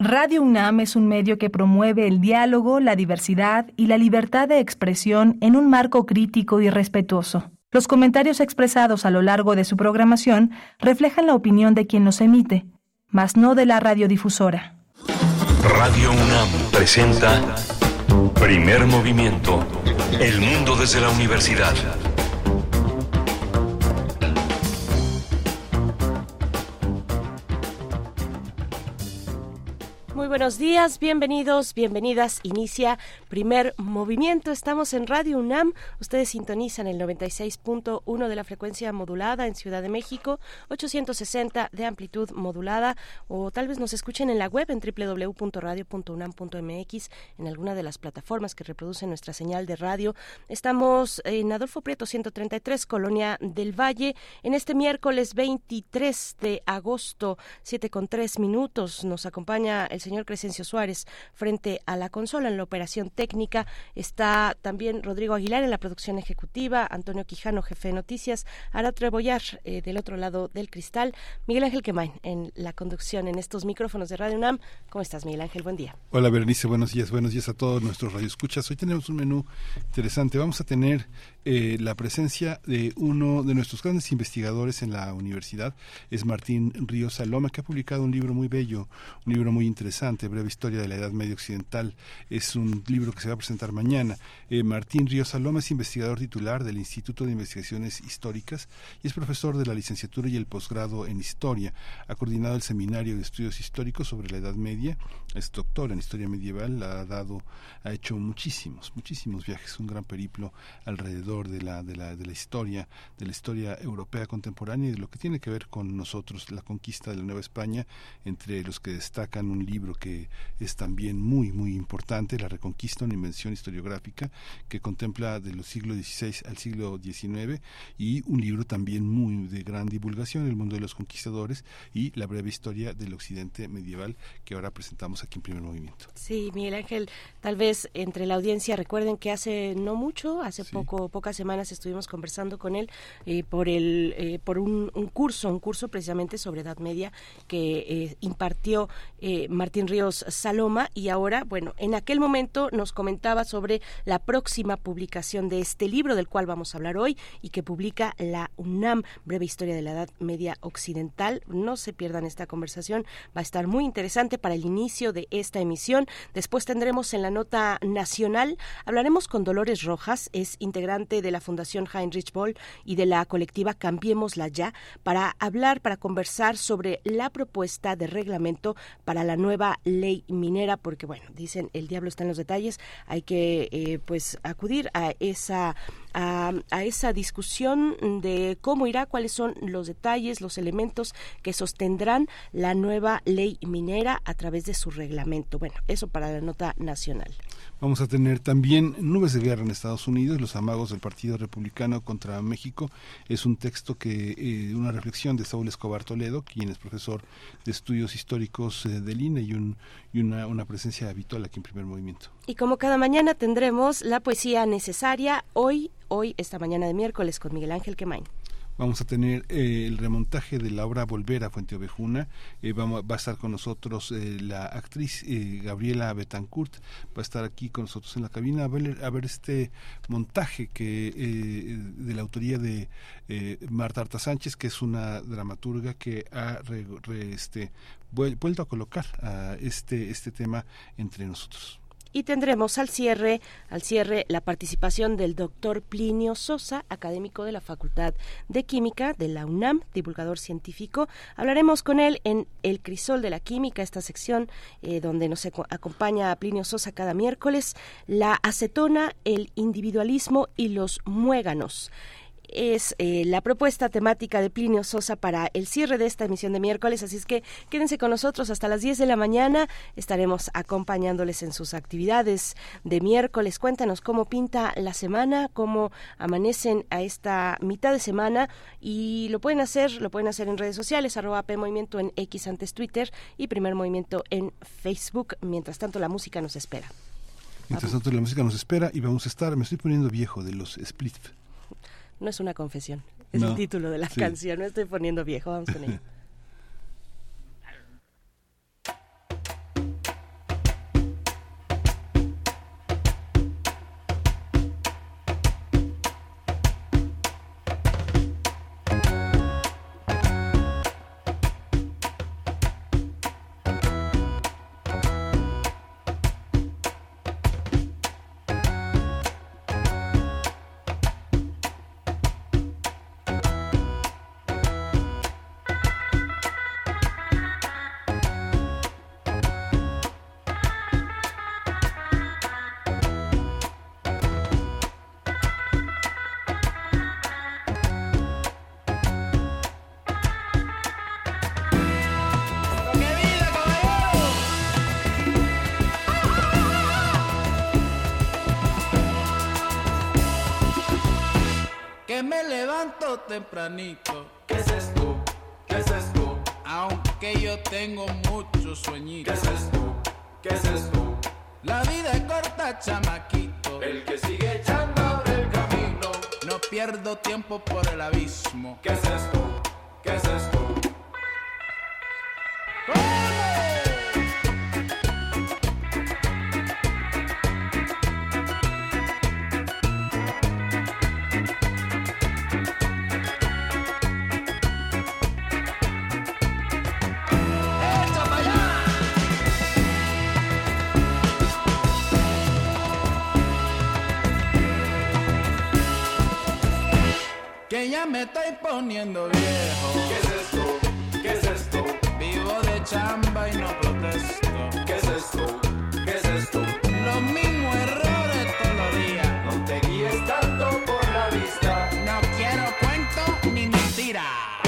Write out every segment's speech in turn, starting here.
Radio UNAM es un medio que promueve el diálogo, la diversidad y la libertad de expresión en un marco crítico y respetuoso. Los comentarios expresados a lo largo de su programación reflejan la opinión de quien los emite, mas no de la radiodifusora. Radio UNAM presenta Primer Movimiento, El mundo desde la universidad. Muy buenos días, bienvenidos, bienvenidas. Inicia Primer Movimiento. Estamos en Radio UNAM. Ustedes sintonizan el 96.1 de la frecuencia modulada en Ciudad de México, 860 de amplitud modulada, o tal vez nos escuchen en la web en www.radio.unam.mx, en alguna de las plataformas que reproducen nuestra señal de radio. Estamos en Adolfo Prieto 133, Colonia del Valle, en este miércoles 23 de agosto, 7:03. Nos acompaña el señor Crescencio Suárez frente a la consola. En la operación técnica está también Rodrigo Aguilar en la producción ejecutiva, Antonio Quijano, jefe de noticias, Ara Trebollar del otro lado del cristal, Miguel Ángel Quemain en la conducción en estos micrófonos de Radio UNAM. ¿Cómo estás, Miguel Ángel? Buen día. Hola, Berenice, buenos días a todos nuestros radioescuchas. Hoy tenemos un menú interesante. Vamos a tener la presencia de uno de nuestros grandes investigadores en la universidad, es Martín Ríos Saloma, que ha publicado un libro muy bello, un libro muy interesante, Breve Historia de la Edad Media Occidental. Es un libro que se va a presentar mañana. Martín Ríos Saloma es investigador titular del Instituto de Investigaciones Históricas y es profesor de la licenciatura y el posgrado en Historia. Ha coordinado el Seminario de Estudios Históricos sobre la Edad Media, es doctor en Historia Medieval, ha hecho muchísimos viajes, un gran periplo alrededor de la historia europea contemporánea y de lo que tiene que ver con nosotros, la conquista de la Nueva España, entre los que destacan un libro que es también muy importante, La Reconquista, una invención historiográfica que contempla de los siglos XVI al siglo XIX, y un libro también muy de gran divulgación, El mundo de los conquistadores y La breve historia del occidente medieval, que ahora presentamos aquí en Primer Movimiento. Sí, Miguel Ángel, tal vez entre la audiencia recuerden que hace no mucho, pocas semanas estuvimos conversando con él por un curso precisamente sobre Edad Media que impartió Martín Ríos Saloma, y ahora, bueno, en aquel momento nos comentaba sobre la próxima publicación de este libro del cual vamos a hablar hoy y que publica la UNAM, Breve Historia de la Edad Media Occidental. No se pierdan esta conversación, va a estar muy interesante para el inicio de esta emisión. Después tendremos en la nota nacional, hablaremos con Dolores Rojas, es integrante de la Fundación Heinrich Böll y de la colectiva Cambiémosla Ya, para conversar sobre la propuesta de reglamento para la nueva ley minera, porque bueno, dicen el diablo está en los detalles, hay que acudir a esa discusión de cómo irá, cuáles son los detalles, los elementos que sostendrán la nueva ley minera a través de su reglamento. Bueno, eso para la nota nacional. Vamos a tener también Nubes de Guerra en Estados Unidos, los amagos del Partido Republicano contra México. Es un texto una reflexión de Saúl Escobar Toledo, quien es profesor de estudios históricos del INE y una presencia habitual aquí en Primer Movimiento. Y como cada mañana tendremos la poesía necesaria, hoy esta mañana de miércoles con Miguel Ángel Quemain. Vamos a tener el remontaje de la obra Volver a Fuente Ovejuna. Va a estar con nosotros la actriz Gabriela Betancourt, va a estar aquí con nosotros en la cabina a ver este montaje de la autoría de Marta Arta Sánchez, que es una dramaturga que ha vuelto a colocar este tema entre nosotros. Y tendremos al cierre la participación del doctor Plinio Sosa, académico de la Facultad de Química de la UNAM, divulgador científico. Hablaremos con él en El Crisol de la Química, esta sección donde nos acompaña Plinio Sosa cada miércoles. La acetona, el individualismo y los muéganos. Es la propuesta temática de Plinio Sosa para el cierre de esta emisión de miércoles, así es que quédense con nosotros hasta las 10 de la mañana, estaremos acompañándoles en sus actividades de miércoles. Cuéntanos cómo pinta la semana, cómo amanecen a esta mitad de semana, y lo pueden hacer en redes sociales, @PMovimiento en X, antes Twitter, y Primer Movimiento en Facebook. Mientras tanto la música nos espera. Y vamos a estar, me estoy poniendo viejo de los Split. No es una confesión, es el título de la canción. Me estoy poniendo viejo, vamos con ello. tempranito. ¿Qué es esto? ¿Qué es esto? Aunque yo tengo muchos sueñitos. ¿Qué es esto? ¿Qué es esto? La vida es corta, chamaquito. El que sigue echando abre el camino. No pierdo tiempo por el abismo. ¿Qué es esto? ¿Qué es esto? Que ya me estoy poniendo viejo. ¿Qué es esto? ¿Qué es esto? Vivo de chamba y no protesto. ¿Qué es esto? ¿Qué es esto? Los mismos errores todos los días. No te guíes tanto por la vista. No quiero cuento ni mentira.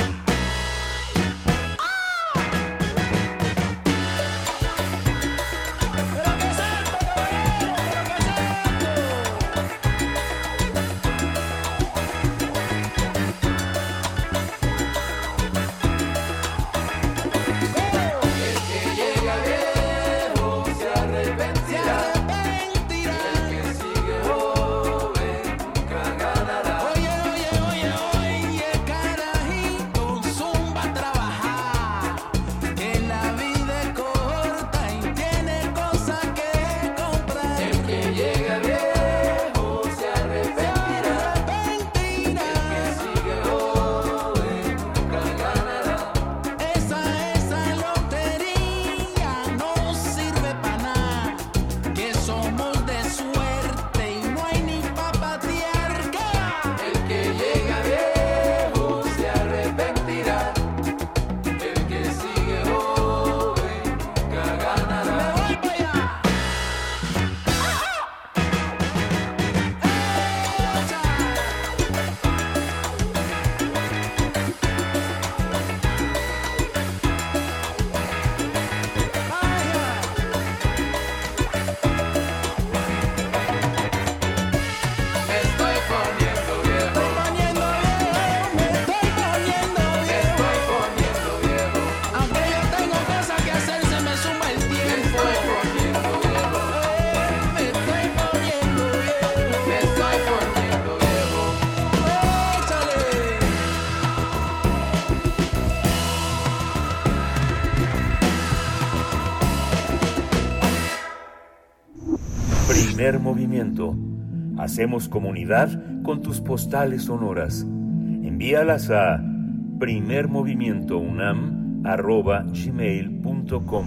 Primer movimiento. Hacemos comunidad con tus postales sonoras. Envíalas a primermovimientounam@gmail.com.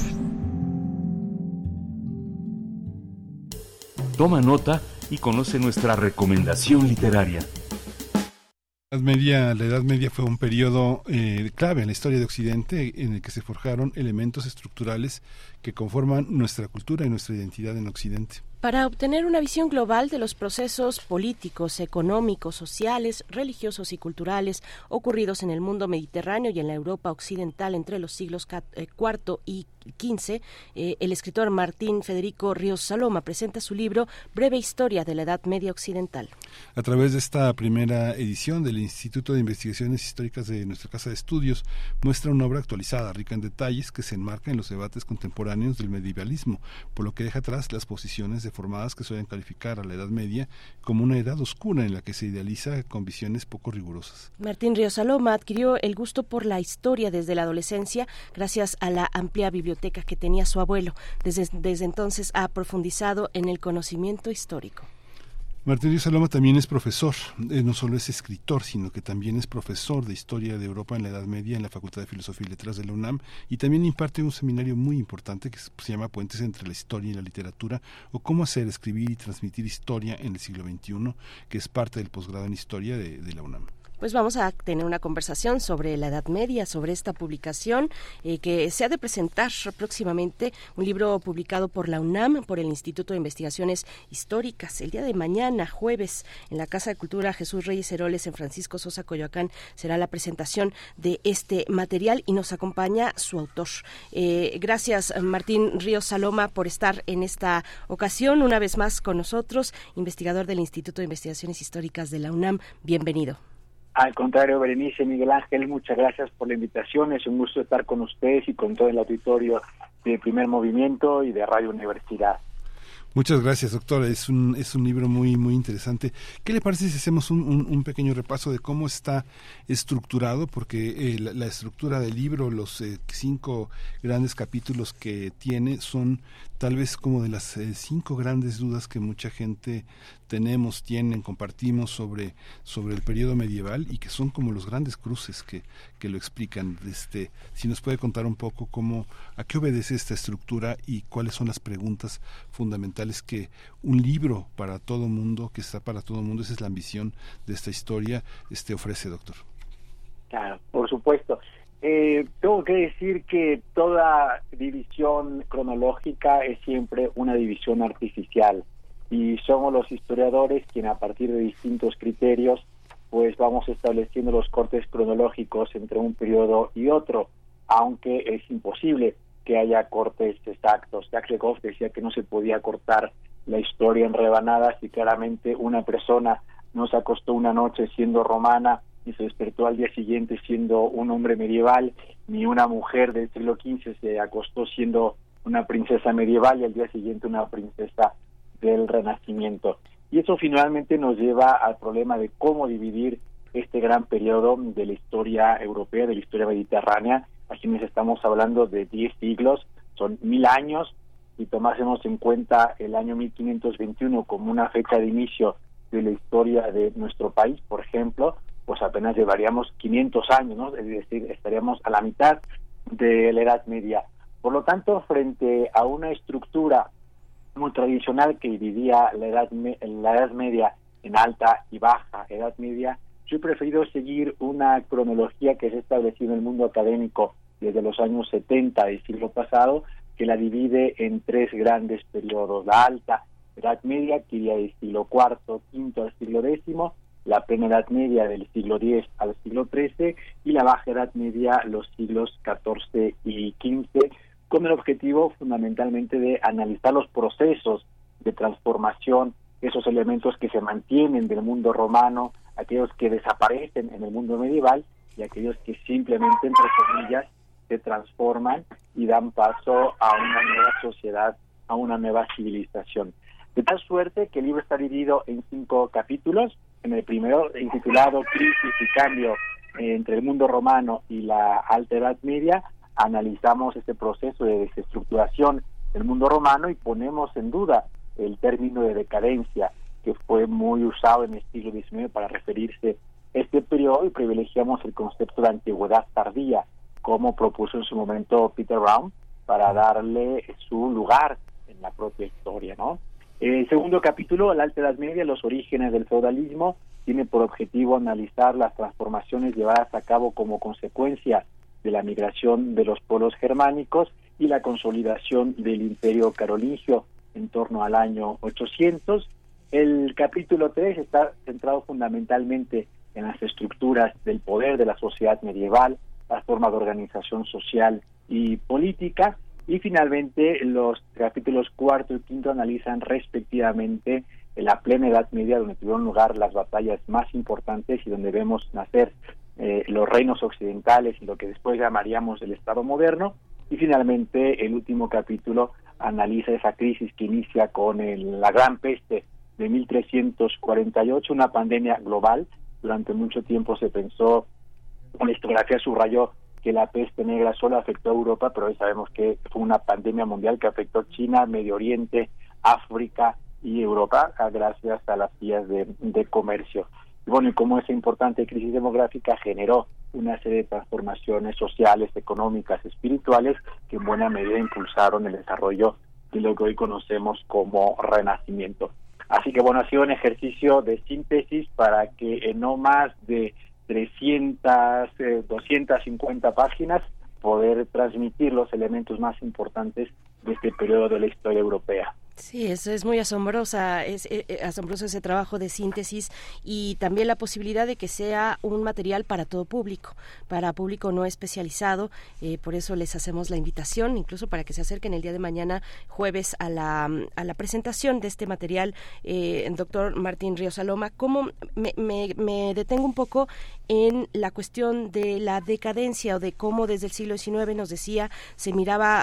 Toma nota y conoce nuestra recomendación literaria. La Edad Media fue un periodo clave en la historia de Occidente en el que se forjaron elementos estructurales que conforman nuestra cultura y nuestra identidad en Occidente. Para obtener una visión global de los procesos políticos, económicos, sociales, religiosos y culturales ocurridos en el mundo mediterráneo y en la Europa occidental entre los siglos IV y XV, el escritor Martín Federico Ríos Saloma presenta su libro Breve Historia de la Edad Media Occidental. A través de esta primera edición del Instituto de Investigaciones Históricas de nuestra Casa de Estudios, muestra una obra actualizada, rica en detalles, que se enmarca en los debates contemporáneos del medievalismo, por lo que deja atrás las posiciones deformadas que suelen calificar a la Edad Media como una edad oscura en la que se idealiza con visiones poco rigurosas. Martín Ríos Saloma adquirió el gusto por la historia desde la adolescencia gracias a la amplia biblioteca que tenía su abuelo. Desde entonces ha profundizado en el conocimiento histórico. Martín Ríos Saloma también es profesor, no solo es escritor, sino que también es profesor de Historia de Europa en la Edad Media en la Facultad de Filosofía y Letras de la UNAM, y también imparte un seminario muy importante que se llama Puentes entre la Historia y la Literatura, o Cómo hacer, escribir y transmitir historia en el siglo XXI, que es parte del posgrado en Historia de la UNAM. Pues vamos a tener una conversación sobre la Edad Media, sobre esta publicación que se ha de presentar próximamente, un libro publicado por la UNAM, por el Instituto de Investigaciones Históricas. El día de mañana, jueves, en la Casa de Cultura Jesús Reyes Heroles en Francisco Sosa, Coyoacán, será la presentación de este material y nos acompaña su autor. Gracias, Martín Ríos Saloma, por estar en esta ocasión una vez más con nosotros, investigador del Instituto de Investigaciones Históricas de la UNAM. Bienvenido. Al contrario, Berenice, Miguel Ángel, muchas gracias por la invitación. Es un gusto estar con ustedes y con todo el auditorio de Primer Movimiento y de Radio Universidad. Muchas gracias, doctor. Es un libro muy interesante. ¿Qué le parece si hacemos un pequeño repaso de cómo está estructurado? Porque la estructura del libro, los 5 grandes capítulos que tiene, son tal vez como de las 5 grandes dudas que mucha gente compartimos sobre el periodo medieval, y que son como los grandes cruces que lo explican. Si nos puede contar un poco a qué obedece esta estructura y cuáles son las preguntas fundamentales que un libro para todo mundo, que está para todo mundo, esa es la ambición de esta historia, ofrece, doctor. Claro, por supuesto. Tengo que decir que toda división cronológica es siempre una división artificial, y somos los historiadores quienes, a partir de distintos criterios, pues vamos estableciendo los cortes cronológicos entre un periodo y otro, aunque es imposible que haya cortes exactos. Jacques Le Goff decía que no se podía cortar la historia en rebanadas, y claramente una persona no se acostó una noche siendo romana y se despertó al día siguiente siendo un hombre medieval, ni una mujer del siglo XV se acostó siendo una princesa medieval y al día siguiente una princesa del Renacimiento. Y eso finalmente nos lleva al problema de cómo dividir este gran periodo de la historia europea, de la historia mediterránea. Aquí nos estamos hablando de 10 siglos, son 1000 años, y tomásemos en cuenta el año 1521 como una fecha de inicio de la historia de nuestro país, por ejemplo, pues apenas llevaríamos 500 años, ¿no? Es decir, estaríamos a la mitad de la Edad Media. Por lo tanto, frente a una estructura muy tradicional que dividía la Edad Media en alta y baja Edad Media, yo he preferido seguir una cronología que se ha establecido en el mundo académico desde los años 70 del siglo pasado, que la divide en 3 grandes periodos: la alta Edad Media, que iría del siglo IV, V al siglo X, la plena Edad Media del siglo X al siglo XIII, y la baja Edad Media, los siglos XIV y XV, con el objetivo fundamentalmente de analizar los procesos de transformación, esos elementos que se mantienen del mundo romano, aquellos que desaparecen en el mundo medieval y aquellos que simplemente, entre comillas, se transforman y dan paso a una nueva sociedad, a una nueva civilización. De tal suerte que el libro está dividido en 5 capítulos. En el primero, intitulado Crisis y Cambio entre el mundo romano y la Alta Edad Media, analizamos este proceso de desestructuración del mundo romano y ponemos en duda el término de decadencia, que fue muy usado en el siglo XIX para referirse a este periodo, y privilegiamos el concepto de antigüedad tardía, como propuso en su momento Peter Brown, para darle su lugar en la propia historia, ¿no? El segundo capítulo, la Alta Edad Media, los orígenes del feudalismo, tiene por objetivo analizar las transformaciones llevadas a cabo como consecuencia de la migración de los pueblos germánicos y la consolidación del Imperio Carolingio en torno al año 800. El capítulo 3 está centrado fundamentalmente en las estructuras del poder de la sociedad medieval, la forma de organización social y política, y finalmente los capítulos 4 y 5 analizan respectivamente la plena Edad Media, donde tuvieron lugar las batallas más importantes y donde vemos nacer los reinos occidentales y lo que después llamaríamos el Estado moderno, y finalmente el último capítulo analiza esa crisis que inicia con la Gran Peste de 1348, una pandemia global. Durante mucho tiempo se pensó, la historiografía subrayó, que la peste negra solo afectó a Europa, pero hoy sabemos que fue una pandemia mundial que afectó China, Medio Oriente, África y Europa, gracias a las vías de comercio. Y bueno, y como esa importante crisis demográfica generó una serie de transformaciones sociales, económicas, espirituales, que en buena medida impulsaron el desarrollo de lo que hoy conocemos como Renacimiento. Así que bueno, ha sido un ejercicio de síntesis para que en no más de 250 páginas poder transmitir los elementos más importantes de este periodo de la historia europea. Sí, eso es muy asombrosa, asombroso ese trabajo de síntesis y también la posibilidad de que sea un material para todo público, para público no especializado, por eso les hacemos la invitación, incluso para que se acerquen el día de mañana, jueves, a la presentación de este material. Doctor Martín Ríos Saloma, ¿cómo me detengo un poco en la cuestión de la decadencia o de cómo desde el siglo XIX, nos decía, se miraba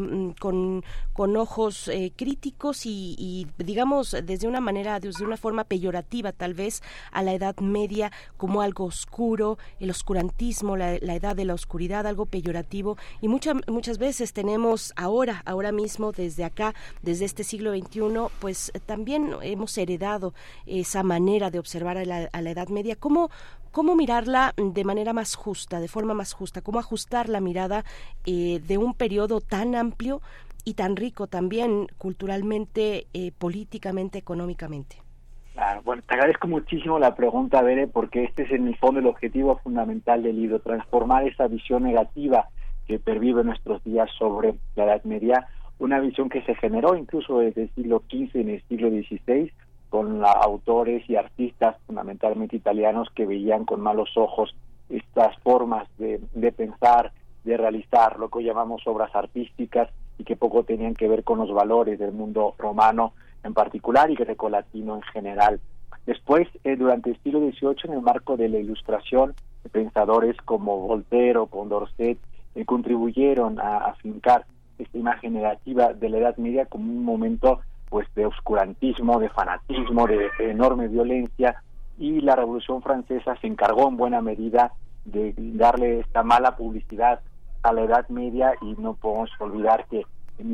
con ojos críticos y digamos desde una forma peyorativa tal vez a la Edad Media como algo oscuro, el oscurantismo, la edad de la oscuridad, algo peyorativo, y muchas veces tenemos ahora mismo desde acá, desde este siglo XXI, pues también hemos heredado esa manera de observar a la Edad Media. ¿Cómo mirarla de manera más justa, de forma más justa? ¿Cómo ajustar la mirada de un periodo tan amplio y tan rico también culturalmente, políticamente, económicamente? Claro, bueno, te agradezco muchísimo la pregunta, Bere, porque este es en el fondo el objetivo fundamental del libro, transformar esa visión negativa que pervive en nuestros días sobre la Edad Media, una visión que se generó incluso desde el siglo XV y en el siglo XVI, con autores y artistas fundamentalmente italianos que veían con malos ojos estas formas de pensar, de realizar lo que hoy llamamos obras artísticas y que poco tenían que ver con los valores del mundo romano en particular y grecolatino en general. Después, durante el siglo XVIII, en el marco de la Ilustración, pensadores como Voltaire o Condorcet contribuyeron a afincar esta imagen negativa de la Edad Media como un momento pues de oscurantismo, de fanatismo, de enorme violencia, y la Revolución Francesa se encargó en buena medida de darle esta mala publicidad a la Edad Media, y no podemos olvidar que en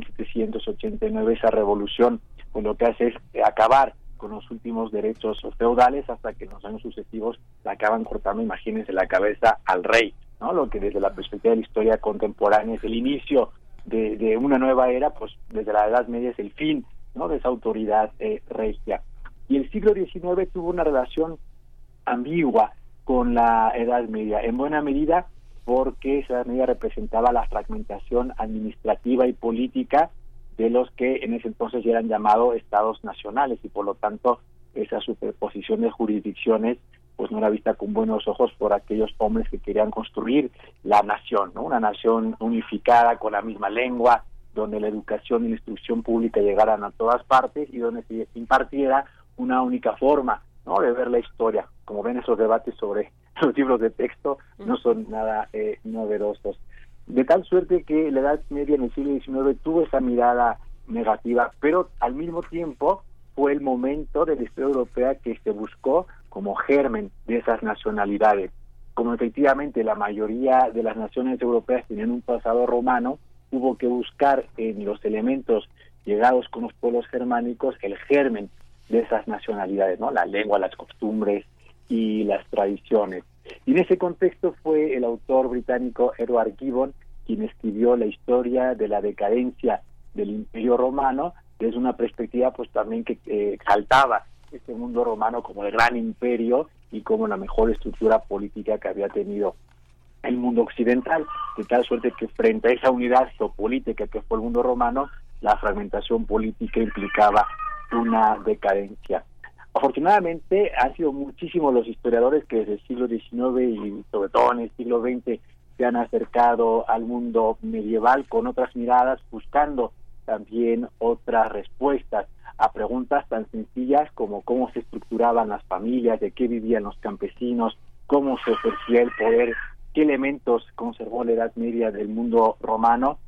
1789 esa revolución pues lo que hace es acabar con los últimos derechos feudales, hasta que en los años sucesivos la acaban cortando, imagínense, la cabeza al rey, ¿no? Lo que desde la perspectiva de la historia contemporánea es el inicio de una nueva era, pues desde la Edad Media es el fin, ¿no?, de esa autoridad regia. Y el siglo XIX tuvo una relación ambigua con la Edad Media, en buena medida porque esa Edad Media representaba la fragmentación administrativa y política de los que en ese entonces ya eran llamados estados nacionales, y por lo tanto esa superposición de jurisdicciones pues no era vista con buenos ojos por aquellos hombres que querían construir la nación, ¿no? Una nación unificada con la misma lengua, donde la educación y la instrucción pública llegaran a todas partes y donde se impartiera una única forma, ¿no?, de ver la historia. Como ven, esos debates sobre los libros de texto no son nada novedosos. De tal suerte que la Edad Media en el siglo XIX tuvo esa mirada negativa, pero al mismo tiempo fue el momento de la historia europea que se buscó como germen de esas nacionalidades. Como efectivamente la mayoría de las naciones europeas tenían un pasado romano, hubo que buscar en los elementos llegados con los pueblos germánicos el germen de esas nacionalidades, ¿no?, la lengua, las costumbres y las tradiciones. Y en ese contexto fue el autor británico Edward Gibbon quien escribió la historia de la decadencia del Imperio Romano desde una perspectiva pues también que exaltaba este mundo romano como el gran imperio y como la mejor estructura política que había tenido el mundo occidental, de tal suerte que frente a esa unidad geopolítica que fue el mundo romano, la fragmentación política implicaba una decadencia. Afortunadamente han sido muchísimos los historiadores que desde el siglo XIX y sobre todo en el siglo XX se han acercado al mundo medieval con otras miradas, buscando también otras respuestas a preguntas tan sencillas como cómo se estructuraban las familias, de qué vivían los campesinos, cómo se ejercía el poder, qué elementos conservó la Edad Media del mundo romano,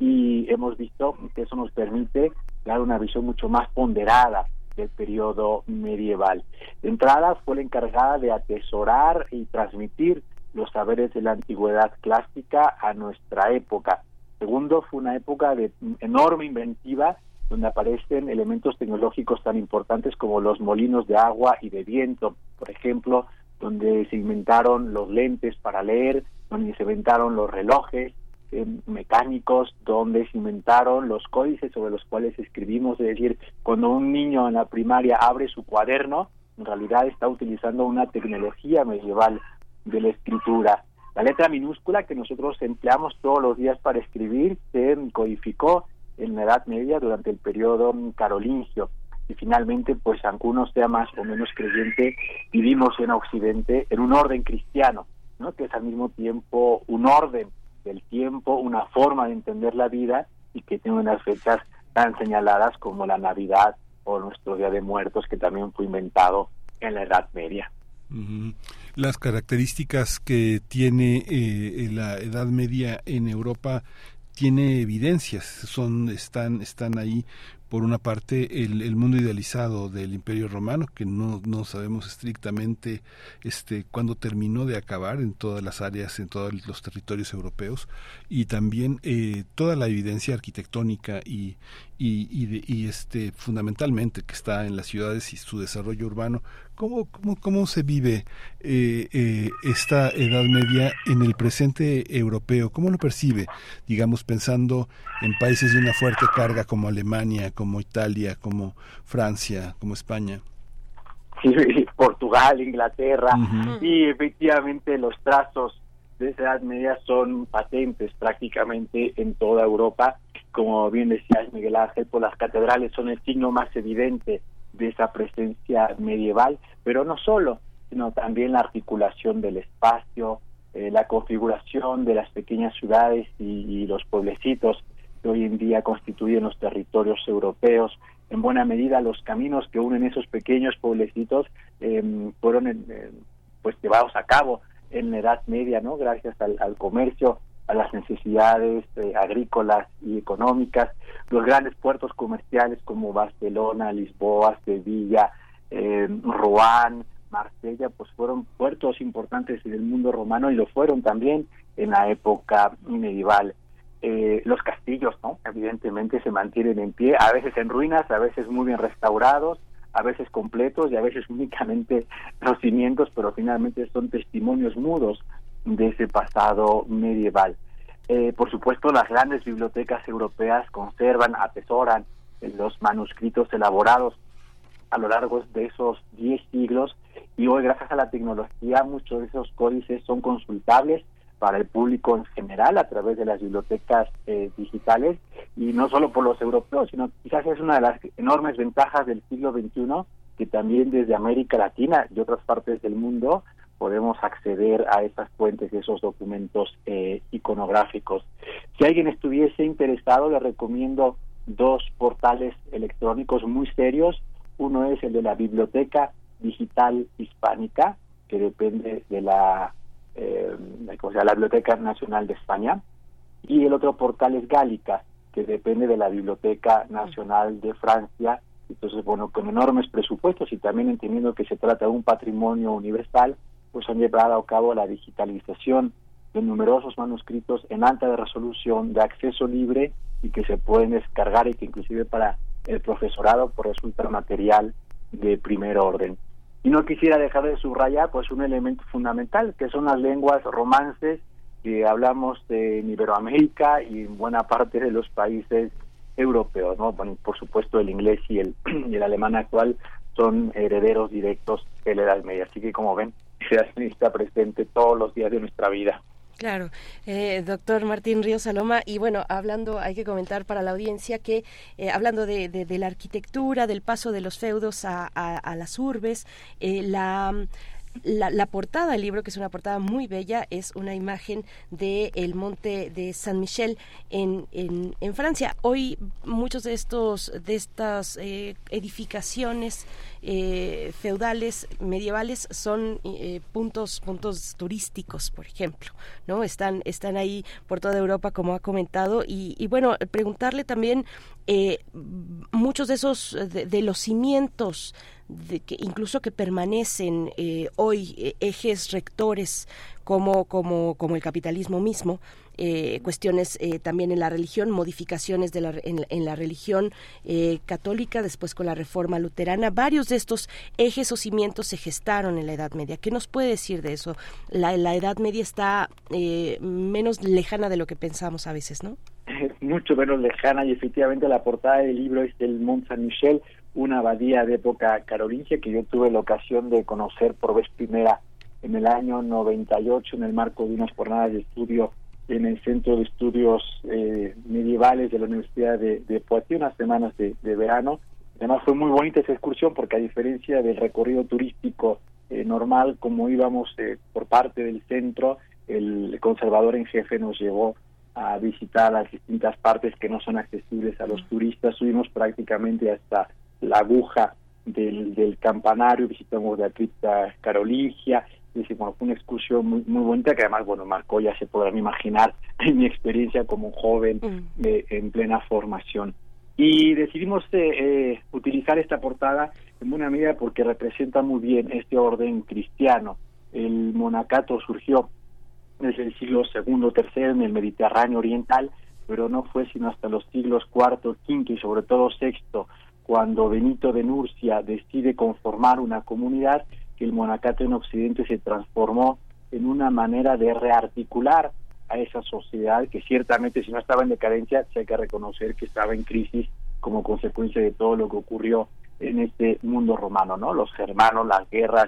y hemos visto que eso nos permite dar una visión mucho más ponderada del periodo medieval. De entrada fue la encargada de atesorar y transmitir los saberes de la antigüedad clásica a nuestra época. Segundo, fue una época de enorme inventiva, donde aparecen elementos tecnológicos tan importantes como los molinos de agua y de viento, por ejemplo, donde se inventaron los lentes para leer, donde se inventaron los relojes mecánicos, donde se inventaron los códices sobre los cuales escribimos. Es decir, cuando un niño en la primaria abre su cuaderno, en realidad está utilizando una tecnología medieval de la escritura. La letra minúscula que nosotros empleamos todos los días para escribir se codificó en la Edad Media durante el periodo carolingio. Y finalmente, pues aunque uno sea más o menos creyente, vivimos en Occidente en un orden cristiano, ¿no? Que es al mismo tiempo un orden del tiempo, una forma de entender la vida, y que tiene unas fechas tan señaladas como la Navidad o nuestro Día de Muertos, que también fue inventado en la Edad Media. Uh-huh. Las características que tiene la Edad Media en Europa tiene evidencias, están ahí. Por una parte, el mundo idealizado del Imperio Romano, que no sabemos estrictamente cuándo terminó de acabar en todas las áreas, en todos los territorios europeos, y también toda la evidencia arquitectónica y fundamentalmente que está en las ciudades y su desarrollo urbano. ¿Cómo se vive esta Edad Media en el presente europeo? ¿Cómo lo percibe? Digamos, pensando en países de una fuerte carga como Alemania, como Italia, como Francia, como España. Sí, Portugal, Inglaterra, Uh-huh. y efectivamente los trazos de esa Edad Media son patentes prácticamente en toda Europa. Como bien decías, Miguel Ángel, pues las catedrales son el signo más evidente de esa presencia medieval, pero no solo, sino también la articulación del espacio, la configuración de las pequeñas ciudades y los pueblecitos que hoy en día constituyen los territorios europeos. En buena medida, los caminos que unen esos pequeños pueblecitos fueron pues llevados a cabo en la Edad Media, ¿no? Gracias al comercio, a las necesidades agrícolas y económicas. Los grandes puertos comerciales como Barcelona, Lisboa, Sevilla, Rouen, Marsella, pues fueron puertos importantes en el mundo romano, y lo fueron también en la época medieval. Los castillos, ¿no? Evidentemente se mantienen en pie, a veces en ruinas, a veces muy bien restaurados, a veces completos y a veces únicamente los cimientos, pero finalmente son testimonios mudos de ese pasado medieval. Por supuesto, las grandes bibliotecas europeas conservan, atesoran los manuscritos elaborados a lo largo de esos 10 siglos, y hoy, gracias a la tecnología, muchos de esos códices son consultables para el público en general a través de las bibliotecas digitales, y no solo por los europeos, sino quizás es una de las enormes ventajas del siglo XXI, que también desde América Latina y otras partes del mundo podemos acceder a esas fuentes, esos documentos iconográficos. Si alguien estuviese interesado, le recomiendo 2 portales electrónicos muy serios. Uno es el de la Biblioteca Digital Hispánica, que depende de la Biblioteca Nacional de España, y el otro portal es Gálica, que depende de la Biblioteca Nacional de Francia. Entonces, bueno, con enormes presupuestos y también entendiendo que se trata de un patrimonio universal, pues han llevado a cabo la digitalización de numerosos manuscritos en alta resolución, de acceso libre, y que se pueden descargar, y que inclusive para el profesorado pues resulta material de primer orden. Y no quisiera dejar de subrayar pues un elemento fundamental, que son las lenguas romances que hablamos en Iberoamérica y en buena parte de los países europeos, ¿no? Bueno, por supuesto el inglés y el alemán actual son herederos directos de la Edad Media, así que como ven, está presente todos los días de nuestra vida. Claro, doctor Martín Ríos Saloma, y bueno, hay que comentar para la audiencia que hablando de la arquitectura, del paso de los feudos a las urbes, la portada del libro, que es una portada muy bella, es una imagen del monte de Saint-Michel en Francia. Hoy muchos de estas edificaciones feudales medievales son puntos turísticos, por ejemplo, ¿no? Están ahí por toda Europa, como ha comentado, y bueno, preguntarle también muchos de esos de los cimientos que incluso que permanecen hoy, ejes rectores como el capitalismo mismo, cuestiones también en la religión, modificaciones en la religión católica, después con la Reforma Luterana. Varios de estos ejes o cimientos se gestaron en la Edad Media. ¿Qué nos puede decir de eso? La Edad Media está menos lejana de lo que pensamos a veces, ¿no? Mucho menos lejana, y efectivamente la portada del libro es el Mont Saint-Michel, una abadía de época carolingia que yo tuve la ocasión de conocer por vez primera en el año 98 en el marco de unas jornadas de estudio en el Centro de Estudios Medievales de la Universidad de Poitiers, unas semanas de verano. Además fue muy bonita esa excursión porque, a diferencia del recorrido turístico normal, como íbamos por parte del centro, el conservador en jefe nos llevó a visitar las distintas partes que no son accesibles a los turistas. Subimos prácticamente hasta la aguja del campanario, visitamos la cripta carolingia. Es decir, bueno, fue una excursión muy, muy bonita que además, bueno, marcó, ya se podrán imaginar, mi experiencia como un joven en plena formación. Y decidimos utilizar esta portada en buena medida porque representa muy bien este orden cristiano. El monacato surgió desde el siglo II, III en el Mediterráneo oriental, pero no fue sino hasta los siglos IV, V y sobre todo VI, cuando Benito de Nursia decide conformar una comunidad, que el monacato en Occidente se transformó en una manera de rearticular a esa sociedad que ciertamente, si no estaba en decadencia, sí hay que reconocer que estaba en crisis como consecuencia de todo lo que ocurrió en este mundo romano, ¿no? Los germanos, las guerras,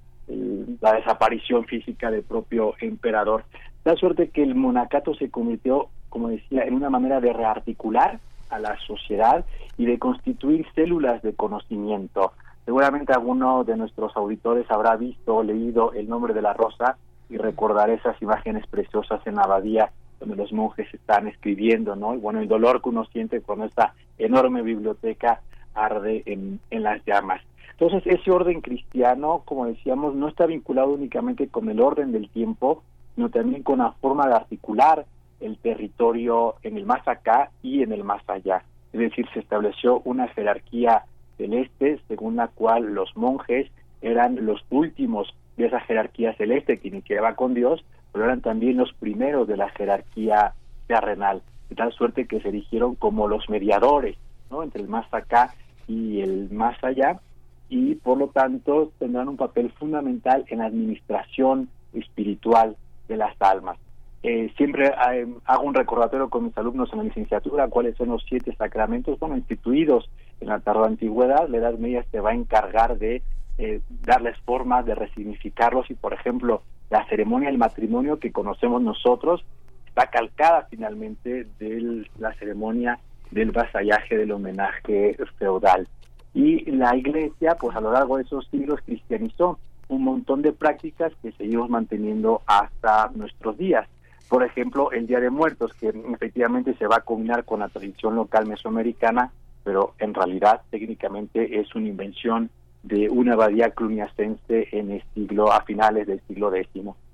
la desaparición física del propio emperador. Da suerte que el monacato se convirtió, como decía, en una manera de rearticular a la sociedad y de constituir células de conocimiento. Seguramente alguno de nuestros auditores habrá visto o leído El nombre de la rosa y recordará esas imágenes preciosas en la abadía donde los monjes están escribiendo, ¿no? Y bueno, el dolor que uno siente cuando esta enorme biblioteca arde en las llamas. Entonces, ese orden cristiano, como decíamos, no está vinculado únicamente con el orden del tiempo, sino también con la forma de articular el territorio en el más acá y en el más allá. Es decir, se estableció una jerarquía celeste según la cual los monjes eran los últimos de esa jerarquía celeste que iniciaba con Dios, pero eran también los primeros de la jerarquía terrenal, de tal suerte que se erigieron como los mediadores, ¿no?, entre el más acá y el más allá, y por lo tanto tendrán un papel fundamental en la administración espiritual de las almas. Siempre hago un recordatorio con mis alumnos en la licenciatura cuáles son los 7 sacramentos, bueno, instituidos en la tardoantigüedad antigüedad. La Edad Media se va a encargar de darles forma, de resignificarlos, y por ejemplo la ceremonia del matrimonio que conocemos nosotros está calcada finalmente de la ceremonia del vasallaje, del homenaje feudal. Y la Iglesia, pues a lo largo de esos siglos, cristianizó un montón de prácticas que seguimos manteniendo hasta nuestros días. Por ejemplo, el Día de Muertos, que efectivamente se va a combinar con la tradición local mesoamericana, pero en realidad técnicamente es una invención de una abadía cluniacense a finales del siglo X.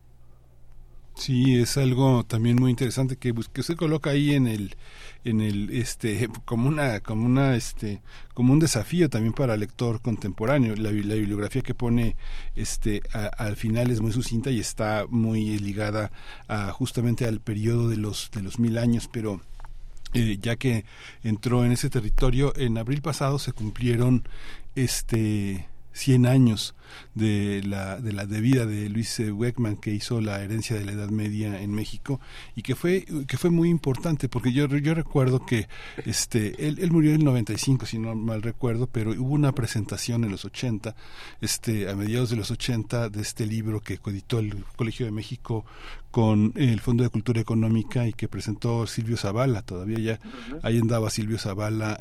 Sí, es algo también muy interesante que usted coloca ahí como un desafío también para el lector contemporáneo. La bibliografía que pone al final es muy sucinta y está muy ligada justamente al periodo de los 1000 años, pero ya que entró en ese territorio, en abril pasado se cumplieron 100 años de vida de Luis Wegman, que hizo la herencia de la Edad Media en México, y que fue muy importante, porque yo recuerdo que él murió en el 95, si no mal recuerdo, pero hubo una presentación en los 80, a mediados de los 80, de este libro que coeditó el Colegio de México con el Fondo de Cultura Económica y que presentó Silvio Zavala. Todavía ya ahí andaba Silvio Zavala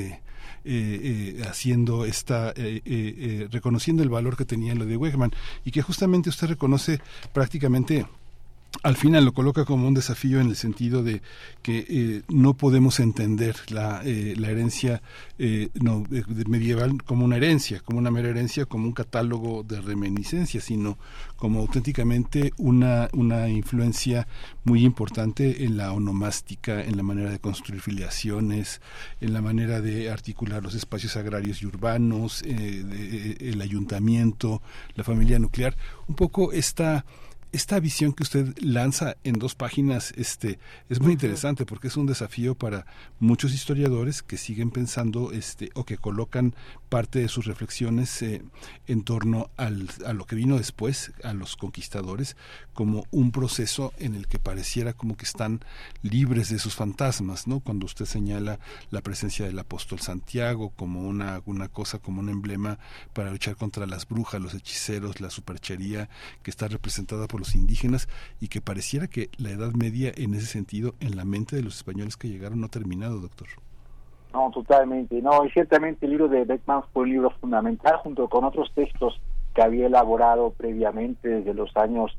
haciendo reconociendo el valor que tenía lo de Wegman, y que justamente usted reconoce prácticamente al final, lo coloca como un desafío en el sentido de que no podemos entender la herencia medieval como una herencia, como una mera herencia, como un catálogo de reminiscencias, sino como auténticamente una influencia muy importante en la onomástica, en la manera de construir filiaciones, en la manera de articular los espacios agrarios y urbanos, el ayuntamiento, la familia nuclear. Un poco esta visión que usted lanza en 2 páginas es muy interesante, porque es un desafío para muchos historiadores que siguen pensando o que colocan parte de sus reflexiones en torno a lo que vino después, a los conquistadores, como un proceso en el que pareciera como que están libres de sus fantasmas, ¿no? Cuando usted señala la presencia del apóstol Santiago como una cosa, como un emblema para luchar contra las brujas, los hechiceros, la superchería, que está representada por los indígenas, y que pareciera que la Edad Media en ese sentido en la mente de los españoles que llegaron no ha terminado, doctor. No, totalmente. No, y ciertamente el libro de Beckmann fue un libro fundamental junto con otros textos que había elaborado previamente desde los años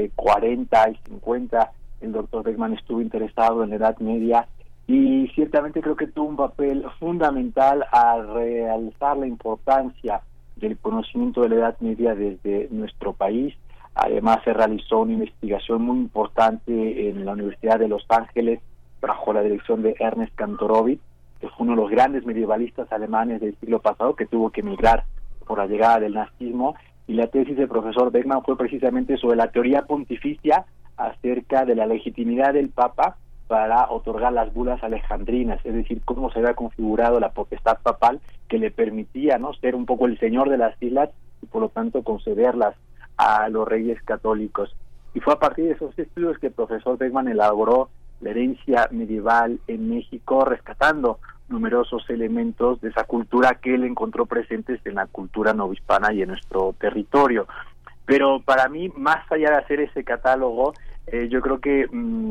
40 y 50. El doctor Beckmann estuvo interesado en la Edad Media y ciertamente creo que tuvo un papel fundamental al realzar la importancia del conocimiento de la Edad Media desde nuestro país. Además se realizó una investigación muy importante en la Universidad de Los Ángeles bajo la dirección de Ernest Kantorowicz, que fue uno de los grandes medievalistas alemanes del siglo pasado, que tuvo que emigrar por la llegada del nazismo, y la tesis del profesor Beckmann fue precisamente sobre la teoría pontificia acerca de la legitimidad del Papa para otorgar las bulas alejandrinas, es decir, cómo se había configurado la potestad papal que le permitía, ¿no?, ser un poco el señor de las islas y por lo tanto concederlas a los reyes católicos. Y fue a partir de esos estudios que el profesor Beckmann elaboró la herencia medieval en México, rescatando numerosos elementos de esa cultura que él encontró presentes en la cultura novohispana y en nuestro territorio. Pero para mí, más allá de hacer ese catálogo, yo creo que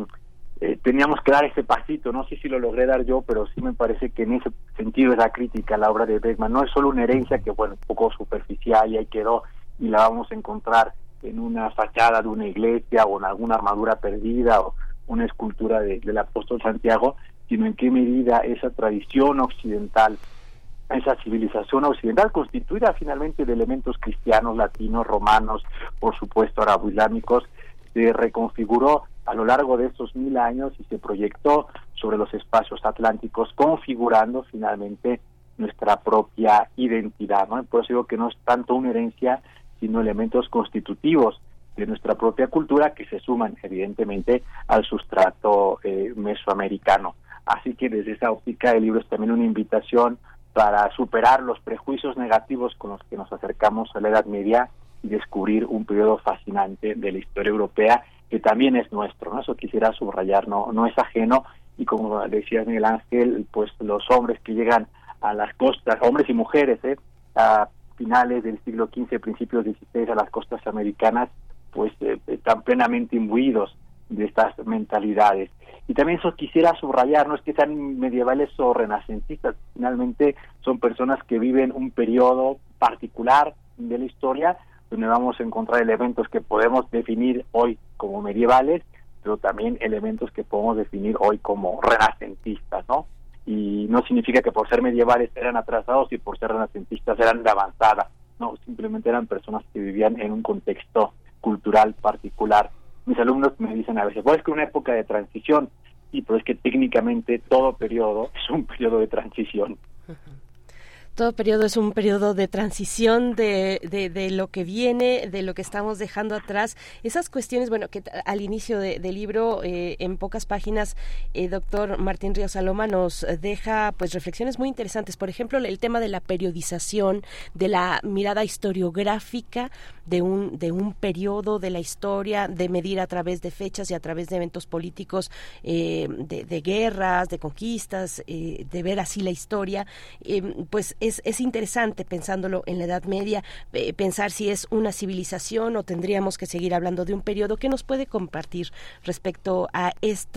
teníamos que dar ese pasito. No sé si lo logré dar yo, pero sí me parece que en ese sentido es la crítica a la obra de Beckmann. No es solo una herencia que, bueno, un poco superficial y ahí quedó, y la vamos a encontrar en una fachada de una iglesia o en alguna armadura perdida o una escultura del apóstol Santiago, sino en qué medida esa tradición occidental, esa civilización occidental constituida finalmente de elementos cristianos, latinos, romanos, por supuesto arabo-islámicos, se reconfiguró a lo largo de estos 1000 años y se proyectó sobre los espacios atlánticos, configurando finalmente nuestra propia identidad, ¿no? Por eso digo que no es tanto una herencia, sino elementos constitutivos de nuestra propia cultura que se suman evidentemente al sustrato mesoamericano. Así que desde esa óptica el libro es también una invitación para superar los prejuicios negativos con los que nos acercamos a la Edad Media y descubrir un periodo fascinante de la historia europea que también es nuestro, ¿no? Eso quisiera subrayar, no es ajeno, y como decía Miguel Ángel, pues los hombres que llegan a las costas, hombres y mujeres, a finales del siglo XV, principios del XVI, a las costas americanas, pues están plenamente imbuidos de estas mentalidades. Y también eso quisiera subrayar, no es que sean medievales o renacentistas, finalmente son personas que viven un periodo particular de la historia, donde vamos a encontrar elementos que podemos definir hoy como medievales, pero también elementos que podemos definir hoy como renacentistas, ¿no? Y no significa que por ser medievales eran atrasados y por ser renacentistas eran de avanzada, no, simplemente eran personas que vivían en un contexto cultural particular. Mis alumnos me dicen a veces, pues es que una época de transición, y pues es que técnicamente todo periodo es un periodo de transición. Todo periodo es un periodo de transición de lo que viene, de lo que estamos dejando atrás. Esas cuestiones, bueno, que al inicio del libro, en pocas páginas, doctor Martín Ríos Saloma nos deja pues reflexiones muy interesantes. Por ejemplo, el tema de la periodización, de la mirada historiográfica de un periodo de la historia, de medir a través de fechas y a través de eventos políticos, de guerras, de conquistas, de ver así la historia, pues es interesante pensándolo en la Edad Media, pensar si es una civilización o tendríamos que seguir hablando de un periodo. ¿Qué nos puede compartir respecto a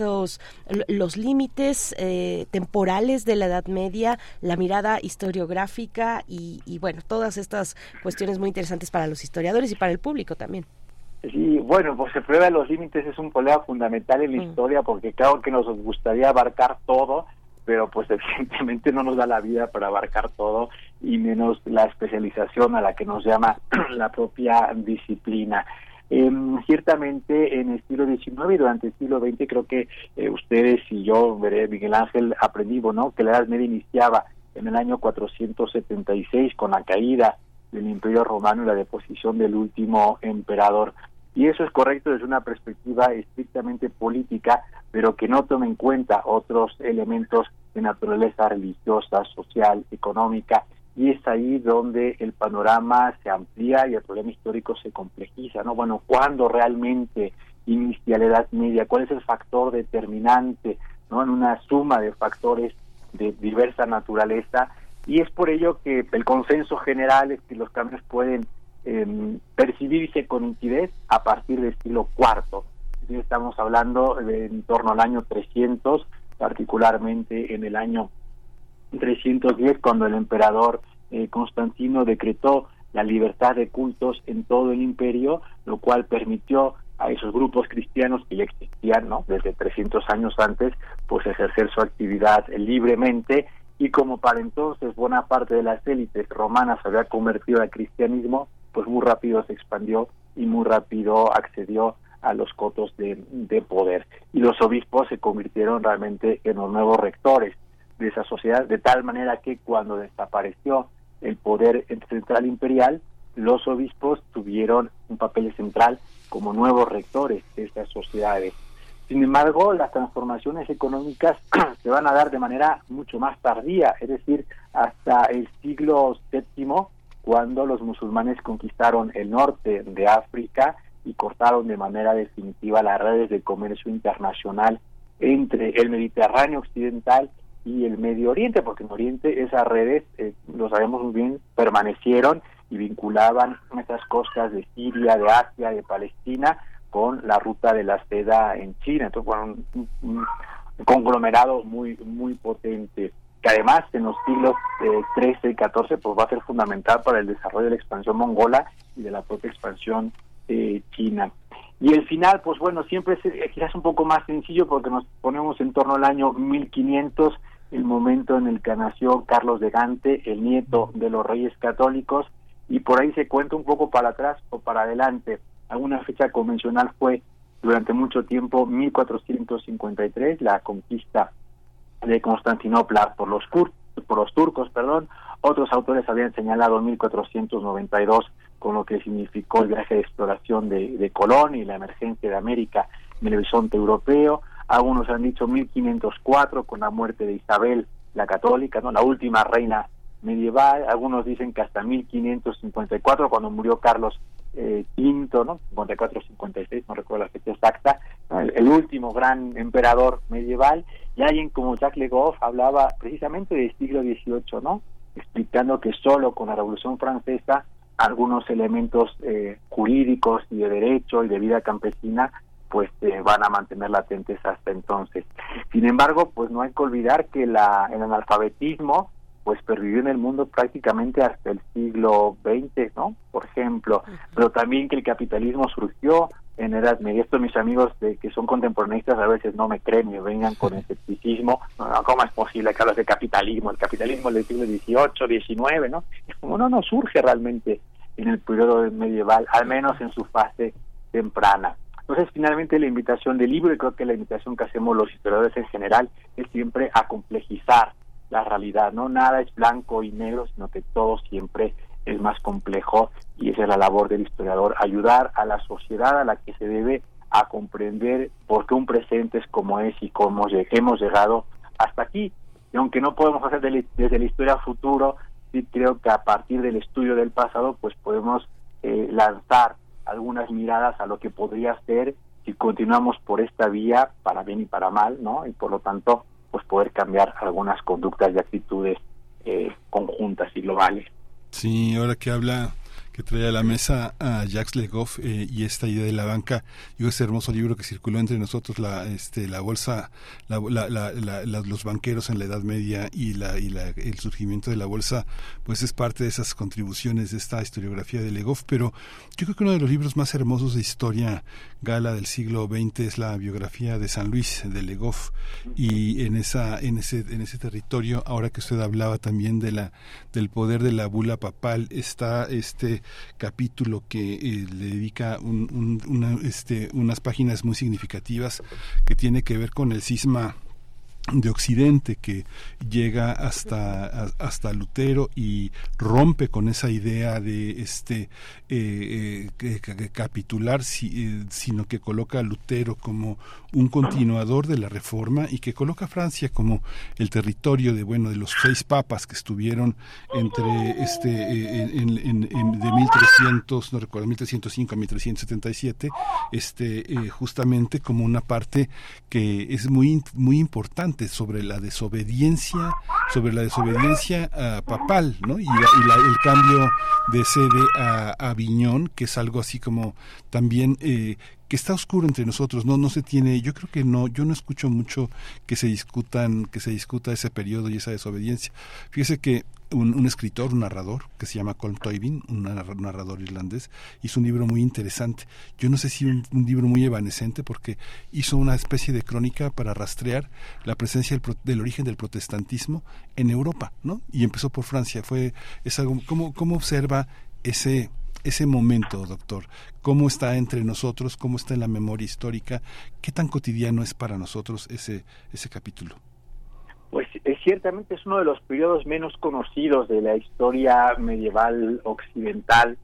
los límites temporales de la Edad Media, la mirada historiográfica y bueno, todas estas cuestiones muy interesantes para los historiadores y para el público también? Sí, bueno, pues el problema de los límites es un problema fundamental en la historia, porque claro que nos gustaría abarcar todo, pero pues evidentemente no nos da la vida para abarcar todo, y menos la especialización a la que nos llama la propia disciplina. Ciertamente en el siglo XIX y durante el siglo XX creo que ustedes y yo, Miguel Ángel, aprendimos, ¿no?, que la Edad Media iniciaba en el año 476 con la caída del Imperio Romano y la deposición del último emperador. Y eso es correcto desde una perspectiva estrictamente política, pero que no toma en cuenta otros elementos de naturaleza religiosa, social, económica, y es ahí donde el panorama se amplía y el problema histórico se complejiza, ¿no? Bueno, ¿cuándo realmente inicia la Edad Media? ¿Cuál es el factor determinante, ¿no?, en una suma de factores de diversa naturaleza? Y es por ello que el consenso general es que los cambios pueden percibirse con nitidez a partir del siglo IV. Estamos hablando de en torno al año 300, particularmente en el año 310, cuando el emperador Constantino decretó la libertad de cultos en todo el imperio, lo cual permitió a esos grupos cristianos que ya existían, ¿no?, desde 300 años antes, pues ejercer su actividad libremente. Y como para entonces buena parte de las élites romanas se había convertido al cristianismo, pues muy rápido se expandió y muy rápido accedió a los cotos de poder. Y los obispos se convirtieron realmente en los nuevos rectores de esa sociedad, de tal manera que cuando desapareció el poder central imperial, los obispos tuvieron un papel central como nuevos rectores de estas sociedades. Sin embargo, las transformaciones económicas se van a dar de manera mucho más tardía, es decir, hasta el siglo VII, cuando los musulmanes conquistaron el norte de África y cortaron de manera definitiva las redes de comercio internacional entre el Mediterráneo occidental y el Medio Oriente, porque en Oriente esas redes, lo sabemos muy bien, permanecieron y vinculaban esas costas de Siria, de Asia, de Palestina, con la ruta de la seda en China. Entonces, bueno, un conglomerado muy potente, que además en los siglos XIII y XIV pues va a ser fundamental para el desarrollo de la expansión mongola y de la propia expansión china. Y el final, pues bueno, siempre es quizás un poco más sencillo, porque nos ponemos en torno al año 1500, el momento en el que nació Carlos de Gante, el nieto de los reyes católicos, y por ahí se cuenta un poco para atrás o para adelante. Alguna fecha convencional fue durante mucho tiempo 1453, la conquista de Constantinopla por los turcos. Otros autores habían señalado 1492, con lo que significó el viaje de exploración de Colón y la emergencia de América en el horizonte europeo. Algunos han dicho 1504, con la muerte de Isabel la Católica, ¿no?, la última reina medieval. Algunos dicen que hasta 1554, cuando murió Carlos V, ¿no?, 54-56, no recuerdo la fecha exacta, ¿no?, el último gran emperador medieval. Y alguien como Jacques Le Goff hablaba precisamente del siglo XVIII, ¿no?, explicando que solo con la Revolución Francesa algunos elementos jurídicos y de derecho y de vida campesina pues van a mantener latentes hasta entonces. Sin embargo, pues no hay que olvidar que el analfabetismo pues pervivió en el mundo prácticamente hasta el siglo XX, ¿no?, por ejemplo, pero también que el capitalismo surgió en Edad Media. Esto mis amigos que son contemporaneistas a veces no me creen, me vengan con escepticismo. No, ¿cómo es posible que hablas de capitalismo? El capitalismo del siglo XVIII, XIX, ¿no? Es como no surge realmente en el periodo medieval, al menos en su fase temprana. Entonces, finalmente, la invitación del libro, y creo que la invitación que hacemos los historiadores en general, es siempre a complejizar la realidad, ¿no? Nada es blanco y negro, sino que todo siempre es más complejo, y esa es la labor del historiador, ayudar a la sociedad a la que se debe a comprender por qué un presente es como es y cómo hemos llegado hasta aquí. Y aunque no podemos hacer desde la historia futuro, sí creo que a partir del estudio del pasado pues podemos lanzar algunas miradas a lo que podría ser si continuamos por esta vía, para bien y para mal, ¿no? Y por lo tanto pues poder cambiar algunas conductas y actitudes conjuntas y globales. Sí, ahora que trae a la mesa a Jacques Le Goff y esta idea de la banca, y ese hermoso libro que circuló entre nosotros, la bolsa, los banqueros en la Edad Media y el surgimiento de la bolsa, pues es parte de esas contribuciones de esta historiografía de Le Goff. Pero yo creo que uno de los libros más hermosos de historia gala del siglo XX es la biografía de San Luis de Le Goff, y en ese territorio, ahora que usted hablaba también del poder de la bula papal, está este capítulo que le dedica unas páginas muy significativas, que tiene que ver con el cisma de Occidente, que llega hasta Lutero y rompe con esa idea de capitular, sino que coloca a Lutero como un continuador de la Reforma, y que coloca a Francia como el territorio de los 6 papas que estuvieron entre de 1300, no recuerdo, 1305 a 1377, justamente como una parte que es muy muy importante importante sobre la desobediencia papal, ¿no? Y el cambio de sede a Aviñón, que es algo así como también que está oscuro entre nosotros, no se tiene, yo creo que no, yo no escucho mucho que se discuta ese periodo y esa desobediencia. Fíjese que un escritor, un narrador, que se llama Colm Tóibín, un narrador irlandés, hizo un libro muy interesante. Yo no sé si un libro muy evanescente, porque hizo una especie de crónica para rastrear la presencia del origen del protestantismo en Europa, ¿no? Y empezó por Francia. Es algo, ¿cómo observa ese momento, doctor? ¿Cómo está entre nosotros? ¿Cómo está en la memoria histórica? ¿Qué tan cotidiano es para nosotros ese capítulo? Pues ciertamente es uno de los periodos menos conocidos de la historia medieval occidental,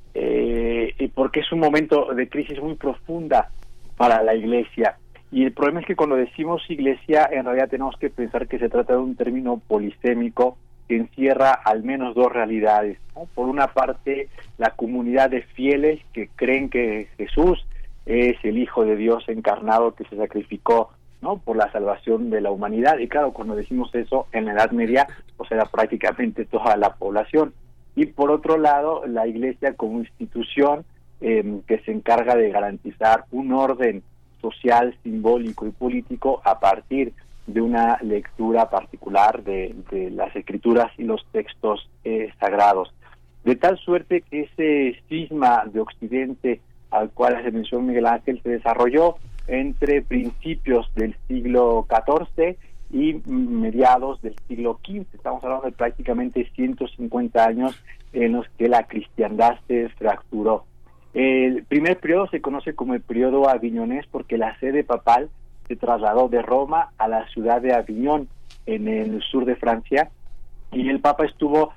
porque es un momento de crisis muy profunda para la Iglesia. Y el problema es que cuando decimos Iglesia, en realidad tenemos que pensar que se trata de un término polisémico que encierra al menos dos realidades, ¿no? Por una parte, la comunidad de fieles que creen que Jesús es el Hijo de Dios encarnado que se sacrificó, ¿no?, por la salvación de la humanidad. Y claro, cuando decimos eso en la Edad Media, pues era prácticamente toda la población. Y por otro lado, la Iglesia como institución que se encarga de garantizar un orden social, simbólico y político a partir de una lectura particular de las escrituras y los textos sagrados. De tal suerte que ese cisma de Occidente al cual hace mención Miguel Ángel se desarrolló entre principios del siglo XIV y mediados del siglo XV. Estamos hablando de prácticamente 150 años en los que la cristiandad se fracturó. El primer periodo se conoce como el periodo aviñonés porque la sede papal se trasladó de Roma a la ciudad de Aviñón, en el sur de Francia, y el Papa estuvo,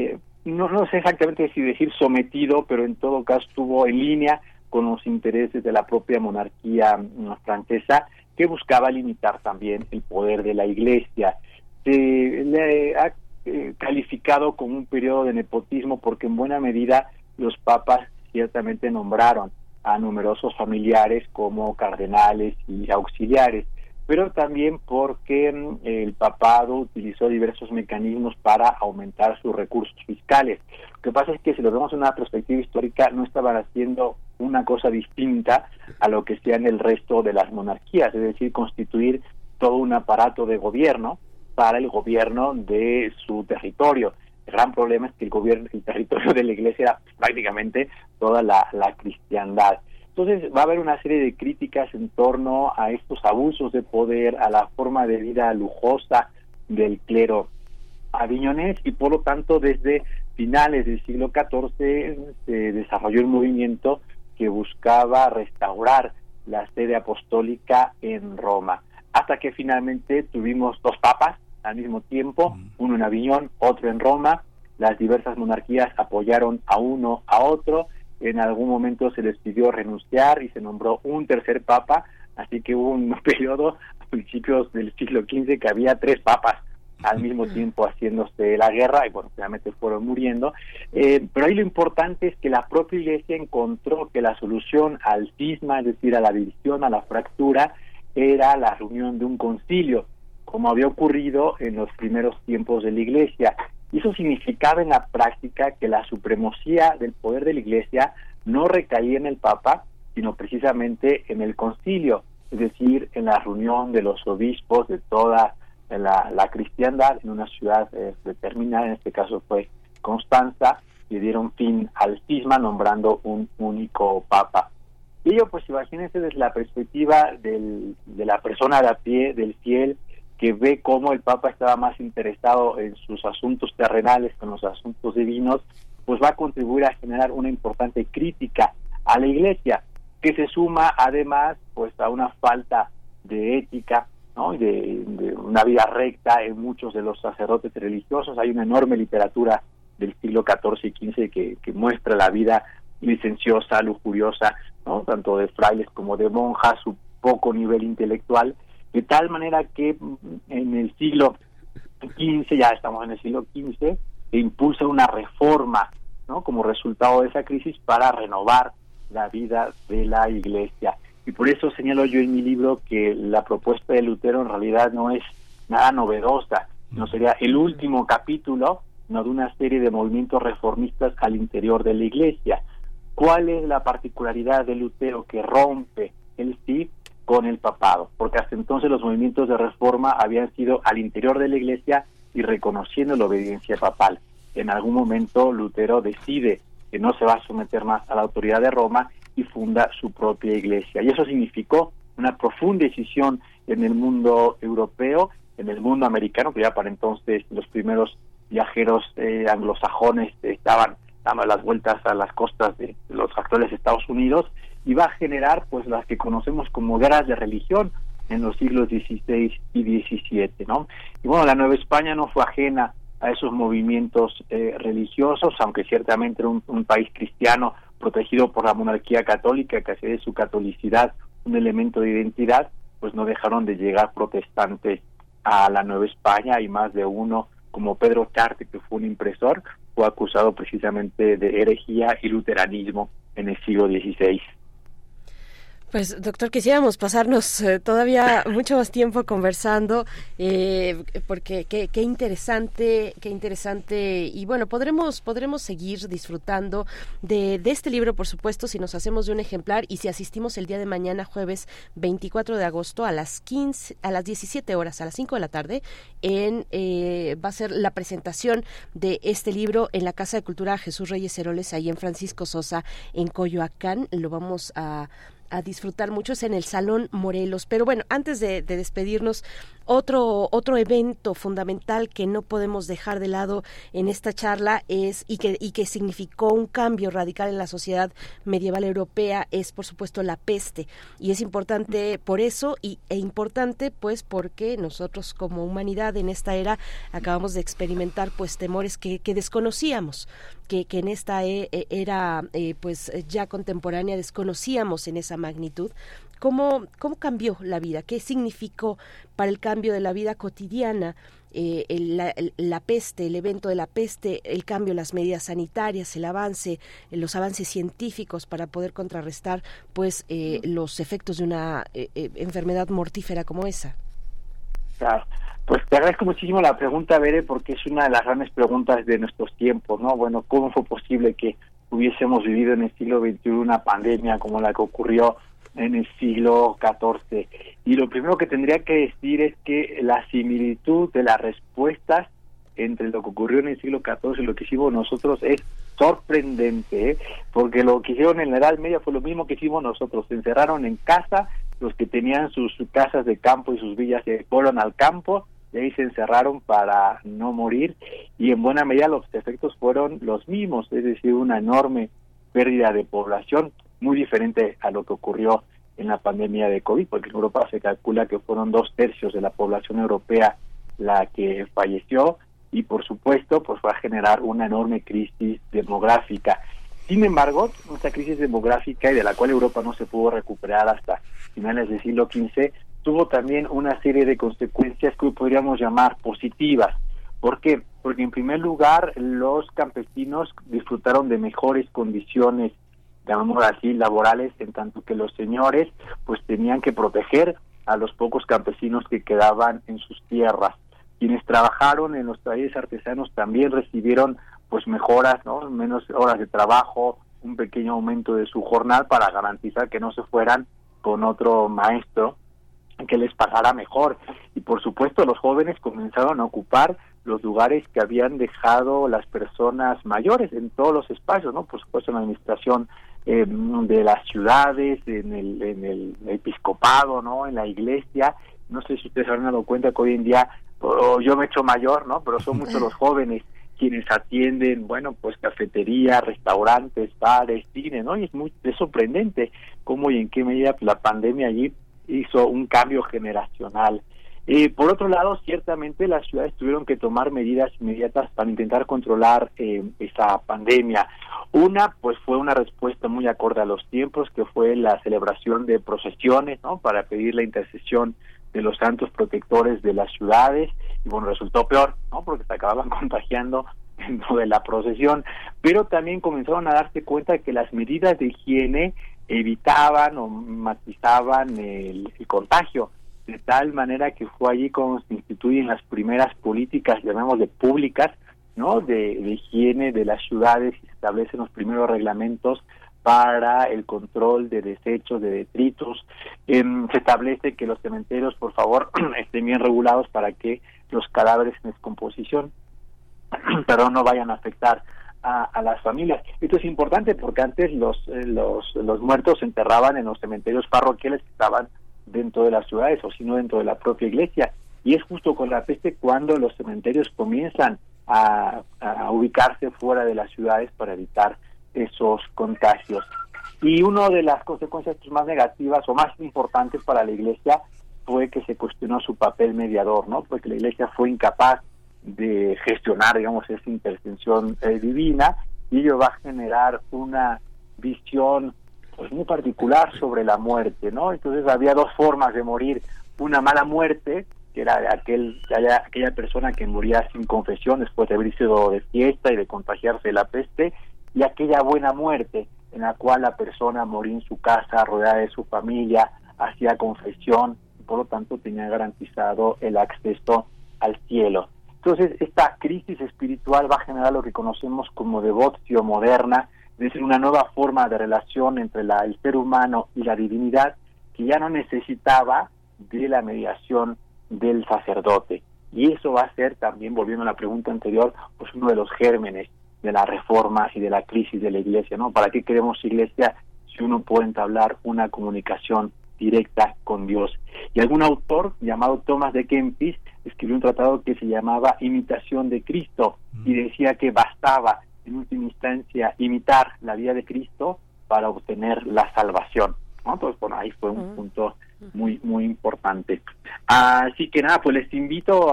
no sé exactamente si decir sometido, pero en todo caso estuvo en línea con los intereses de la propia monarquía francesa, que buscaba limitar también el poder de la Iglesia. Se le ha calificado como un periodo de nepotismo porque en buena medida los papas ciertamente nombraron a numerosos familiares como cardenales y auxiliares, pero también porque el papado utilizó diversos mecanismos para aumentar sus recursos fiscales. Lo que pasa es que si lo vemos en una perspectiva histórica, no estaban haciendo una cosa distinta a lo que hacían el resto de las monarquías, es decir, constituir todo un aparato de gobierno para el gobierno de su territorio. El gran problema es que el territorio de la Iglesia era prácticamente toda la cristiandad. Entonces va a haber una serie de críticas en torno a estos abusos de poder, a la forma de vida lujosa del clero aviñonés, y por lo tanto desde finales del siglo XIV se desarrolló un movimiento que buscaba restaurar la sede apostólica en Roma, hasta que finalmente tuvimos dos papas al mismo tiempo, uno en Aviñón, otro en Roma. Las diversas monarquías apoyaron a uno a otro. En algún momento se les pidió renunciar y se nombró un tercer papa, así que hubo un periodo a principios del siglo XV que había 3 papas al mismo tiempo haciéndose la guerra, y bueno, finalmente fueron muriendo. Pero ahí lo importante es que la propia Iglesia encontró que la solución al cisma, es decir, a la división, a la fractura, era la reunión de un concilio, como había ocurrido en los primeros tiempos de la Iglesia. Y eso significaba en la práctica que la supremacía del poder de la Iglesia no recaía en el Papa, sino precisamente en el concilio, es decir, en la reunión de los obispos de toda la cristiandad en una ciudad determinada, en este caso fue Constanza, y dieron fin al cisma nombrando un único Papa. Y ello, pues imagínense desde la perspectiva de la persona de a pie, del fiel, que ve cómo el Papa estaba más interesado en sus asuntos terrenales que en los asuntos divinos, pues va a contribuir a generar una importante crítica a la Iglesia, que se suma además pues a una falta de ética, ¿no?, y de una vida recta en muchos de los sacerdotes religiosos. Hay una enorme literatura del siglo XIV y XV que muestra la vida licenciosa, lujuriosa, ¿no?, tanto de frailes como de monjas, su poco nivel intelectual, de tal manera que en el siglo XV, ya estamos en el siglo XV, se impulsa una reforma, ¿no?, como resultado de esa crisis para renovar la vida de la Iglesia. Y por eso señalo yo en mi libro que la propuesta de Lutero en realidad no es nada novedosa, no sería el último capítulo, ¿no?, de una serie de movimientos reformistas al interior de la Iglesia. ¿Cuál es la particularidad de Lutero que rompe el sí con el papado? Porque hasta entonces los movimientos de reforma habían sido al interior de la Iglesia y reconociendo la obediencia papal. En algún momento Lutero decide que no se va a someter más a la autoridad de Roma y funda su propia Iglesia. Y eso significó una profunda decisión en el mundo europeo, en el mundo americano, que ya para entonces los primeros viajeros anglosajones estaban dando las vueltas a las costas de los actuales Estados Unidos, y va a generar pues las que conocemos como guerras de religión en los siglos XVI y XVII, ¿no? Y bueno, la Nueva España no fue ajena a esos movimientos religiosos, aunque ciertamente era un país cristiano protegido por la monarquía católica, que hacía de su catolicidad un elemento de identidad, pues no dejaron de llegar protestantes a la Nueva España, y más de uno, como Pedro Charte, que fue un impresor, fue acusado precisamente de herejía y luteranismo en el siglo XVI. Pues, doctor, quisiéramos pasarnos todavía mucho más tiempo conversando, porque qué interesante, y bueno, podremos seguir disfrutando de este libro, por supuesto, si nos hacemos de un ejemplar y si asistimos el día de mañana, jueves 24 de agosto, a las 17 horas, a las 5 de la tarde, va a ser la presentación de este libro en la Casa de Cultura Jesús Reyes Heroles, ahí en Francisco Sosa, en Coyoacán. Lo vamos a disfrutar muchos en el Salón Morelos. Pero bueno, antes de despedirnos, otro evento fundamental que no podemos dejar de lado en esta charla es y que significó un cambio radical en la sociedad medieval europea es, por supuesto, la peste. Y es importante por eso e importante pues porque nosotros como humanidad en esta era acabamos de experimentar pues temores que desconocíamos, que en esta era pues ya contemporánea desconocíamos en esa magnitud. ¿Cómo cambió la vida? ¿Qué significó para el cambio de la vida cotidiana la peste, el evento de la peste, el cambio en las medidas sanitarias, los avances científicos para poder contrarrestar pues los efectos de una enfermedad mortífera como esa? Claro. Pues te agradezco muchísimo la pregunta, Bere, porque es una de las grandes preguntas de nuestros tiempos, ¿no? Bueno, ¿cómo fue posible que hubiésemos vivido en el siglo XXI una pandemia como la que ocurrió en el siglo XIV? Y lo primero que tendría que decir es que la similitud de las respuestas entre lo que ocurrió en el siglo XIV y lo que hicimos nosotros es sorprendente, porque lo que hicieron en la Edad Media fue lo mismo que hicimos nosotros. Se encerraron en casa, los que tenían sus casas de campo y sus villas se fueron al campo, y ahí se encerraron para no morir, y en buena medida los efectos fueron los mismos, es decir, una enorme pérdida de población, muy diferente a lo que ocurrió en la pandemia de COVID, porque en Europa se calcula que fueron 2/3 de la población europea la que falleció, y por supuesto pues va a generar una enorme crisis demográfica. Sin embargo, esta crisis demográfica, y de la cual Europa no se pudo recuperar hasta finales del siglo XV, tuvo también una serie de consecuencias que hoy podríamos llamar positivas. ¿Por qué? Porque en primer lugar los campesinos disfrutaron de mejores condiciones, llamémoslo así, laborales, en tanto que los señores pues tenían que proteger a los pocos campesinos que quedaban en sus tierras. Quienes trabajaron en los talleres artesanos también recibieron pues mejoras, ¿no? Menos horas de trabajo, un pequeño aumento de su jornal para garantizar que no se fueran con otro maestro que les pagara mejor. Y por supuesto los jóvenes comenzaron a ocupar los lugares que habían dejado las personas mayores en todos los espacios, ¿no? Por supuesto en la administración de las ciudades, en el episcopado, ¿no? En la iglesia. No sé si ustedes se han dado cuenta que hoy en día, yo me he hecho mayor, ¿no? Pero son muchos los jóvenes quienes atienden, bueno, pues cafeterías, restaurantes, bares, cine, ¿no? Y es sorprendente cómo y en qué medida la pandemia allí hizo un cambio generacional. Por otro lado, ciertamente las ciudades tuvieron que tomar medidas inmediatas para intentar controlar esa pandemia. Una, pues fue una respuesta muy acorde a los tiempos, que fue la celebración de procesiones, ¿no? Para pedir la intercesión de los santos protectores de las ciudades, y bueno, resultó peor, ¿no? Porque se acababan contagiando dentro de la procesión, pero también comenzaron a darse cuenta de que las medidas de higiene evitaban o matizaban el contagio. de tal manera que fue allí cuando se instituyen las primeras políticas, llamémosle públicas, ¿no?, de higiene de las ciudades, y se establecen los primeros reglamentos para el control de desechos, de detritos. Se establece que los cementerios, por favor, estén bien regulados para que los cadáveres en descomposición pero no vayan a afectar a las familias. Esto es importante porque antes los muertos se enterraban en los cementerios parroquiales que estaban dentro de las ciudades, o si no dentro de la propia iglesia, y es justo con la peste cuando los cementerios comienzan a ubicarse fuera de las ciudades para evitar esos contagios. Y una de las consecuencias más negativas o más importantes para la iglesia fue que se cuestionó su papel mediador, ¿no?, porque la iglesia fue incapaz de gestionar, digamos, esa intervención divina, y ello va a generar una visión pues muy particular sobre la muerte, ¿no? Entonces había dos formas de morir: una mala muerte, que era aquella persona que moría sin confesión después de haber sido de fiesta y de contagiarse de la peste, y aquella buena muerte en la cual la persona moría en su casa rodeada de su familia, hacía confesión y por lo tanto tenía garantizado el acceso al cielo. Entonces, esta crisis espiritual va a generar lo que conocemos como devotio moderna, es decir, una nueva forma de relación entre el ser humano y la divinidad, que ya no necesitaba de la mediación del sacerdote. Y eso va a ser también, volviendo a la pregunta anterior, pues uno de los gérmenes de la reforma y de la crisis de la iglesia, ¿no? ¿Para qué queremos iglesia si uno puede entablar una comunicación directa con Dios? Y algún autor llamado Thomas de Kempis escribió un tratado que se llamaba Imitación de Cristo, y decía que bastaba en última instancia imitar la vida de Cristo para obtener la salvación, ¿no? Entonces, bueno, ahí fue un punto muy muy importante. Así que nada, pues les invito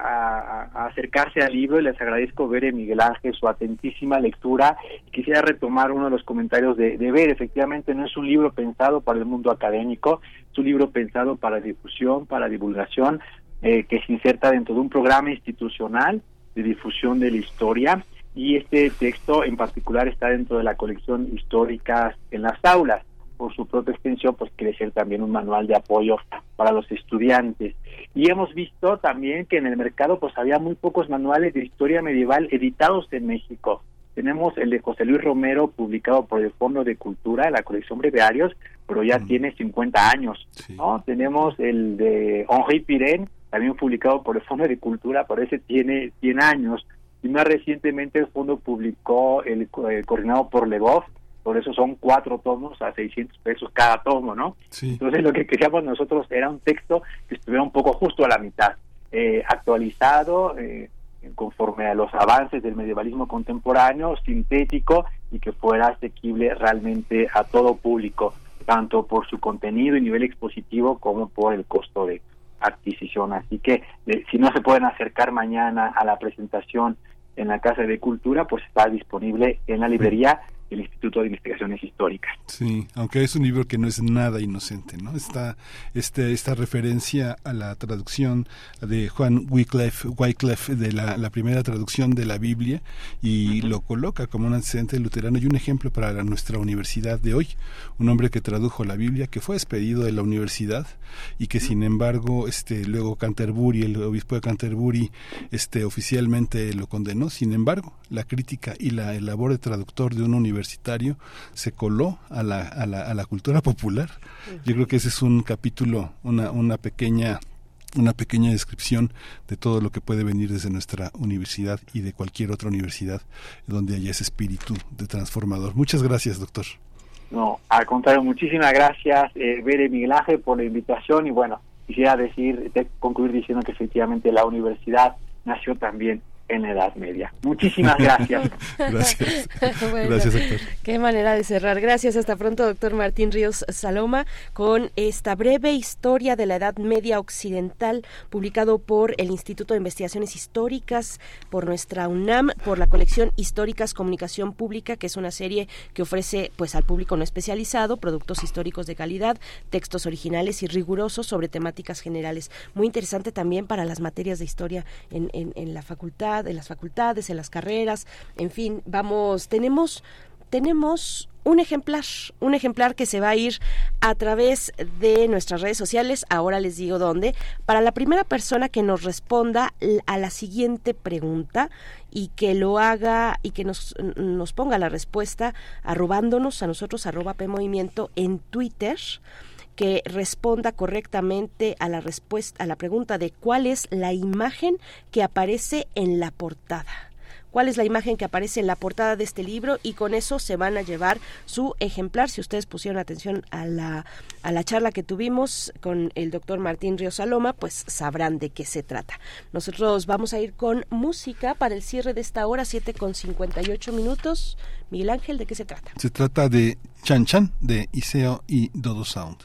a acercarse al libro, y les agradezco, Bere, Miguel Ángel, su atentísima lectura. Quisiera retomar uno de los comentarios de Bere. Efectivamente, no es un libro pensado para el mundo académico, es un libro pensado para difusión, para divulgación, que se inserta dentro de un programa institucional de difusión de la historia, y este texto en particular está dentro de la colección Históricas en las Aulas. Por su propia extensión, pues quiere ser también un manual de apoyo para los estudiantes. Y hemos visto también que en el mercado pues había muy pocos manuales de historia medieval editados en México. Tenemos el de José Luis Romero, publicado por el Fondo de Cultura, la colección Breviarios, pero ya tiene 50 años, ¿no? Sí. Tenemos el de Henri Pirén, también publicado por el Fondo de Cultura, pero ese tiene 100 años. Y más recientemente el fondo publicó el coordinado por Legoff, por eso son 4 tomos a 600 pesos cada tomo, ¿no? Sí. Entonces lo que queríamos nosotros era un texto que estuviera un poco justo a la mitad, actualizado, conforme a los avances del medievalismo contemporáneo, sintético, y que fuera asequible realmente a todo público, tanto por su contenido y nivel expositivo como por el costo de adquisición. Así que si no se pueden acercar mañana a la presentación en la Casa de Cultura, pues está disponible en la librería el Instituto de Investigaciones Históricas. Sí, aunque es un libro que no es nada inocente, ¿no? Esta referencia a la traducción de Juan Wycliffe de la primera traducción de la Biblia, y lo coloca como un antecedente luterano y un ejemplo para nuestra universidad de hoy. Un hombre que tradujo la Biblia, que fue despedido de la universidad y que sin embargo luego Canterbury, el obispo de Canterbury, oficialmente lo condenó. Sin embargo, la crítica y la labor de traductor de un universitario se coló a la cultura popular. Yo creo que ese es un capítulo, una pequeña descripción de todo lo que puede venir desde nuestra universidad y de cualquier otra universidad donde haya ese espíritu de transformador. Muchas gracias, doctor. No, al contrario, muchísimas gracias, Bere, Miguel Ángel, por la invitación. Y bueno, quisiera concluir diciendo que efectivamente la universidad nació también en la Edad Media. Muchísimas gracias. Gracias. Bueno, gracias, doctor. Qué manera de cerrar. Gracias. Hasta pronto, doctor Martín Ríos Saloma, con esta breve historia de la Edad Media Occidental, publicado por el Instituto de Investigaciones Históricas, por nuestra UNAM, por la colección Históricas Comunicación Pública, que es una serie que ofrece pues al público no especializado productos históricos de calidad, textos originales y rigurosos sobre temáticas generales. Muy interesante también para las materias de historia en la facultad, en las facultades, en las carreras, en fin, tenemos tenemos un ejemplar que se va a ir a través de nuestras redes sociales, ahora les digo dónde, para la primera persona que nos responda a la siguiente pregunta y que lo haga y que nos ponga la respuesta arrobándonos a nosotros @PMovimiento en Twitter, que responda correctamente a la respuesta a la pregunta de cuál es la imagen que aparece en la portada. ¿Cuál es la imagen que aparece en la portada de este libro? Y con eso se van a llevar su ejemplar. Si ustedes pusieron atención a la charla que tuvimos con el doctor Martín Ríos Saloma, pues sabrán de qué se trata. Nosotros vamos a ir con música para el cierre de esta hora, 7:58. Miguel Ángel, ¿de qué se trata? Se trata de Chan Chan, de Iseo y Dodo Sound.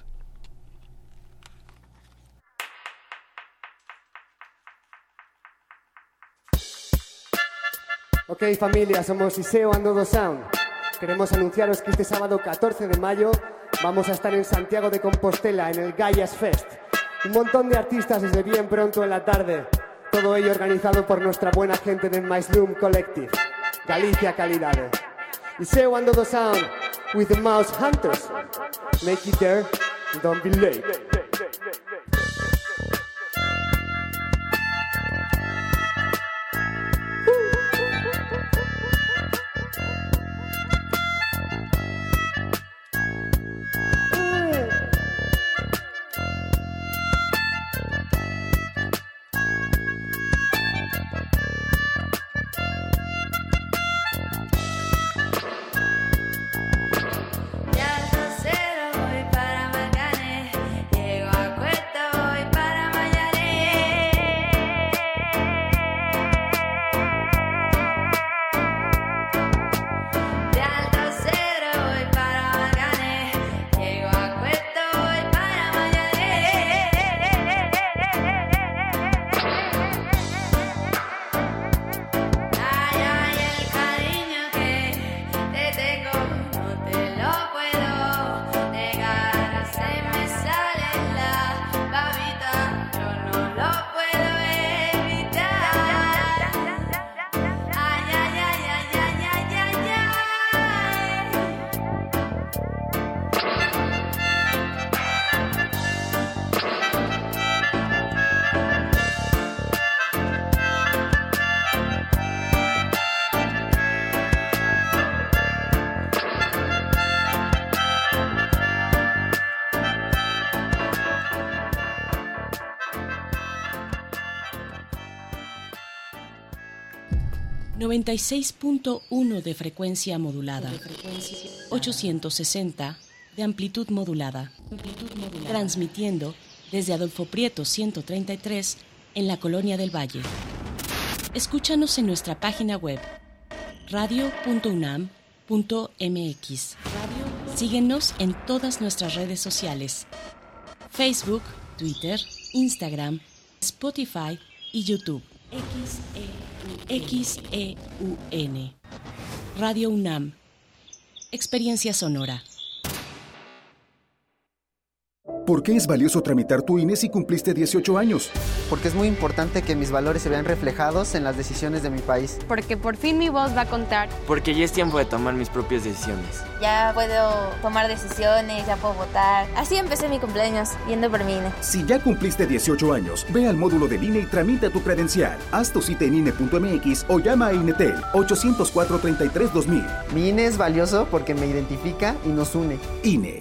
Ok, familia, somos Iseo and Dodo Sound. Queremos anunciaros que este sábado 14 de mayo vamos a estar en Santiago de Compostela, en el Gaias Fest. Un montón de artistas desde bien pronto en la tarde. Todo ello organizado por nuestra buena gente del Maisloom Collective. Galicia calidad. Iseo and Dodo Sound with the Mouse Hunters. Make it there, don't be late. ...96.1 de frecuencia modulada... ...860 de amplitud modulada... ...transmitiendo desde Adolfo Prieto 133... ...en la Colonia del Valle. Escúchanos en nuestra página web... radio.unam.mx. Síguenos en todas nuestras redes sociales... Facebook, Twitter, Instagram, Spotify y YouTube. XEUN. Radio UNAM. Experiencia sonora. ¿Por qué es valioso tramitar tu INE si cumpliste 18 años? Porque es muy importante que mis valores se vean reflejados en las decisiones de mi país. Porque por fin mi voz va a contar. Porque ya es tiempo de tomar mis propias decisiones. Ya puedo tomar decisiones, ya puedo votar. Así empecé mi cumpleaños, yendo por mi INE. Si ya cumpliste 18 años, ve al módulo del INE y tramita tu credencial. Haz tu cita en INE.mx o llama a INETEL 804-33-2000. Mi INE es valioso porque me identifica y nos une. INE.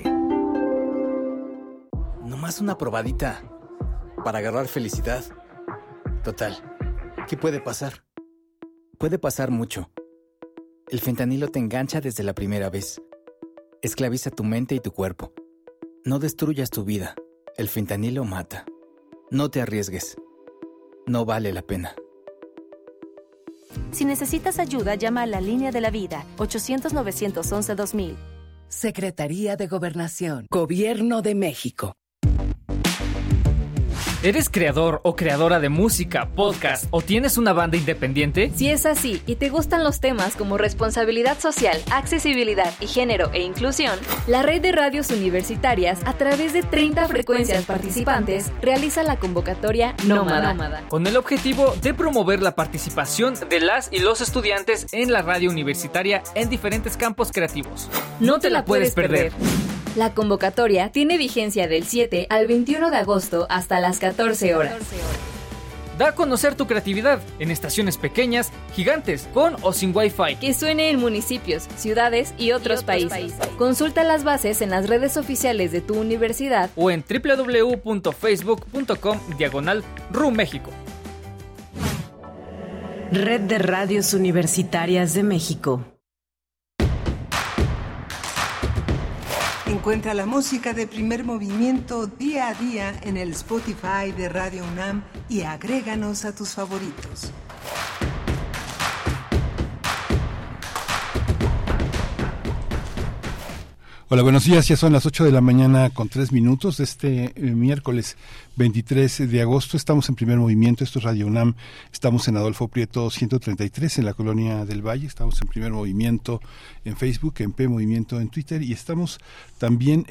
Nomás una probadita para agarrar felicidad. Total, ¿qué puede pasar? Puede pasar mucho. El fentanilo te engancha desde la primera vez. Esclaviza tu mente y tu cuerpo. No destruyas tu vida. El fentanilo mata. No te arriesgues. No vale la pena. Si necesitas ayuda, llama a la Línea de la Vida, 800-911-2000. Secretaría de Gobernación, Gobierno de México. ¿Eres creador o creadora de música, podcast o tienes una banda independiente? Si es así y te gustan los temas como responsabilidad social, accesibilidad y género e inclusión, la red de radios universitarias, a través de 30 frecuencias participantes, realiza la convocatoria Nómada, con el objetivo de promover la participación de las y los estudiantes en la radio universitaria en diferentes campos creativos. No te la puedes perder. La convocatoria tiene vigencia del 7 al 21 de agosto hasta las 14 horas. Da a conocer tu creatividad en estaciones pequeñas, gigantes, con o sin Wi-Fi. Que suene en municipios, ciudades y otros países. Consulta las bases en las redes oficiales de tu universidad o en www.facebook.com/RU México. Red de Radios Universitarias de México. Encuentra la música de Primer Movimiento día a día en el Spotify de Radio UNAM y agréganos a tus favoritos. Hola, buenos días. Ya son las 8 de la mañana con 3 minutos de este miércoles 23 de agosto. Estamos en Primer Movimiento. Esto es Radio UNAM. Estamos en Adolfo Prieto 133 en la Colonia del Valle. Estamos en Primer Movimiento en Facebook, en P Movimiento en Twitter, y estamos también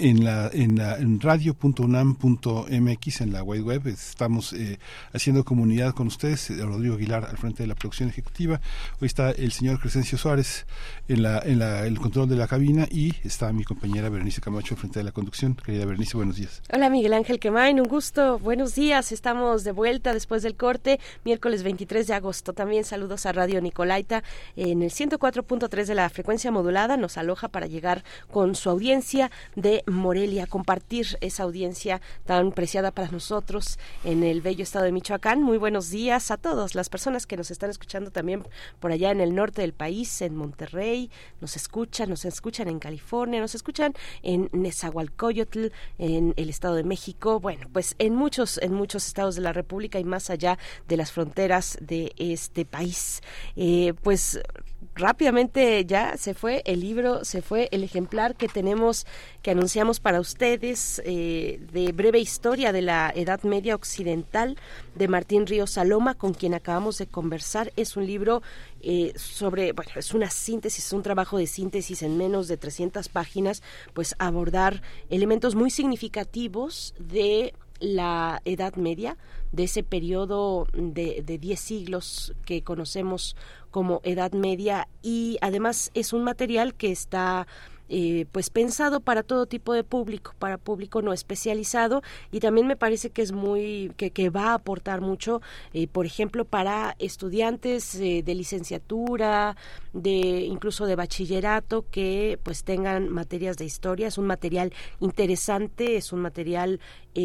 en radio.unam.mx en la web. Estamos haciendo comunidad con ustedes. Rodrigo Aguilar al frente de la producción ejecutiva. Hoy está el señor Crescencio Suárez en el control de la cabina, y está mi compañera Berenice Camacho frente a la conducción. Querida Berenice, buenos días. Hola, Miguel Ángel Quemain, un gusto. Buenos días, estamos de vuelta después del corte, miércoles 23 de agosto. También saludos a Radio Nicolaita en el 104.3 de la frecuencia modulada. Nos aloja para llegar con su audiencia de Morelia, compartir esa audiencia tan preciada para nosotros en el bello estado de Michoacán. Muy buenos días a todas las personas que nos están escuchando también por allá en el norte del país, en Monterrey. Nos escuchan en California, nos escuchan en Nezahualcóyotl, en el Estado de México, bueno, pues en muchos estados de la República y más allá de las fronteras de este país. Pues rápidamente ya se fue el libro, se fue el ejemplar que tenemos, que anunciamos para ustedes, de Breve Historia de la Edad Media Occidental, de Martín Ríos Saloma, con quien acabamos de conversar. Es un libro es una síntesis, un trabajo de síntesis en menos de 300 páginas, pues abordar elementos muy significativos de la Edad Media, de ese periodo de 10 siglos que conocemos como Edad Media, y además es un material que está pues pensado para todo tipo de público, para público no especializado, y también me parece que es que va a aportar mucho, por ejemplo, para estudiantes de licenciatura, incluso de bachillerato, que pues tengan materias de historia. Es un material interesante, es un material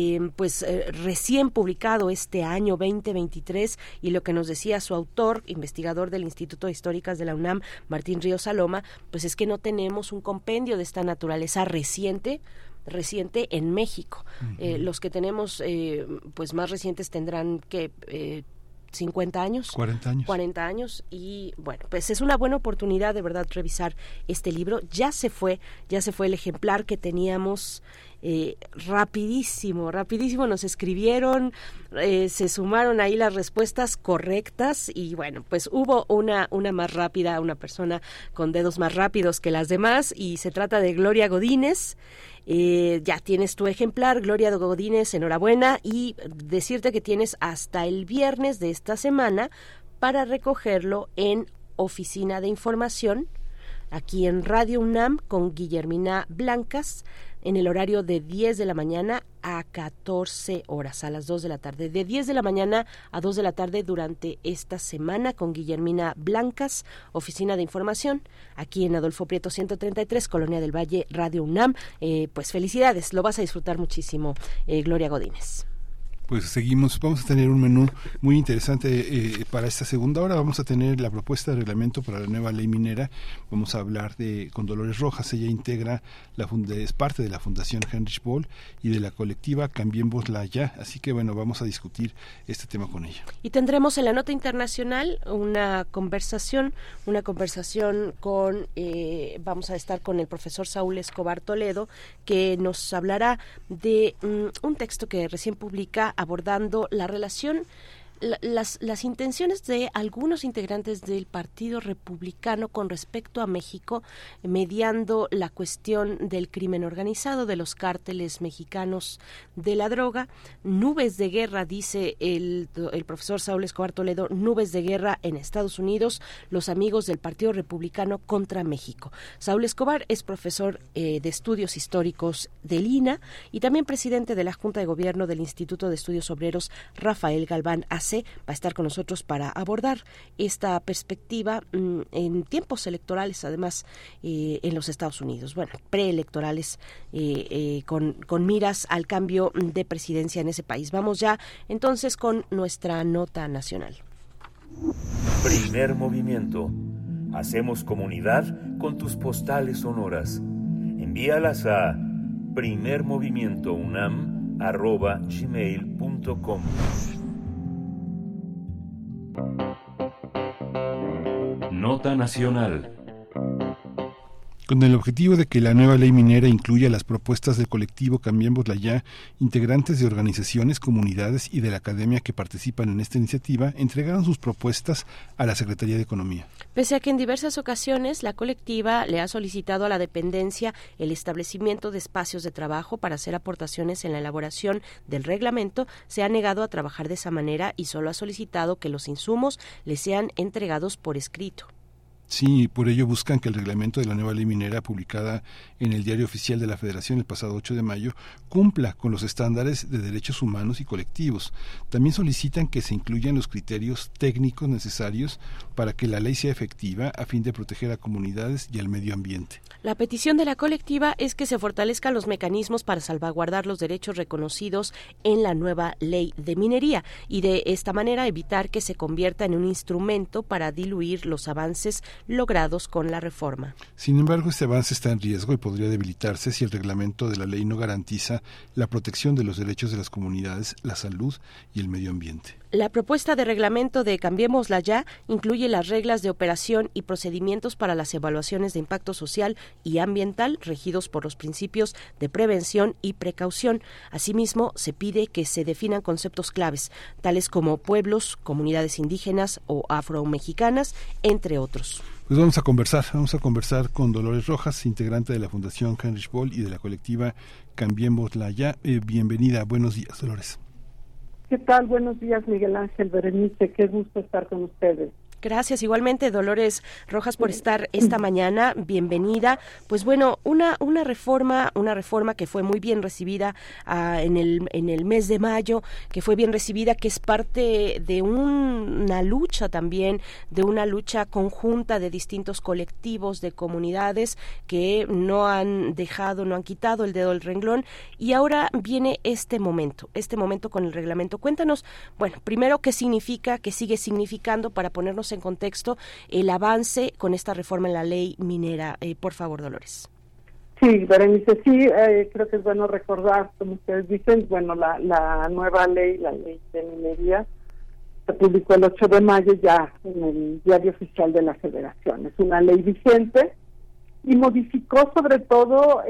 recién publicado este año 2023, y lo que nos decía su autor, investigador del Instituto de Históricas de la UNAM, Martín Ríos Saloma, pues es que no tenemos un compendio de esta naturaleza reciente en México. Uh-huh. Los que tenemos pues más recientes tendrán que 50 años, 40 años, y bueno, pues es una buena oportunidad de verdad revisar este libro. Ya se fue el ejemplar que teníamos. Rapidísimo nos escribieron, se sumaron ahí las respuestas correctas, y bueno, pues hubo una más rápida, una persona con dedos más rápidos que las demás, y se trata de Gloria Godínez. Ya tienes tu ejemplar, Gloria Godínez, enhorabuena, y decirte que tienes hasta el viernes de esta semana para recogerlo en Oficina de Información, aquí en Radio UNAM, con Guillermina Blancas, en el horario de 10 de la mañana a 14 horas, a las 2 de la tarde. De 10 de la mañana a 2 de la tarde durante esta semana, con Guillermina Blancas, Oficina de Información, aquí en Adolfo Prieto 133, Colonia del Valle, Radio UNAM. Pues felicidades, lo vas a disfrutar muchísimo, Gloria Godínez. Pues seguimos, vamos a tener un menú muy interesante para esta segunda hora. Vamos a tener la propuesta de reglamento para la nueva ley minera. Vamos a hablar con Dolores Rojas. Ella integra, es parte de la Fundación Heinrich Böll y de la colectiva Cambiémosla Ya. Así que bueno, vamos a discutir este tema con ella. Y tendremos en la nota internacional una conversación con, vamos a estar con el profesor Saúl Escobar Toledo, que nos hablará de un texto que recién publica abordando la relación, las intenciones de algunos integrantes del Partido Republicano con respecto a México, mediando la cuestión del crimen organizado, de los cárteles mexicanos de la droga. Nubes de guerra, dice el profesor Saúl Escobar Toledo, nubes de guerra en Estados Unidos, los amigos del Partido Republicano contra México. Saúl Escobar es profesor de estudios históricos del INA y también presidente de la Junta de Gobierno del Instituto de Estudios Obreros Rafael Galván AC. Va a estar con nosotros para abordar esta perspectiva en tiempos electorales, además, en los Estados Unidos, bueno, preelectorales, con miras al cambio de presidencia en ese país. Vamos ya entonces con nuestra nota nacional. Primer movimiento. Hacemos comunidad con tus postales sonoras. Envíalas a primermovimientounam@gmail.com. Nota nacional. Con el objetivo de que la nueva ley minera incluya las propuestas del colectivo Cambiémosla Ya, integrantes de organizaciones, comunidades y de la academia que participan en esta iniciativa entregaron sus propuestas a la Secretaría de Economía. Pese a que en diversas ocasiones la colectiva le ha solicitado a la dependencia el establecimiento de espacios de trabajo para hacer aportaciones en la elaboración del reglamento, se ha negado a trabajar de esa manera y solo ha solicitado que los insumos les sean entregados por escrito. Sí, por ello buscan que el reglamento de la nueva ley minera, publicada en el Diario Oficial de la Federación el pasado 8 de mayo, cumpla con los estándares de derechos humanos y colectivos. También solicitan que se incluyan los criterios técnicos necesarios para que la ley sea efectiva a fin de proteger a comunidades y al medio ambiente. La petición de la colectiva es que se fortalezcan los mecanismos para salvaguardar los derechos reconocidos en la nueva ley de minería y de esta manera evitar que se convierta en un instrumento para diluir los avances logrados con la reforma. Sin embargo, este avance está en riesgo y podría debilitarse si el reglamento de la ley no garantiza la protección de los derechos de las comunidades, la salud y el medio ambiente. La propuesta de reglamento de Cambiémosla Ya incluye las reglas de operación y procedimientos para las evaluaciones de impacto social y ambiental regidos por los principios de prevención y precaución. Asimismo, se pide que se definan conceptos claves, tales como pueblos, comunidades indígenas o afromexicanas, entre otros. Pues vamos a conversar con Dolores Rojas, integrante de la Fundación Heinrich Böll y de la colectiva Cambiémosla Ya. Bienvenida, buenos días, Dolores. ¿Qué tal? Buenos días, Miguel Ángel, Berenice, qué gusto estar con ustedes. Gracias, igualmente, Dolores Rojas, por estar esta mañana. Bienvenida. Pues bueno, una reforma que fue muy bien recibida en el mes de mayo, que fue bien recibida, que es parte de una lucha también, de una lucha conjunta de distintos colectivos, de comunidades que no han quitado el dedo del renglón, y ahora viene este momento con el reglamento. Cuéntanos, bueno, primero qué significa, qué sigue significando, para ponernos en contexto el avance con esta reforma en la ley minera. Por favor, Dolores. Sí, Berenice, sí, creo que es bueno recordar, como ustedes dicen, bueno, la nueva ley, la ley de minería, se publicó el 8 de mayo ya en el Diario Oficial de la Federación. Es una ley vigente y modificó sobre todo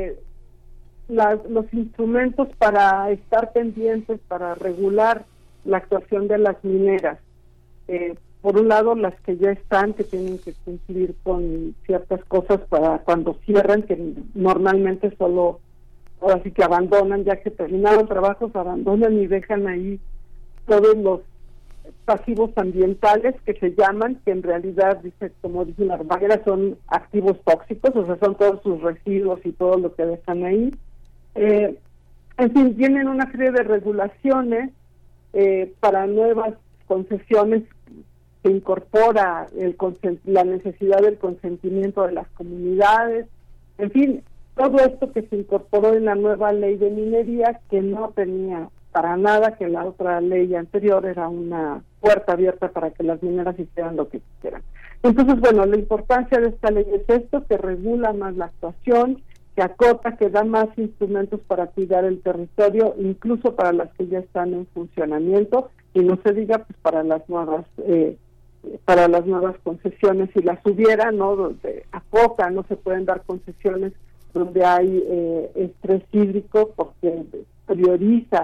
los instrumentos para estar pendientes, para regular la actuación de las mineras. Por un lado, las que ya están, que tienen que cumplir con ciertas cosas para cuando cierran, que normalmente solo, ahora sí que abandonan, ya que terminaron trabajos, abandonan y dejan ahí todos los pasivos ambientales que se llaman, que en realidad, como dicen las compañeras, son activos tóxicos, o sea, son todos sus residuos y todo lo que dejan ahí. En fin, tienen una serie de regulaciones para nuevas concesiones. Se incorpora la necesidad del consentimiento de las comunidades, en fin, todo esto que se incorporó en la nueva ley de minería, que no tenía para nada, que la otra ley anterior era una puerta abierta para que las mineras hicieran lo que quisieran. Entonces, bueno, la importancia de esta ley es esto, que regula más la actuación, que acota, que da más instrumentos para cuidar el territorio, incluso para las que ya están en funcionamiento, y no se diga pues para las nuevas concesiones, si las hubiera, no, donde acota, no se pueden dar concesiones donde hay estrés hídrico, porque prioriza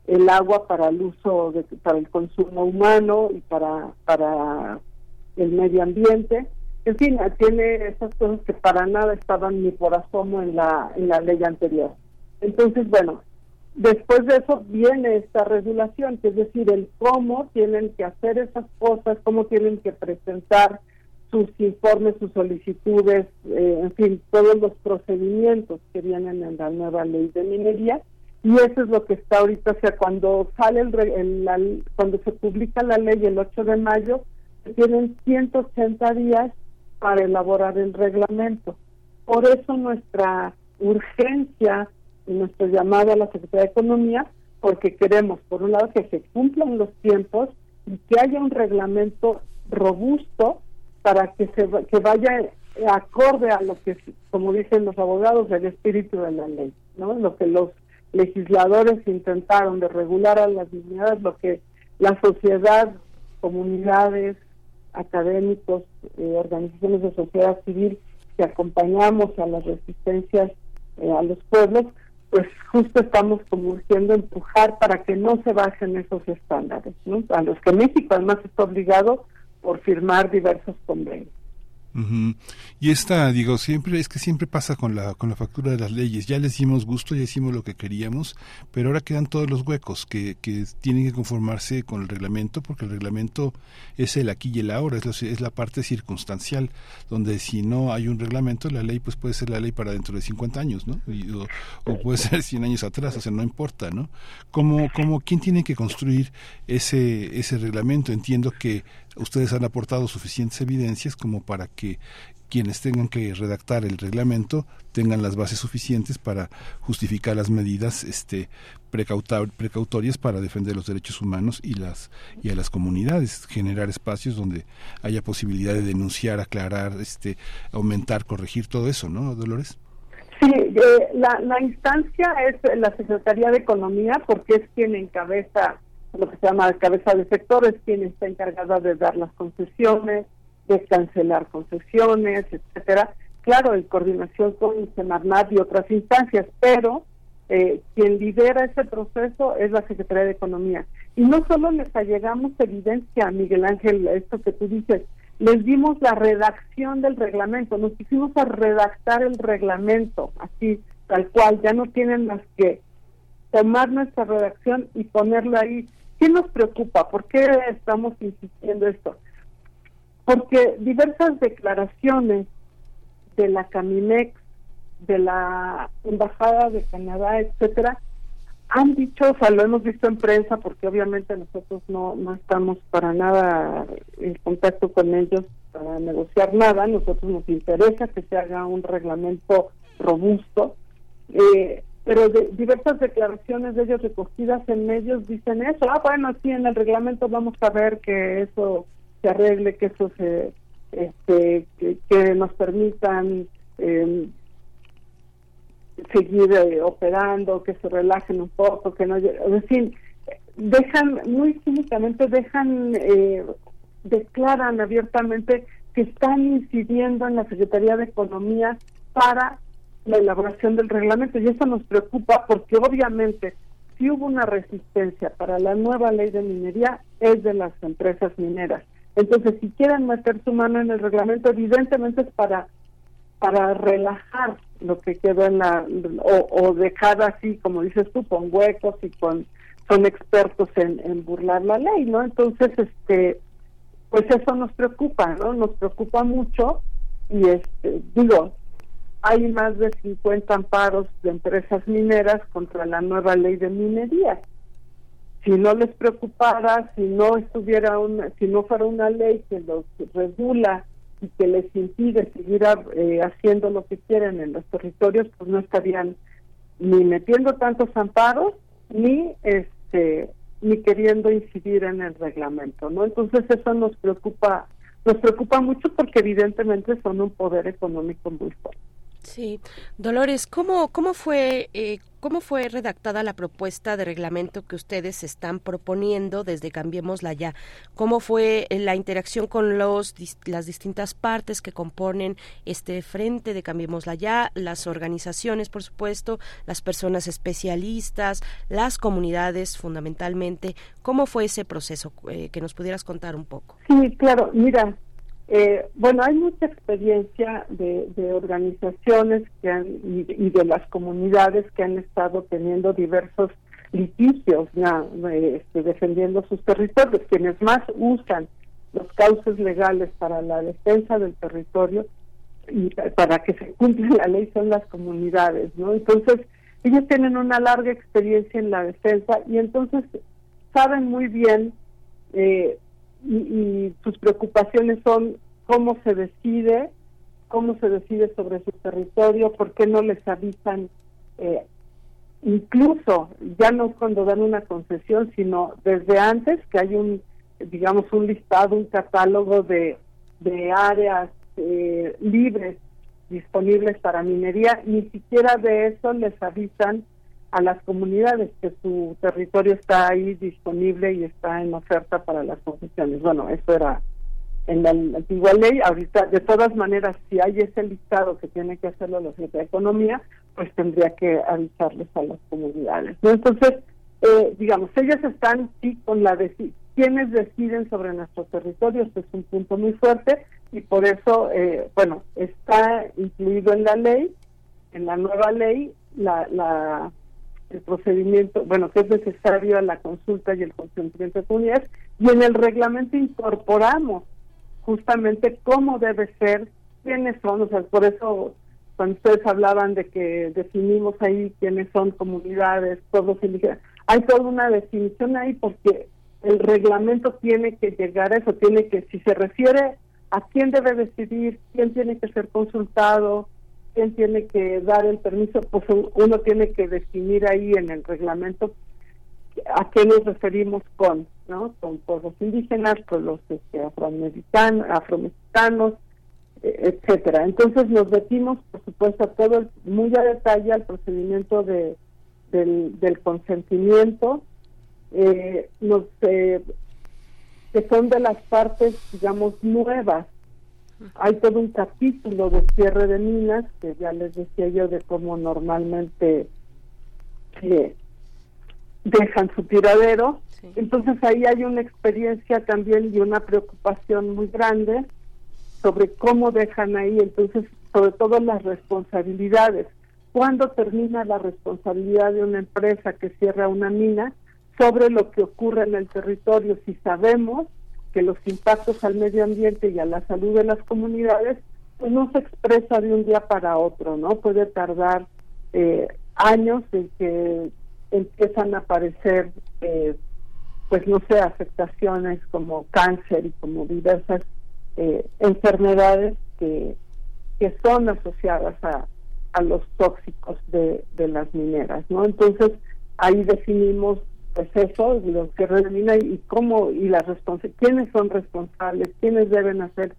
el agua para el uso, para el consumo humano y para el medio ambiente. En fin, tiene esas cosas que para nada estaban ni por asomo en la ley anterior. Entonces, bueno, después de eso viene esta regulación, que es decir, el cómo tienen que hacer esas cosas, cómo tienen que presentar sus informes, sus solicitudes, en fin, todos los procedimientos que vienen en la nueva ley de minería. Y eso es lo que está ahorita, o sea, cuando sale cuando se publica la ley el 8 de mayo, se tienen 180 días para elaborar el reglamento. Por eso nuestra urgencia y nuestro llamado a la Secretaría de Economía, porque queremos, por un lado, que se cumplan los tiempos y que haya un reglamento robusto para que vaya acorde a lo que, como dicen los abogados, el espíritu de la ley, ¿no? Lo que los legisladores intentaron de regular a las mineras, lo que la sociedad, comunidades, académicos, organizaciones de sociedad civil que acompañamos a las resistencias a los pueblos, pues justo estamos como urgiendo empujar para que no se bajen esos estándares, ¿no? A los que México además está obligado por firmar diversos convenios. Uh-huh. Y siempre pasa con la factura de las leyes. Ya les dimos gusto, ya hicimos lo que queríamos, pero ahora quedan todos los huecos que tienen que conformarse con el reglamento, porque el reglamento es el aquí y el ahora, es la parte circunstancial, donde si no hay un reglamento, la ley pues puede ser la ley para dentro de 50 años, ¿no? O puede ser 100 años atrás, o sea, no importa, ¿no? ¿Quién tiene que construir ese reglamento? Entiendo que ustedes han aportado suficientes evidencias como para que quienes tengan que redactar el reglamento tengan las bases suficientes para justificar las medidas precautorias para defender los derechos humanos y a las comunidades, generar espacios donde haya posibilidad de denunciar, aclarar, aumentar, corregir todo eso, ¿no, Dolores? Sí, la instancia es la Secretaría de Economía, porque es quien encabeza lo que se llama cabeza de sector, es quien está encargada de dar las concesiones, de cancelar concesiones, etcétera. Claro, en coordinación con Semarnat y otras instancias, pero quien lidera ese proceso es la Secretaría de Economía. Y no solo les allegamos evidencia, Miguel Ángel, esto que tú dices, les dimos la redacción del reglamento, nos pusimos a redactar el reglamento, así, tal cual, ya no tienen más que tomar nuestra redacción y ponerla ahí. ¿Qué nos preocupa? ¿Por qué estamos insistiendo esto? Porque diversas declaraciones de la Camimex, de la Embajada de Canadá, etcétera, han dicho, o sea, lo hemos visto en prensa, porque obviamente nosotros no estamos para nada en contacto con ellos para negociar nada. Nosotros nos interesa que se haga un reglamento robusto, pero diversas declaraciones de ellos recogidas en medios dicen eso. Bueno, sí, en el reglamento vamos a ver que eso se arregle, que eso que nos permitan seguir operando, que se relajen un poco, que no, es decir, muy cínicamente declaran abiertamente que están incidiendo en la Secretaría de Economía para la elaboración del reglamento, y eso nos preocupa porque obviamente si hubo una resistencia para la nueva ley de minería es de las empresas mineras. Entonces, si quieren meter su mano en el reglamento, evidentemente es para relajar lo que quedó en o dejar así, como dices tú, con huecos y son expertos en burlar la ley, ¿no? Entonces, pues eso nos preocupa, ¿no? Nos preocupa mucho y hay más de 50 amparos de empresas mineras contra la nueva ley de minería. Si no les preocupara, si no fuera una ley que los regula y que les impide seguir haciendo lo que quieren en los territorios, pues no estarían ni metiendo tantos amparos ni queriendo incidir en el reglamento, ¿no? Entonces eso nos preocupa mucho porque evidentemente son un poder económico muy fuerte. Sí, Dolores, ¿cómo fue redactada la propuesta de reglamento que ustedes están proponiendo desde Cambiémosla Ya? ¿Cómo fue la interacción con las distintas partes que componen este frente de Cambiémosla Ya, las organizaciones, por supuesto, las personas especialistas, las comunidades, fundamentalmente? ¿Cómo fue ese proceso? Que nos pudieras contar un poco. Sí, claro, mira. Bueno, hay mucha experiencia de organizaciones y de las comunidades que han estado teniendo diversos litigios defendiendo sus territorios. Quienes más usan los cauces legales para la defensa del territorio y para que se cumpla la ley son las comunidades, ¿no? Entonces, ellos tienen una larga experiencia en la defensa y entonces saben muy bien y sus preocupaciones son cómo se decide sobre su territorio, por qué no les avisan, incluso ya no cuando dan una concesión, sino desde antes, que hay un listado, un catálogo de áreas libres disponibles para minería. Ni siquiera de eso les avisan a las comunidades que su territorio está ahí disponible y está en oferta para las concesiones. Bueno, eso era en la antigua ley. Ahorita, de todas maneras, si hay ese listado que tiene que hacerlo la Secretaría de Economía, pues tendría que avisarles a las comunidades, ¿no? Entonces, ellos están sí con quienes deciden sobre nuestro territorio. Este es un punto muy fuerte y por eso, está incluido en la ley, en la nueva ley, el procedimiento, que es necesario a la consulta y el consentimiento de comunidades, y en el reglamento incorporamos justamente cómo debe ser, quiénes son, por eso cuando ustedes hablaban de que definimos ahí quiénes son comunidades, pueblos indígenas, hay toda una definición ahí porque el reglamento tiene que llegar a eso, si se refiere a quién debe decidir, quién tiene que ser consultado, quién tiene que dar el permiso, pues uno tiene que definir ahí en el reglamento a qué nos referimos con pueblos indígenas, pueblos afromexicanos, etcétera. Entonces nos metimos, por supuesto, muy a detalle al procedimiento del consentimiento, que son de las partes, nuevas. Hay todo un capítulo de cierre de minas, que ya les decía yo de cómo normalmente dejan su tiradero. Sí. Entonces ahí hay una experiencia también y una preocupación muy grande sobre cómo dejan ahí, entonces, sobre todo las responsabilidades. ¿Cuándo termina la responsabilidad de una empresa que cierra una mina sobre lo que ocurre en el territorio? Si sabemos que los impactos al medio ambiente y a la salud de las comunidades, pues no se expresa de un día para otro, ¿no? Puede tardar años en que empiezan a aparecer, afectaciones como cáncer y como diversas enfermedades que son asociadas a los tóxicos de las mineras, ¿no? Entonces, ahí definimos eso, lo que determina y cómo, y las quiénes son responsables, quiénes deben hacer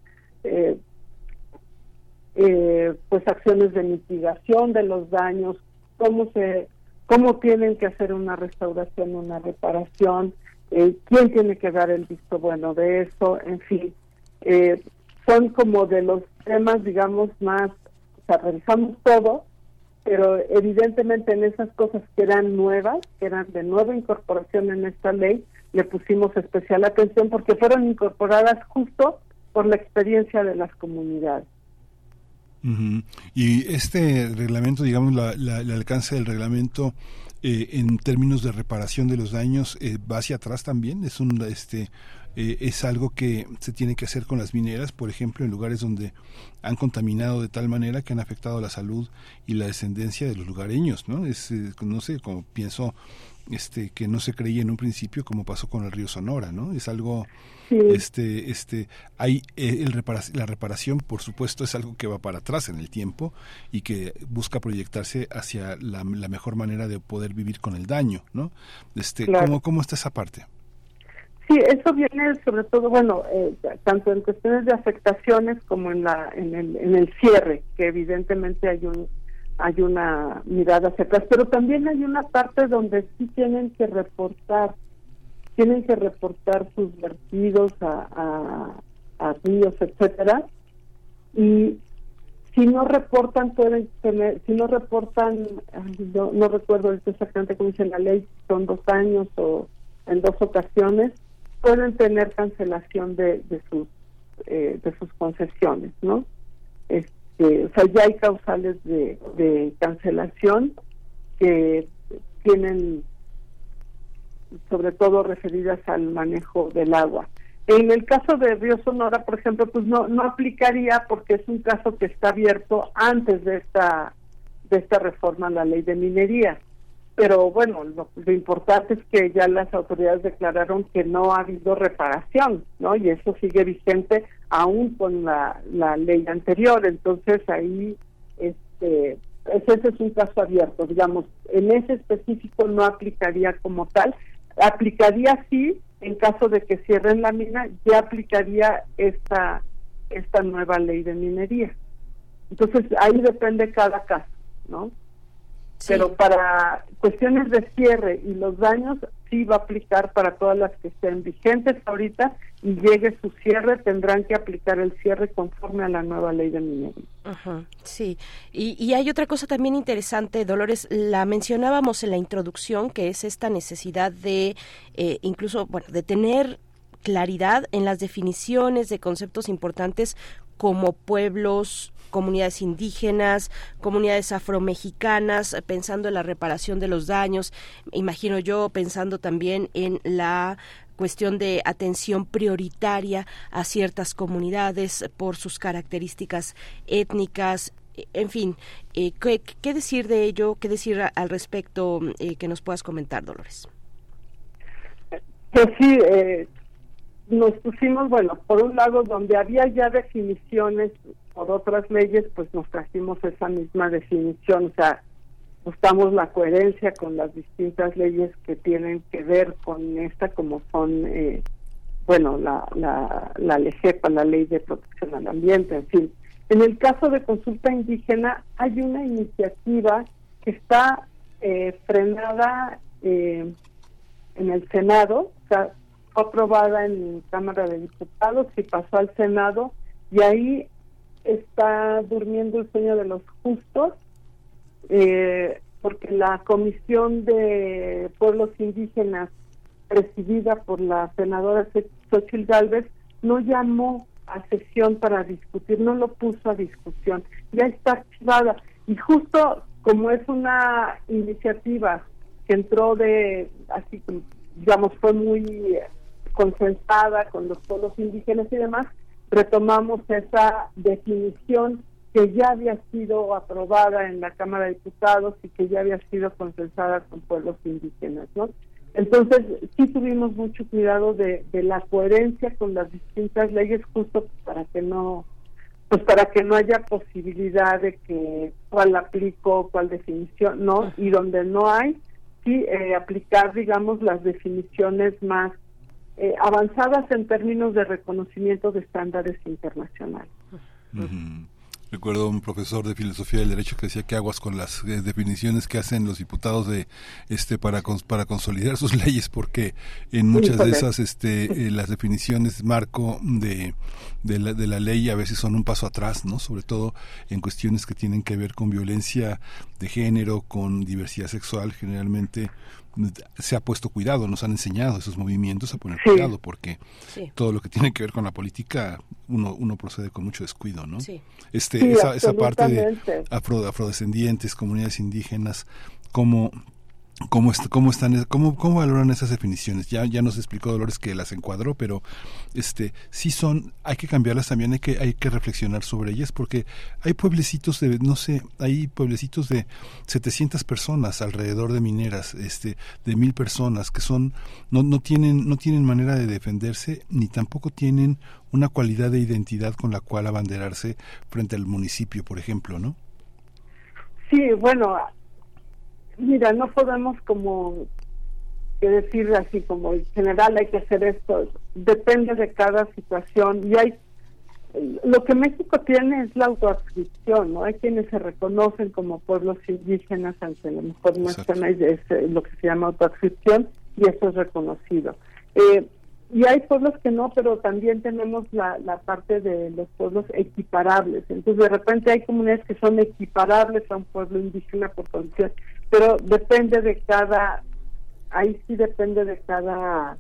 acciones de mitigación de los daños, cómo tienen que hacer una restauración, una reparación, quién tiene que dar el visto bueno de eso, en fin, son como de los temas, más, revisamos todo, pero evidentemente en esas cosas que eran nuevas, que eran de nueva incorporación en esta ley, le pusimos especial atención porque fueron incorporadas justo por la experiencia de las comunidades. Uh-huh. Y este reglamento, el alcance del reglamento en términos de reparación de los daños va hacia atrás también. Es algo que se tiene que hacer con las mineras, por ejemplo, en lugares donde han contaminado de tal manera que han afectado la salud y la descendencia de los lugareños, ¿no? Como pienso que no se creía en un principio, como pasó con el río Sonora, ¿no? Es algo, sí. La reparación, por supuesto, es algo que va para atrás en el tiempo y que busca proyectarse hacia la mejor manera de poder vivir con el daño, ¿no? Claro. ¿Cómo está esa parte? Sí, eso viene sobre todo, bueno, tanto en cuestiones de afectaciones como en el cierre, que evidentemente hay una mirada hacia atrás, pero también hay una parte donde sí tienen que reportar sus vertidos a ríos, etcétera, y si no reportan no recuerdo exactamente cómo dice la ley, son 2 años o en 2 ocasiones, pueden tener cancelación de sus concesiones, ¿no? O sea, ya hay causales de cancelación que tienen sobre todo referidas al manejo del agua. En el caso de Río Sonora, por ejemplo, pues no aplicaría porque es un caso que está abierto antes de esta reforma a la ley de minería. Pero bueno, lo importante es que ya las autoridades declararon que no ha habido reparación, ¿no? Y eso sigue vigente aún con la ley anterior. Entonces ahí ese es un caso abierto, digamos. En ese específico no aplicaría como tal. Aplicaría sí en caso de que cierren la mina, ya aplicaría esta nueva ley de minería. Entonces ahí depende cada caso, ¿no? Sí. Pero para cuestiones de cierre y los daños sí va a aplicar para todas las que estén vigentes ahorita y llegue su cierre, tendrán que aplicar el cierre conforme a la nueva ley de minería. Ajá, sí, y hay otra cosa también interesante, Dolores, la mencionábamos en la introducción, que es esta necesidad de incluso, bueno, de tener claridad en las definiciones de conceptos importantes como pueblos, comunidades indígenas, comunidades afromexicanas, pensando en la reparación de los daños, imagino yo pensando también en la cuestión de atención prioritaria a ciertas comunidades por sus características étnicas, en fin, ¿qué decir de ello? ¿Qué decir al respecto que nos puedas comentar, Dolores? Pues sí, nos pusimos, bueno, por un lado donde había ya definiciones por otras leyes, pues nos trajimos esa misma definición, o sea, buscamos la coherencia con las distintas leyes que tienen que ver con esta, como son, la LEGEPA, la Ley de Protección al Ambiente, en fin. En el caso de consulta indígena, hay una iniciativa que está frenada en el Senado, o sea, fue aprobada en Cámara de Diputados y pasó al Senado, y ahí está durmiendo el sueño de los justos, porque la Comisión de Pueblos Indígenas, presidida por la senadora Xóchitl Gálvez, no llamó a sesión para discutir, no lo puso a discusión, ya está activada, y justo como es una iniciativa que entró así, digamos, fue muy consensada con los pueblos indígenas y demás, retomamos esa definición que ya había sido aprobada en la Cámara de Diputados y que ya había sido consensada con pueblos indígenas, ¿no? Entonces, sí tuvimos mucho cuidado de la coherencia con las distintas leyes, justo para que no haya posibilidad de que cuál aplico, cuál definición, ¿no? Y donde no hay, sí aplicar, digamos, las definiciones más avanzadas en términos de reconocimiento de estándares internacionales. Uh-huh. Recuerdo un profesor de filosofía del derecho que decía que aguas con las definiciones que hacen los diputados de para consolidar sus leyes, porque en muchas de esas las definiciones marco de la ley a veces son un paso atrás, ¿no? Sobre todo en cuestiones que tienen que ver con violencia de género, con diversidad sexual. Generalmente se ha puesto cuidado, nos han enseñado esos movimientos a poner cuidado, porque todo lo que tiene que ver con la política uno procede con mucho descuido, ¿no? Esa parte de afrodescendientes, comunidades indígenas, ¿cómo valoran esas definiciones? Ya nos explicó Dolores que las encuadró, pero sí hay que cambiarlas también, hay que reflexionar sobre ellas, porque hay pueblecitos de 700 personas alrededor de mineras, de 1,000 personas que no tienen manera de defenderse, ni tampoco tienen una cualidad de identidad con la cual abanderarse frente al municipio, por ejemplo, ¿no? Sí, bueno, mira, no podemos como que decir así como en general hay que hacer esto, depende de cada situación y hay lo que México tiene es la autoadscripción, ¿no? Hay quienes se reconocen como pueblos indígenas, aunque a lo mejor no están ahí, es lo que se llama autoadscripción y eso es reconocido. Y hay pueblos que no, pero también tenemos la parte de los pueblos equiparables. Entonces, de repente hay comunidades que son equiparables a un pueblo indígena por condición, pero depende de cada, ahí sí depende de cada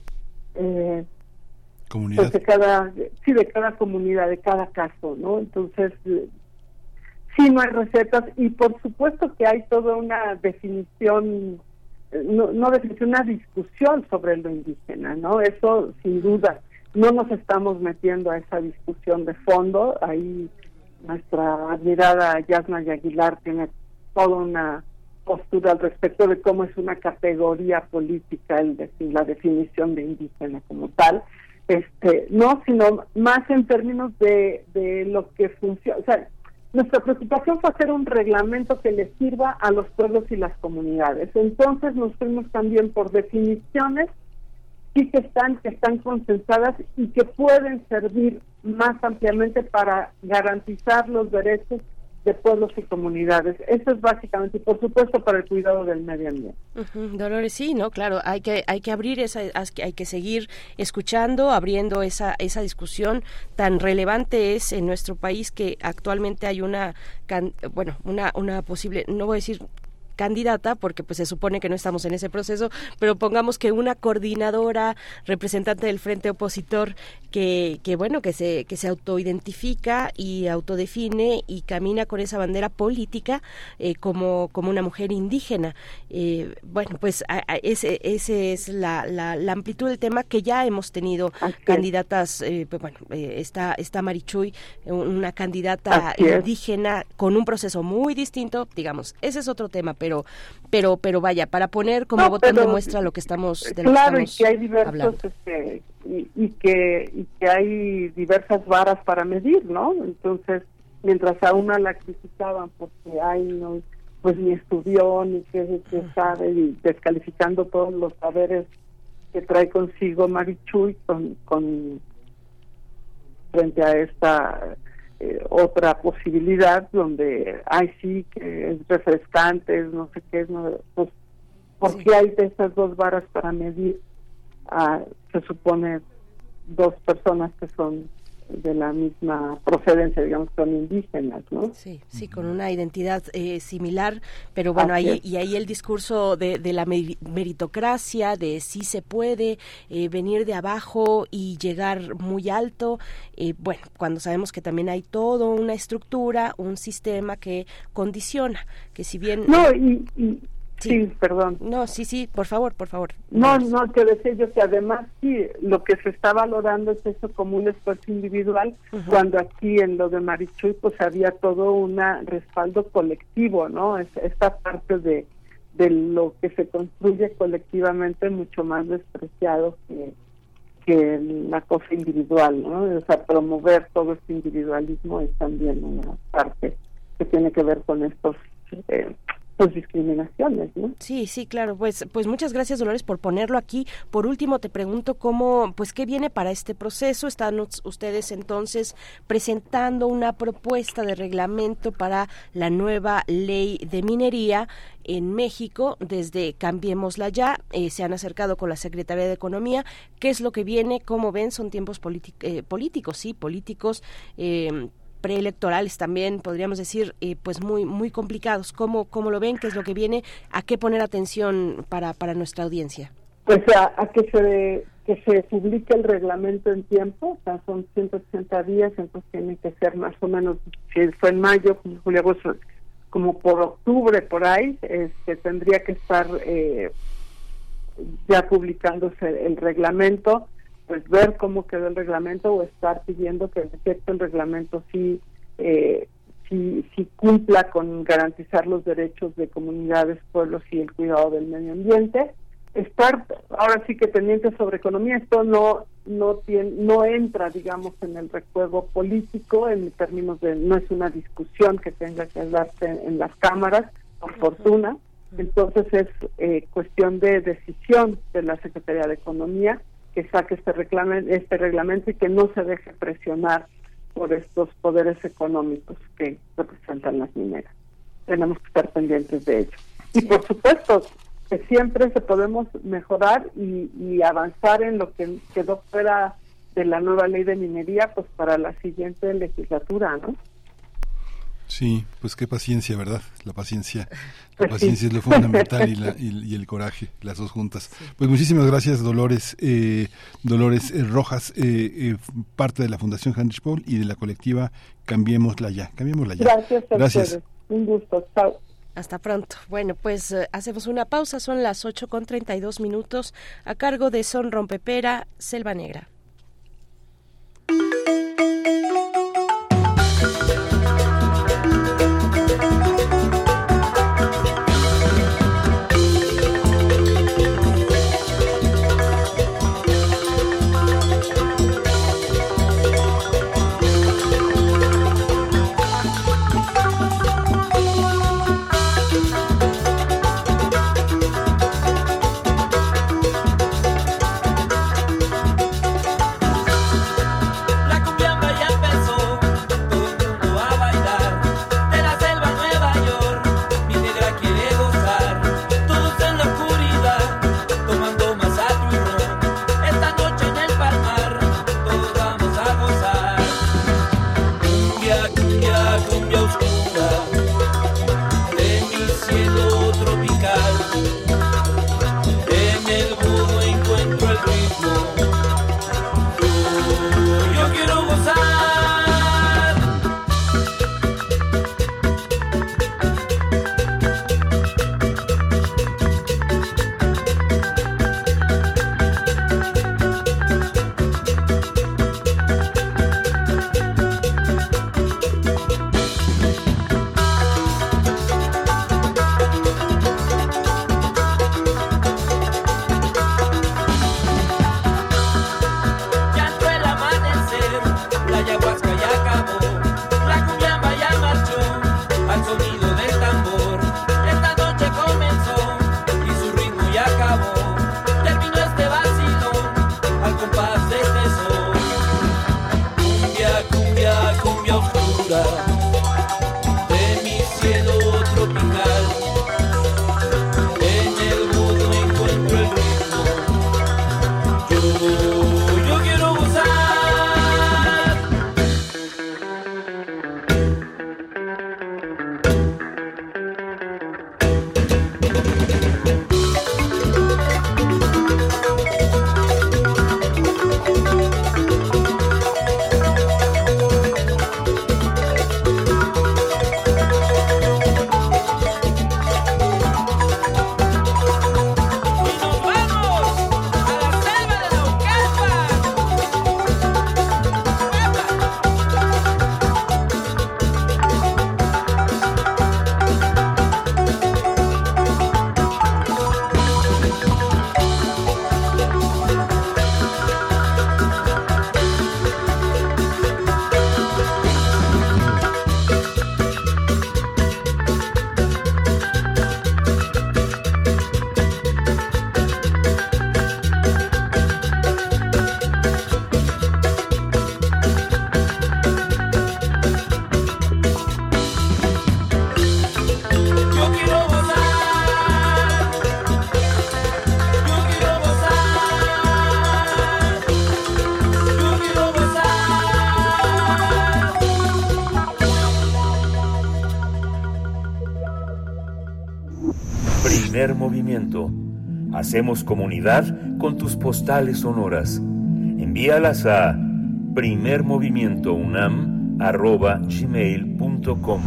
comunidad. Pues de cada comunidad, de cada caso, ¿no? Entonces, sí, no hay recetas y por supuesto que hay toda una definición. No definición, una discusión sobre lo indígena, ¿no? Eso sin duda, no nos estamos metiendo a esa discusión de fondo, ahí nuestra admirada Yasna Aguilar tiene toda una postura al respecto de cómo es una categoría política la definición de indígena como tal, no, sino más en términos de lo que funciona, o sea, nuestra preocupación fue hacer un reglamento que le sirva a los pueblos y las comunidades. Entonces nos fuimos también por definiciones sí que están consensadas y que pueden servir más ampliamente para garantizar los derechos de pueblos y comunidades. Eso es básicamente, y por supuesto para el cuidado del medio ambiente. Dolores, sí, no, claro, hay que abrir hay que seguir escuchando, abriendo esa discusión tan relevante es en nuestro país que actualmente hay una posible, no voy a decir candidata, porque pues se supone que no estamos en ese proceso, pero pongamos que una coordinadora, representante del frente opositor, que se autoidentifica y autodefine y camina con esa bandera política como una mujer indígena. Pues ese es la amplitud del tema, que ya hemos tenido candidatas, está Marichuy, una candidata indígena con un proceso muy distinto, digamos, ese es otro tema, pero vaya, para poner como botón de muestra lo que estamos claro, y que hay diversos y que hay diversas varas para medir, ¿no? Entonces, mientras a una la criticaban porque pues ni estudió ni qué sabe, y descalificando todos los saberes que trae consigo Marichuy con frente a esta otra posibilidad donde sí que es refrescante, no sé qué es, pues porque hay de esas dos varas para medir se supone dos personas que son de la misma procedencia, digamos, son indígenas, ¿no? Sí, con una identidad similar, pero bueno, ahí el discurso de la meritocracia, de sí se puede venir de abajo y llegar muy alto, cuando sabemos que también hay toda una estructura, un sistema que condiciona, que si bien... Sí, perdón. No, sí, por favor. No, que decía yo que además sí, lo que se está valorando es eso como un esfuerzo individual, cuando aquí en lo de Marichuy pues había todo un respaldo colectivo, ¿no? Esta parte de lo que se construye colectivamente mucho más despreciado que la cosa individual, ¿no? O sea, promover todo este individualismo es también una parte que tiene que ver con estos... discriminaciones, ¿no? Sí, claro, pues muchas gracias, Dolores, por ponerlo aquí. Por último, te pregunto qué viene para este proceso. Están ustedes entonces presentando una propuesta de reglamento para la nueva ley de minería en México. Desde Cambiémosla Ya se han acercado con la Secretaría de Economía. ¿Qué es lo que viene? ¿Cómo ven? Son tiempos políticos, preelectorales también, podríamos decir, pues muy muy complicados. ¿Cómo lo ven? ¿Qué es lo que viene? ¿A qué poner atención para nuestra audiencia? Pues a que se publique el reglamento en tiempo, o sea, son 180 días, entonces tiene que ser más o menos, si fue en mayo, julio, agosto, como por octubre, por ahí, tendría que estar ya publicándose el reglamento, pues ver cómo quedó el reglamento o estar pidiendo que en efecto el reglamento sí cumpla con garantizar los derechos de comunidades, pueblos y el cuidado del medio ambiente. Estar ahora sí que pendiente sobre economía. Esto no entra, digamos, en el rejuego político en términos de, no es una discusión que tenga que darse en las cámaras, por fortuna. Entonces es cuestión de decisión de la Secretaría de Economía que saque este reglamento y que no se deje presionar por estos poderes económicos que representan las mineras. Tenemos que estar pendientes de ello. Y por supuesto que siempre se podemos mejorar y avanzar en lo que quedó fuera de la nueva ley de minería, pues para la siguiente legislatura, ¿no? Sí, pues qué paciencia, ¿verdad? La paciencia es lo fundamental y el coraje, las dos juntas. Sí. Pues muchísimas gracias, Dolores Rojas, parte de la Fundación Heinrich Böll y de la colectiva Cambiémosla Ya. Gracias a ustedes. Un gusto. Chao. Hasta pronto. Bueno, pues hacemos una pausa, son las 8:32 a cargo de Son Rompepera, Selva Negra. Primer movimiento. Hacemos comunidad con tus postales sonoras. Envíalas a primermovimientounam@gmail.com.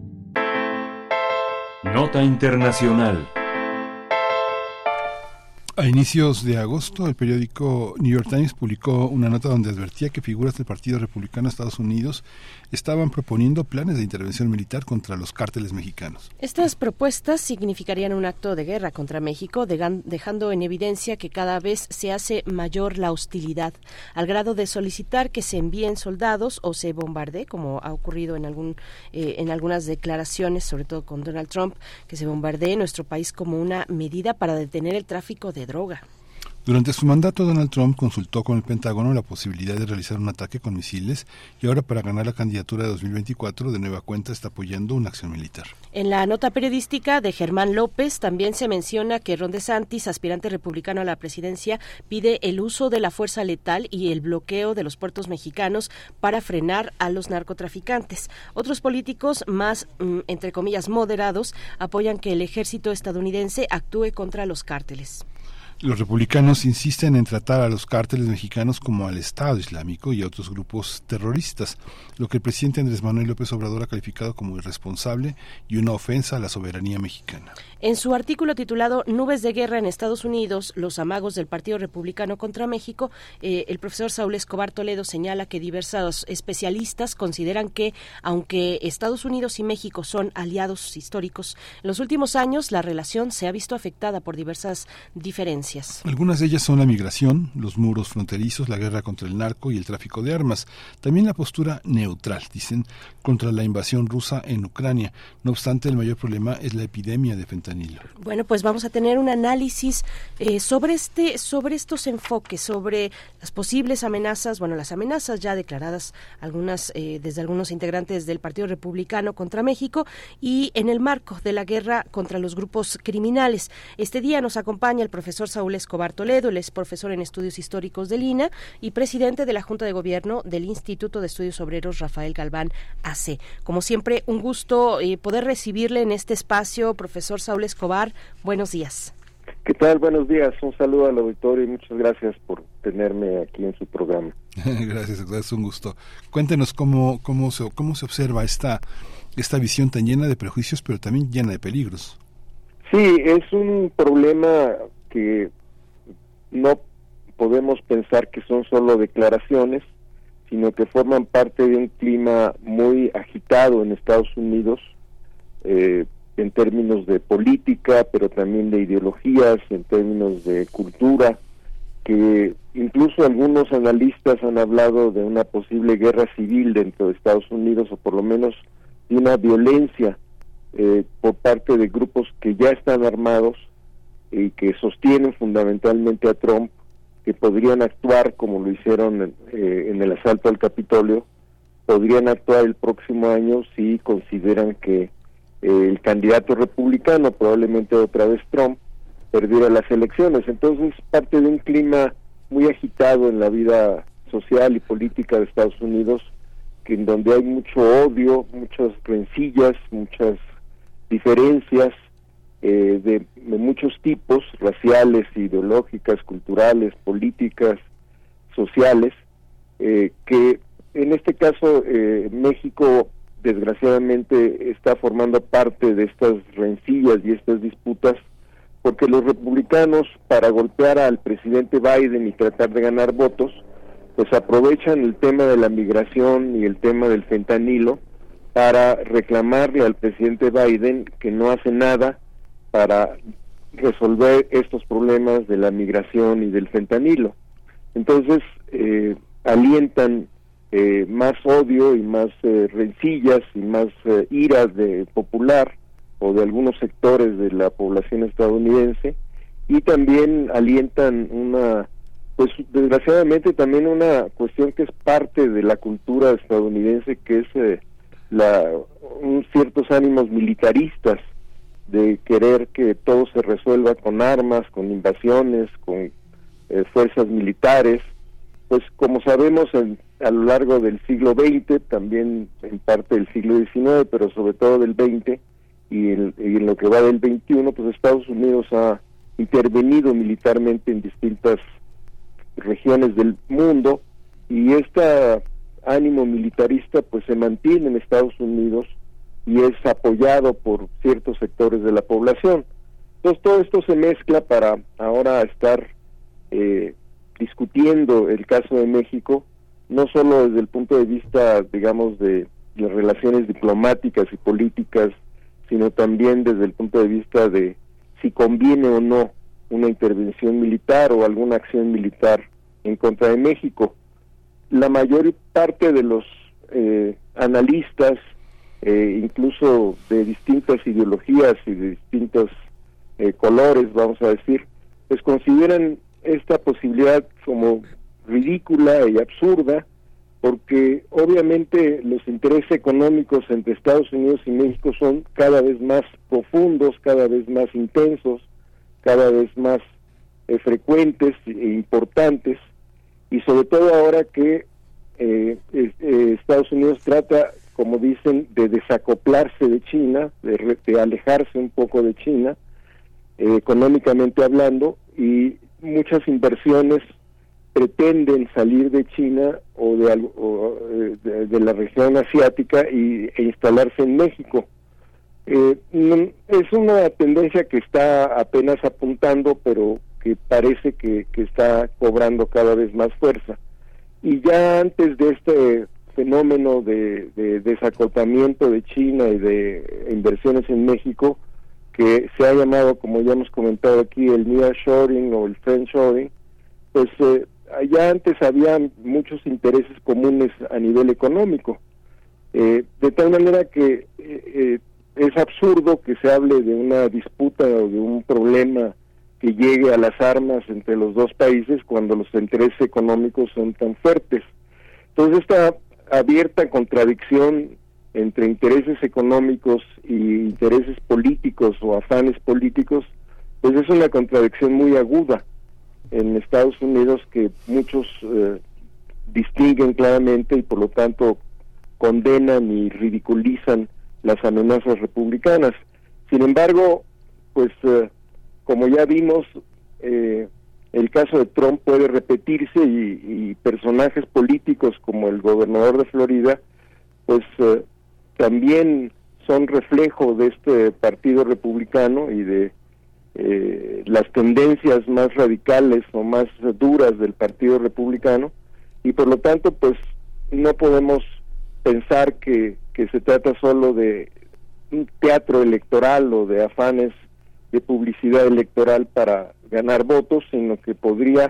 Nota internacional. A inicios de agosto, el periódico New York Times publicó una nota donde advertía que figuras del Partido Republicano de Estados Unidos estaban proponiendo planes de intervención militar contra los cárteles mexicanos. Estas propuestas significarían un acto de guerra contra México, dejando en evidencia que cada vez se hace mayor la hostilidad, al grado de solicitar que se envíen soldados o se bombardee, como ha ocurrido en algunas declaraciones, sobre todo con Donald Trump, que se bombardee nuestro país como una medida para detener el tráfico de droga. Durante su mandato, Donald Trump consultó con el Pentágono la posibilidad de realizar un ataque con misiles y ahora, para ganar la candidatura de 2024, de nueva cuenta está apoyando una acción militar. En la nota periodística de Germán López también se menciona que Ron DeSantis, aspirante republicano a la presidencia, pide el uso de la fuerza letal y el bloqueo de los puertos mexicanos para frenar a los narcotraficantes. Otros políticos más, entre comillas, moderados, apoyan que el ejército estadounidense actúe contra los cárteles. Los republicanos insisten en tratar a los cárteles mexicanos como al Estado Islámico y a otros grupos terroristas, lo que el presidente Andrés Manuel López Obrador ha calificado como irresponsable y una ofensa a la soberanía mexicana. En su artículo titulado Nubes de guerra en Estados Unidos, los amagos del Partido Republicano contra México, el profesor Saúl Escobar Toledo señala que diversos especialistas consideran que, aunque Estados Unidos y México son aliados históricos, en los últimos años la relación se ha visto afectada por diversas diferencias. Algunas de ellas son la migración, los muros fronterizos, la guerra contra el narco y el tráfico de armas. También la postura neutral, dicen, contra la invasión rusa en Ucrania. No obstante, el mayor problema es la epidemia de fentanilo. Bueno, pues vamos a tener un análisis sobre estos enfoques, sobre las posibles amenazas, las amenazas ya declaradas desde algunos integrantes del Partido Republicano contra México y en el marco de la guerra contra los grupos criminales. Este día nos acompaña el profesor Saúl Escobar Toledo, él es profesor en Estudios Históricos del INA y presidente de la Junta de Gobierno del Instituto de Estudios Obreros Rafael Galván AC. Como siempre, un gusto poder recibirle en este espacio, profesor Saúl Escobar. Buenos días. ¿Qué tal? Buenos días. Un saludo al auditorio y muchas gracias por tenerme aquí en su programa. Gracias, es un gusto. Cuéntenos cómo se observa esta visión tan llena de prejuicios, pero también llena de peligros. Sí, es un problema que no podemos pensar que son solo declaraciones, sino que forman parte de un clima muy agitado en Estados Unidos, en términos de política, pero también de ideologías, en términos de cultura, que incluso algunos analistas han hablado de una posible guerra civil dentro de Estados Unidos, o por lo menos de una violencia por parte de grupos que ya están armados y que sostienen fundamentalmente a Trump, que podrían actuar como lo hicieron en el asalto al Capitolio, podrían actuar el próximo año si consideran que el candidato republicano, probablemente otra vez Trump, perdiera las elecciones. Entonces, parte de un clima muy agitado en la vida social y política de Estados Unidos, en donde hay mucho odio, muchas rencillas, muchas diferencias de muchos tipos, raciales, ideológicas, culturales, políticas, sociales, que en este caso México desgraciadamente está formando parte de estas rencillas y estas disputas, porque los republicanos, para golpear al presidente Biden y tratar de ganar votos, pues aprovechan el tema de la migración y el tema del fentanilo para reclamarle al presidente Biden que no hace nada para resolver estos problemas de la migración y del fentanilo. Entonces, alientan más odio y más rencillas y más ira popular o de algunos sectores de la población estadounidense, y también alientan pues desgraciadamente también una cuestión que es parte de la cultura estadounidense, que es ciertos ánimos militaristas de querer que todo se resuelva con armas, con invasiones, con fuerzas militares. Pues como sabemos, a lo largo del siglo XX, también en parte del siglo XIX, pero sobre todo del XX y en lo que va del XXI, pues Estados Unidos ha intervenido militarmente en distintas regiones del mundo, y este ánimo militarista pues se mantiene en Estados Unidos y es apoyado por ciertos sectores de la población. Entonces todo esto se mezcla para ahora estar discutiendo el caso de México, no solo desde el punto de vista, digamos, de las relaciones diplomáticas y políticas, sino también desde el punto de vista de si conviene o no una intervención militar o alguna acción militar en contra de México. La mayor parte de los analistas, incluso de distintas ideologías y de distintos colores, vamos a decir, pues consideran esta posibilidad como ridícula y absurda, porque obviamente los intereses económicos entre Estados Unidos y México son cada vez más profundos, cada vez más intensos, cada vez más frecuentes e importantes, y sobre todo ahora que Estados Unidos trata, como dicen, de desacoplarse de China, de alejarse un poco de China, económicamente hablando, y muchas inversiones pretenden salir de China o de la región asiática e instalarse en México. Es una tendencia que está apenas apuntando, pero que parece que está cobrando cada vez más fuerza. Y ya antes de este fenómeno de desacoplamiento de China y de inversiones en México, que se ha llamado, como ya hemos comentado aquí, el nearshoring o el friendshoring, pues ya antes había muchos intereses comunes a nivel económico, de tal manera que es absurdo que se hable de una disputa o de un problema que llegue a las armas entre los dos países cuando los intereses económicos son tan fuertes. Entonces esta abierta contradicción entre intereses económicos y intereses políticos o afanes políticos, pues es una contradicción muy aguda en Estados Unidos que muchos distinguen claramente y por lo tanto condenan y ridiculizan las amenazas republicanas. Sin embargo, pues como ya vimos, el caso de Trump puede repetirse y personajes políticos como el gobernador de Florida, pues también son reflejo de este partido republicano y de las tendencias más radicales o más duras del partido republicano, y por lo tanto pues no podemos pensar que se trata solo de un teatro electoral o de afanes de publicidad electoral para ganar votos, sino que podría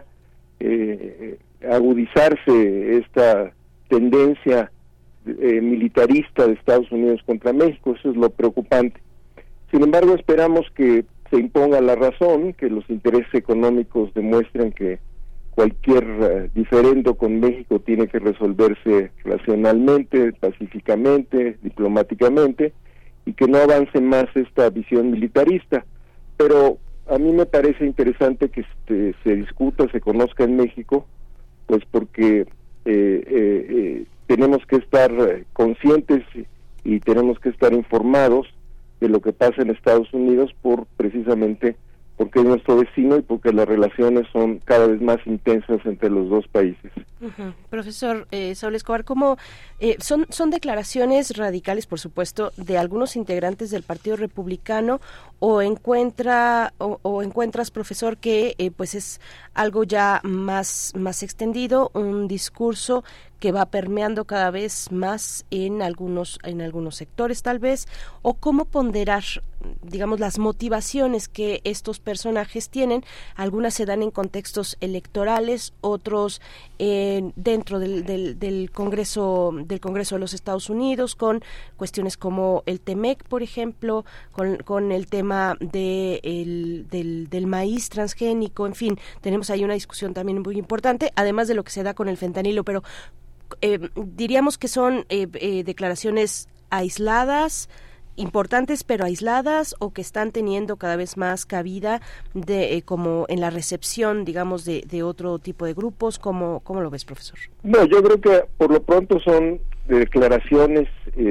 agudizarse esta tendencia militarista de Estados Unidos contra México. Eso es lo preocupante. Sin embargo, esperamos que se imponga la razón, que los intereses económicos demuestren que cualquier diferendo con México tiene que resolverse racionalmente, pacíficamente, diplomáticamente, y que no avance más esta visión militarista. Pero a mí me parece interesante que se discuta, se conozca en México, pues porque tenemos que estar conscientes y tenemos que estar informados de lo que pasa en Estados Unidos precisamente porque es nuestro vecino y porque las relaciones son cada vez más intensas entre los dos países. Profesor Saúl Escobar, ¿cómo son declaraciones radicales, por supuesto, de algunos integrantes del Partido Republicano, o encuentras, profesor, que pues es algo ya más extendido, un discurso que va permeando cada vez más en algunos sectores tal vez, o cómo ponderar, digamos, las motivaciones que estos personajes tienen? Algunas se dan en contextos electorales, otros dentro del Congreso de los Estados Unidos, con cuestiones como el TEMEC, por ejemplo, con el tema del maíz transgénico. En fin, tenemos ahí una discusión también muy importante, además de lo que se da con el fentanilo, pero diríamos que son declaraciones aisladas, importantes pero aisladas, o que están teniendo cada vez más cabida como en la recepción, digamos, de otro tipo de grupos. ¿Cómo lo ves, profesor? No, yo creo que por lo pronto son declaraciones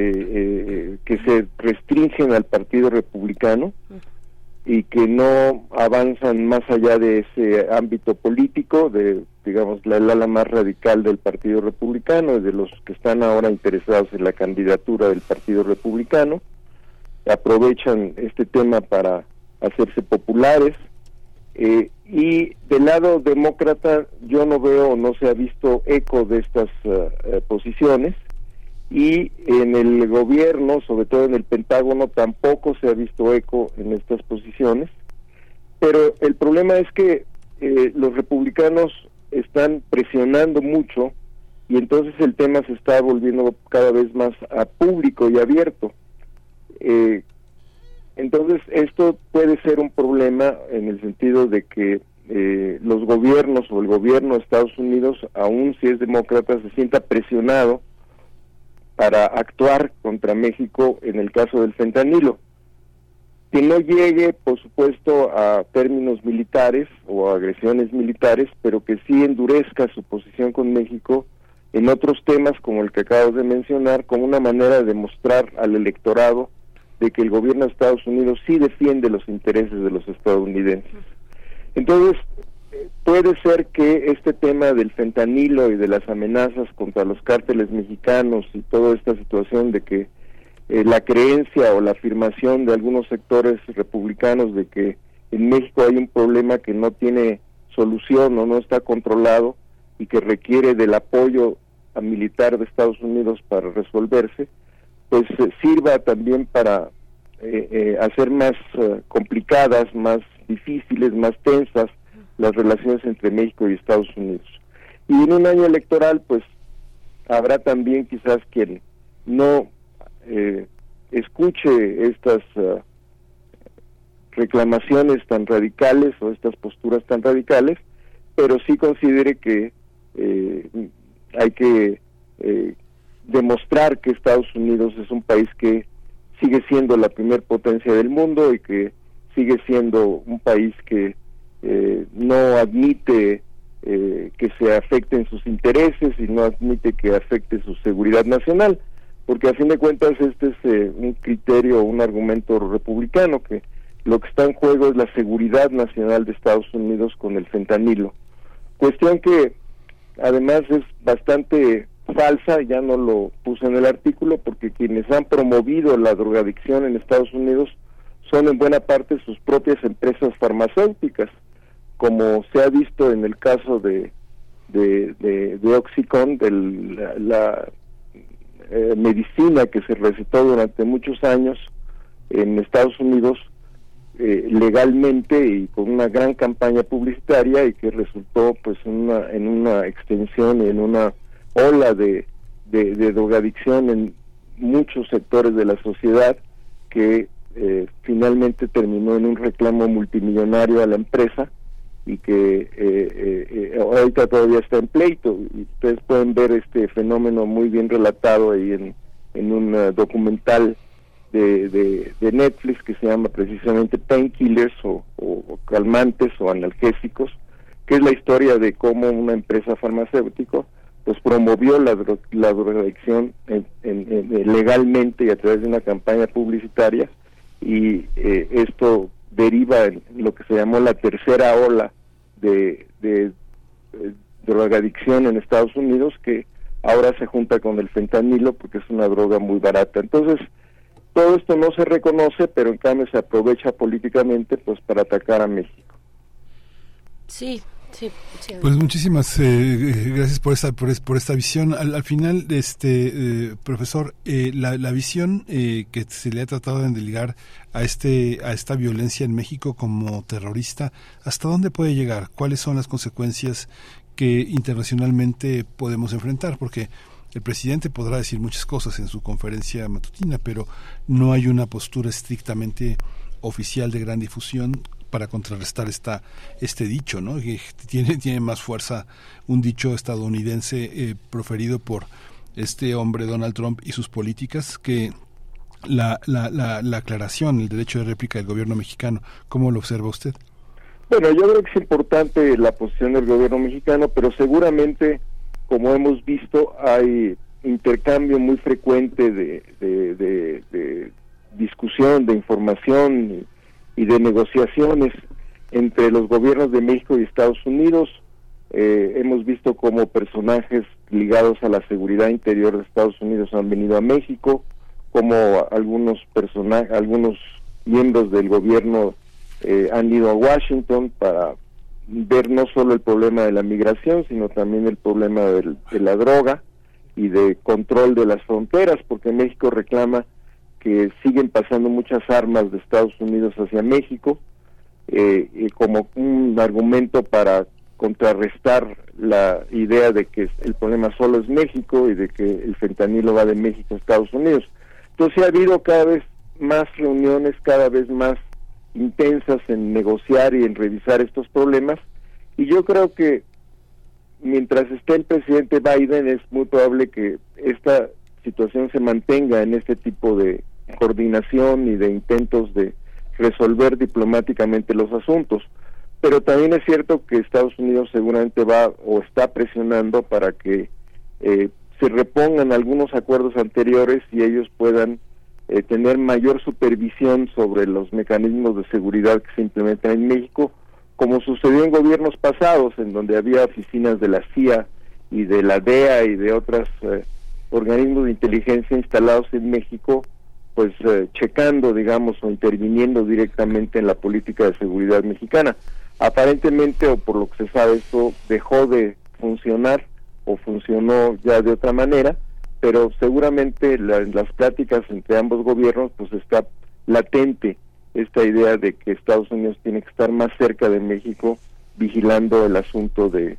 que se restringen al Partido Republicano y que no avanzan más allá de ese ámbito político, de, digamos, el ala más radical del Partido Republicano, de los que están ahora interesados en la candidatura del Partido Republicano. Aprovechan este tema para hacerse populares. Y del lado demócrata yo no veo, no se ha visto eco de estas posiciones, y en el gobierno, sobre todo en el Pentágono, tampoco se ha visto eco en estas posiciones. Pero el problema es que los republicanos están presionando mucho, y entonces el tema se está volviendo cada vez más público y abierto. Entonces esto puede ser un problema en el sentido de que los gobiernos o el gobierno de Estados Unidos, aun si es demócrata, se sienta presionado para actuar contra México en el caso del fentanilo. Que no llegue, por supuesto, a términos militares o a agresiones militares, pero que sí endurezca su posición con México en otros temas como el que acabo de mencionar, como una manera de demostrar al electorado de que el gobierno de Estados Unidos sí defiende los intereses de los estadounidenses. Entonces, puede ser que este tema del fentanilo y de las amenazas contra los cárteles mexicanos y toda esta situación de que la creencia o la afirmación de algunos sectores republicanos de que en México hay un problema que no tiene solución o no está controlado y que requiere del apoyo militar de Estados Unidos para resolverse, pues sirva también para hacer más complicadas, más difíciles, más tensas las relaciones entre México y Estados Unidos. Y en un año electoral, pues habrá también quizás quien no escuche estas reclamaciones tan radicales o estas posturas tan radicales, pero sí considere que hay que demostrar que Estados Unidos es un país que sigue siendo la primer potencia del mundo y que sigue siendo un país que no admite que se afecten sus intereses y no admite que afecte su seguridad nacional, porque a fin de cuentas este es un criterio, un argumento republicano, que lo que está en juego es la seguridad nacional de Estados Unidos con el fentanilo. Cuestión que además es bastante falsa, ya no lo puse en el artículo, porque quienes han promovido la drogadicción en Estados Unidos son en buena parte sus propias empresas farmacéuticas, como se ha visto en el caso de Oxycontin, de la medicina que se recetó durante muchos años en Estados Unidos legalmente y con una gran campaña publicitaria, y que resultó pues en una extensión y en una ola de drogadicción en muchos sectores de la sociedad, que finalmente terminó en un reclamo multimillonario a la empresa y que ahorita todavía está en pleito. Y ustedes pueden ver este fenómeno muy bien relatado ahí en un documental de Netflix que se llama precisamente Painkillers o calmantes o analgésicos, que es la historia de cómo una empresa farmacéutica pues promovió la drogadicción legalmente y a través de una campaña publicitaria, y esto deriva en lo que se llamó la tercera ola de drogadicción en Estados Unidos, que ahora se junta con el fentanilo porque es una droga muy barata. Entonces, todo esto no se reconoce, pero en cambio se aprovecha políticamente pues para atacar a México. Sí. Pues muchísimas gracias por esta visión. Al final, profesor, la visión que se le ha tratado de ligar a esta violencia en México como terrorista, ¿hasta dónde puede llegar? ¿Cuáles son las consecuencias que internacionalmente podemos enfrentar? Porque el presidente podrá decir muchas cosas en su conferencia matutina, pero no hay una postura estrictamente oficial de gran difusión para contrarrestar este dicho, ¿no? Que tiene más fuerza un dicho estadounidense proferido por este hombre Donald Trump y sus políticas que la aclaración, el derecho de réplica del gobierno mexicano. ¿Cómo lo observa usted? Bueno, yo creo que es importante la posición del gobierno mexicano, pero seguramente, como hemos visto, hay intercambio muy frecuente de discusión, de información y de negociaciones entre los gobiernos de México y Estados Unidos. Hemos visto cómo personajes ligados a la seguridad interior de Estados Unidos han venido a México, como algunos miembros del gobierno han ido a Washington para ver no solo el problema de la migración, sino también el problema de la droga y de control de las fronteras, porque México reclama que siguen pasando muchas armas de Estados Unidos hacia México, como un argumento para contrarrestar la idea de que el problema solo es México y de que el fentanilo va de México a Estados Unidos. Entonces ha habido cada vez más reuniones, cada vez más intensas en negociar y en revisar estos problemas, y yo creo que mientras esté el presidente Biden es muy probable que esta situación se mantenga en este tipo de coordinación y de intentos de resolver diplomáticamente los asuntos. Pero también es cierto que Estados Unidos seguramente va o está presionando para que se repongan algunos acuerdos anteriores y ellos puedan tener mayor supervisión sobre los mecanismos de seguridad que se implementan en México, como sucedió en gobiernos pasados, en donde había oficinas de la CIA y de la DEA y de otros organismos de inteligencia instalados en México, pues checando, digamos, o interviniendo directamente en la política de seguridad mexicana. Aparentemente, o por lo que se sabe, esto dejó de funcionar o funcionó ya de otra manera, pero seguramente las pláticas entre ambos gobiernos pues está latente esta idea de que Estados Unidos tiene que estar más cerca de México vigilando el asunto de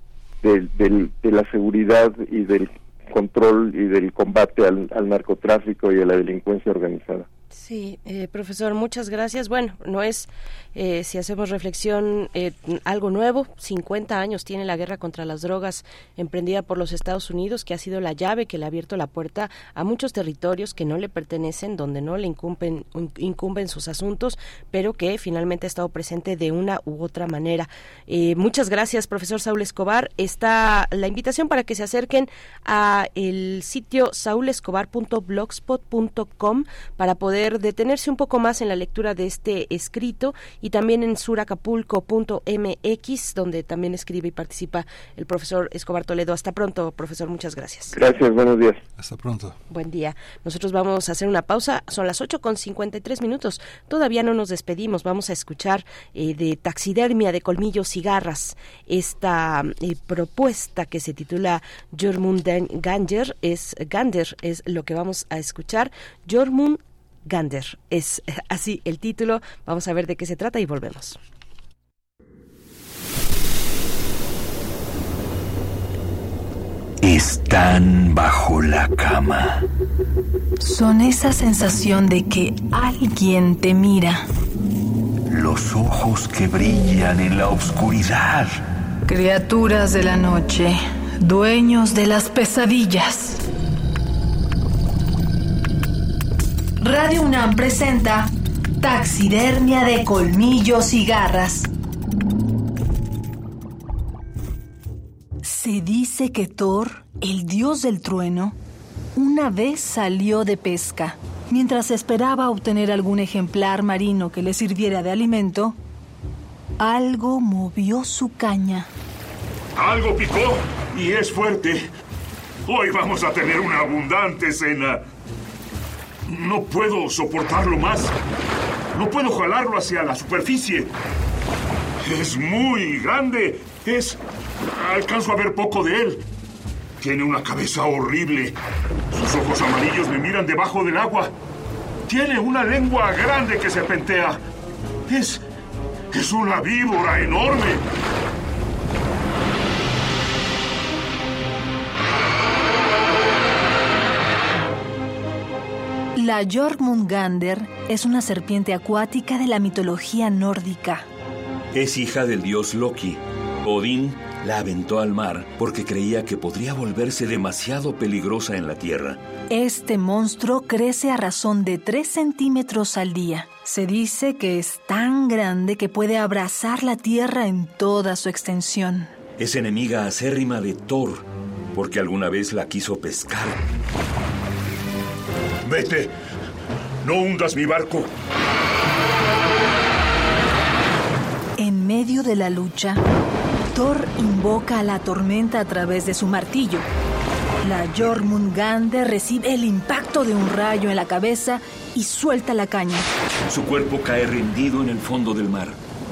la seguridad y del control y del combate al narcotráfico y a la delincuencia organizada. Sí, profesor, muchas gracias. Bueno, no es, si hacemos reflexión, algo nuevo. 50 años tiene la guerra contra las drogas emprendida por los Estados Unidos, que ha sido la llave que le ha abierto la puerta a muchos territorios que no le pertenecen, donde no le incumben sus asuntos, pero que finalmente ha estado presente de una u otra manera. Muchas gracias, profesor Saúl Escobar. Está la invitación para que se acerquen a el sitio saulescobar.blogspot.com para poder detenerse un poco más en la lectura de este escrito, y también en suracapulco.mx, donde también escribe y participa el profesor Escobar Toledo. Hasta pronto, profesor, muchas gracias. Gracias, buenos días. Hasta pronto. Buen día. Nosotros vamos a hacer una pausa, son las 8:53. Todavía no nos despedimos, vamos a escuchar de taxidermia de colmillos y garras, esta propuesta que se titula Jormungandr, es lo que vamos a escuchar. Jormungandr es así el título. Vamos a ver de qué se trata y volvemos. Están bajo la cama. Son esa sensación de que alguien te mira. Los ojos que brillan en la oscuridad. Criaturas de la noche, dueños de las pesadillas. Radio UNAM presenta Taxidermia de colmillos y garras. Se dice que Thor, el dios del trueno, una vez salió de pesca. Mientras esperaba obtener algún ejemplar marino que le sirviera de alimento, algo movió su caña. Algo picó y es fuerte. Hoy vamos a tener una abundante cena. No puedo soportarlo más. No puedo jalarlo hacia la superficie. Es muy grande. Alcanzo a ver poco de él. Tiene una cabeza horrible. Sus ojos amarillos me miran debajo del agua. Tiene una lengua grande que serpentea. Es una víbora enorme. La Jormungandr es una serpiente acuática de la mitología nórdica. Es hija del dios Loki. Odín la aventó al mar porque creía que podría volverse demasiado peligrosa en la tierra. Este monstruo crece a razón de 3 centímetros al día. Se dice que es tan grande que puede abrazar la tierra en toda su extensión. Es enemiga acérrima de Thor porque alguna vez la quiso pescar. ¡Vete! ¡No hundas mi barco! En medio de la lucha, Thor invoca a la tormenta a través de su martillo. La Jormungandr recibe el impacto de un rayo en la cabeza y suelta la caña. Su cuerpo cae rendido en el fondo del mar.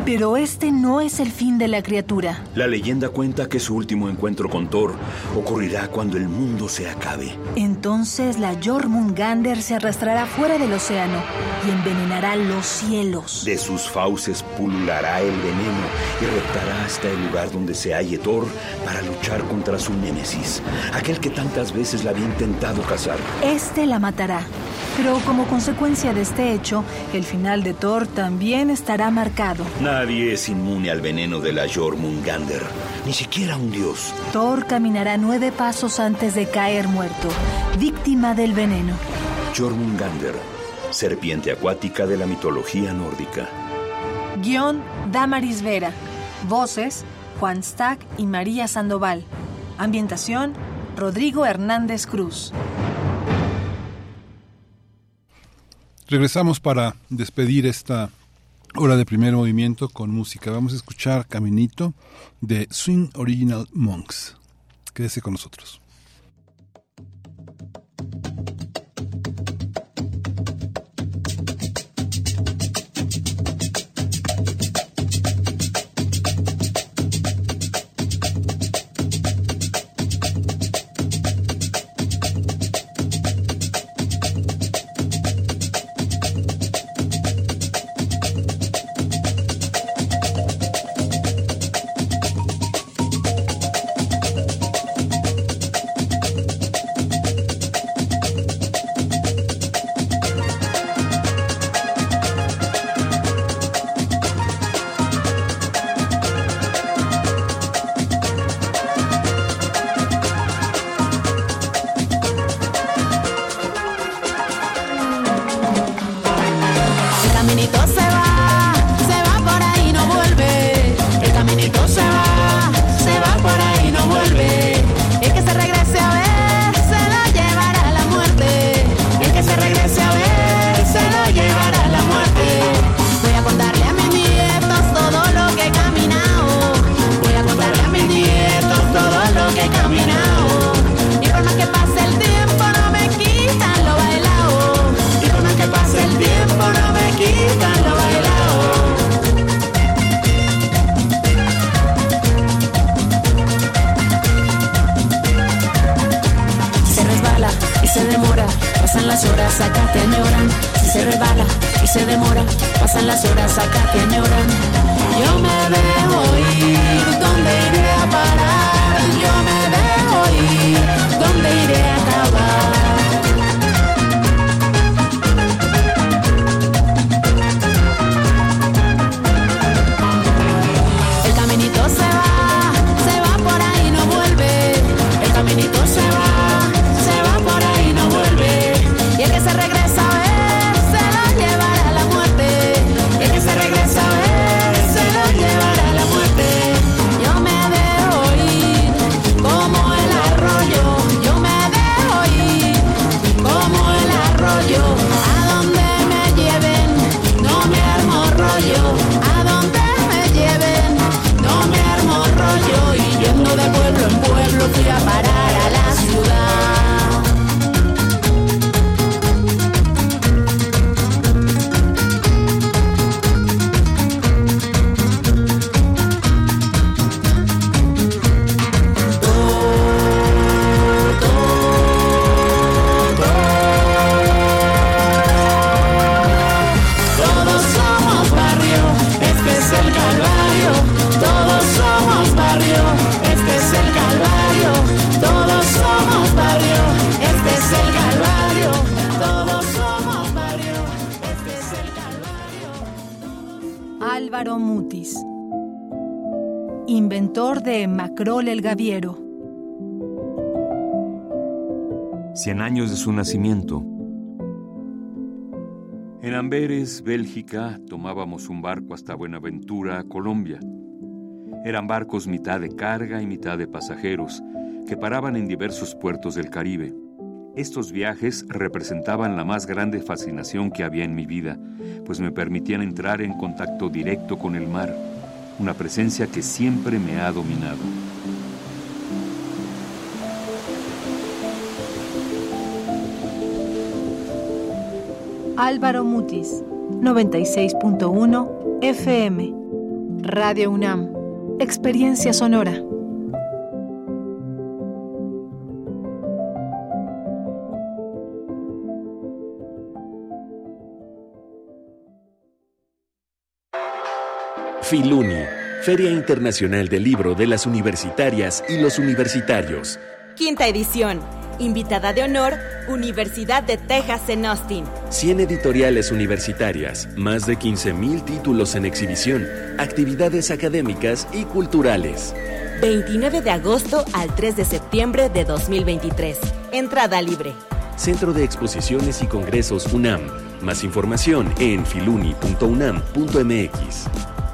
Pero este no es el fin de la criatura. La leyenda cuenta que su último encuentro con Thor ocurrirá cuando el mundo se acabe. Entonces la Jormungandr se arrastrará fuera del océano y envenenará los cielos. De sus fauces pululará el veneno y reptará hasta el lugar donde se halle Thor para luchar contra su némesis, aquel que tantas veces la había intentado cazar. Este la matará. Pero como consecuencia de este hecho, el final de Thor también estará marcado. Nadie es inmune al veneno de la Jormungandr, ni siquiera un dios. Thor caminará 9 pasos antes de caer muerto, víctima del veneno. Jormungandr, serpiente acuática de la mitología nórdica. Guión: Damaris Vera. Voces: Juan Stack y María Sandoval. Ambientación: Rodrigo Hernández Cruz. Regresamos para despedir esta hora de primer movimiento con música. Vamos a escuchar Caminito de Swing Original Monks. Quédese con nosotros. Álvaro Mutis, inventor de Macrol el Gaviero. 100 años de su nacimiento. En Amberes, Bélgica, tomábamos un barco hasta Buenaventura, Colombia. Eran barcos mitad de carga y mitad de pasajeros, que paraban en diversos puertos del Caribe. Estos viajes representaban la más grande fascinación que había en mi vida, pues me permitían entrar en contacto directo con el mar, una presencia que siempre me ha dominado. Álvaro Mutis, 96.1 FM. Radio UNAM. Experiencia sonora. Filuni, Feria Internacional del Libro de las Universitarias y los Universitarios. Quinta edición. Invitada de honor, Universidad de Texas en Austin. 100 editoriales universitarias, más de 15,000 títulos en exhibición, actividades académicas y culturales. 29 de agosto al 3 de septiembre de 2023. Entrada libre. Centro de Exposiciones y Congresos UNAM. Más información en filuni.unam.mx.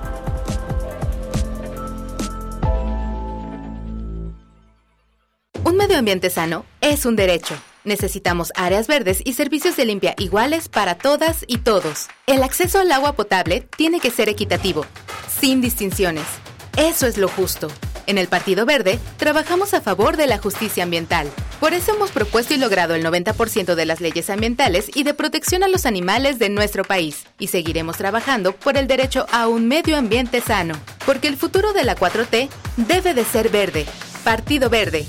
Un medio ambiente sano es un derecho. Necesitamos áreas verdes y servicios de limpia iguales para todas y todos. El acceso al agua potable tiene que ser equitativo, sin distinciones. Eso es lo justo. En el Partido Verde, trabajamos a favor de la justicia ambiental. Por eso hemos propuesto y logrado el 90% de las leyes ambientales y de protección a los animales de nuestro país. Y seguiremos trabajando por el derecho a un medio ambiente sano. Porque el futuro de la 4T debe de ser verde. Partido Verde.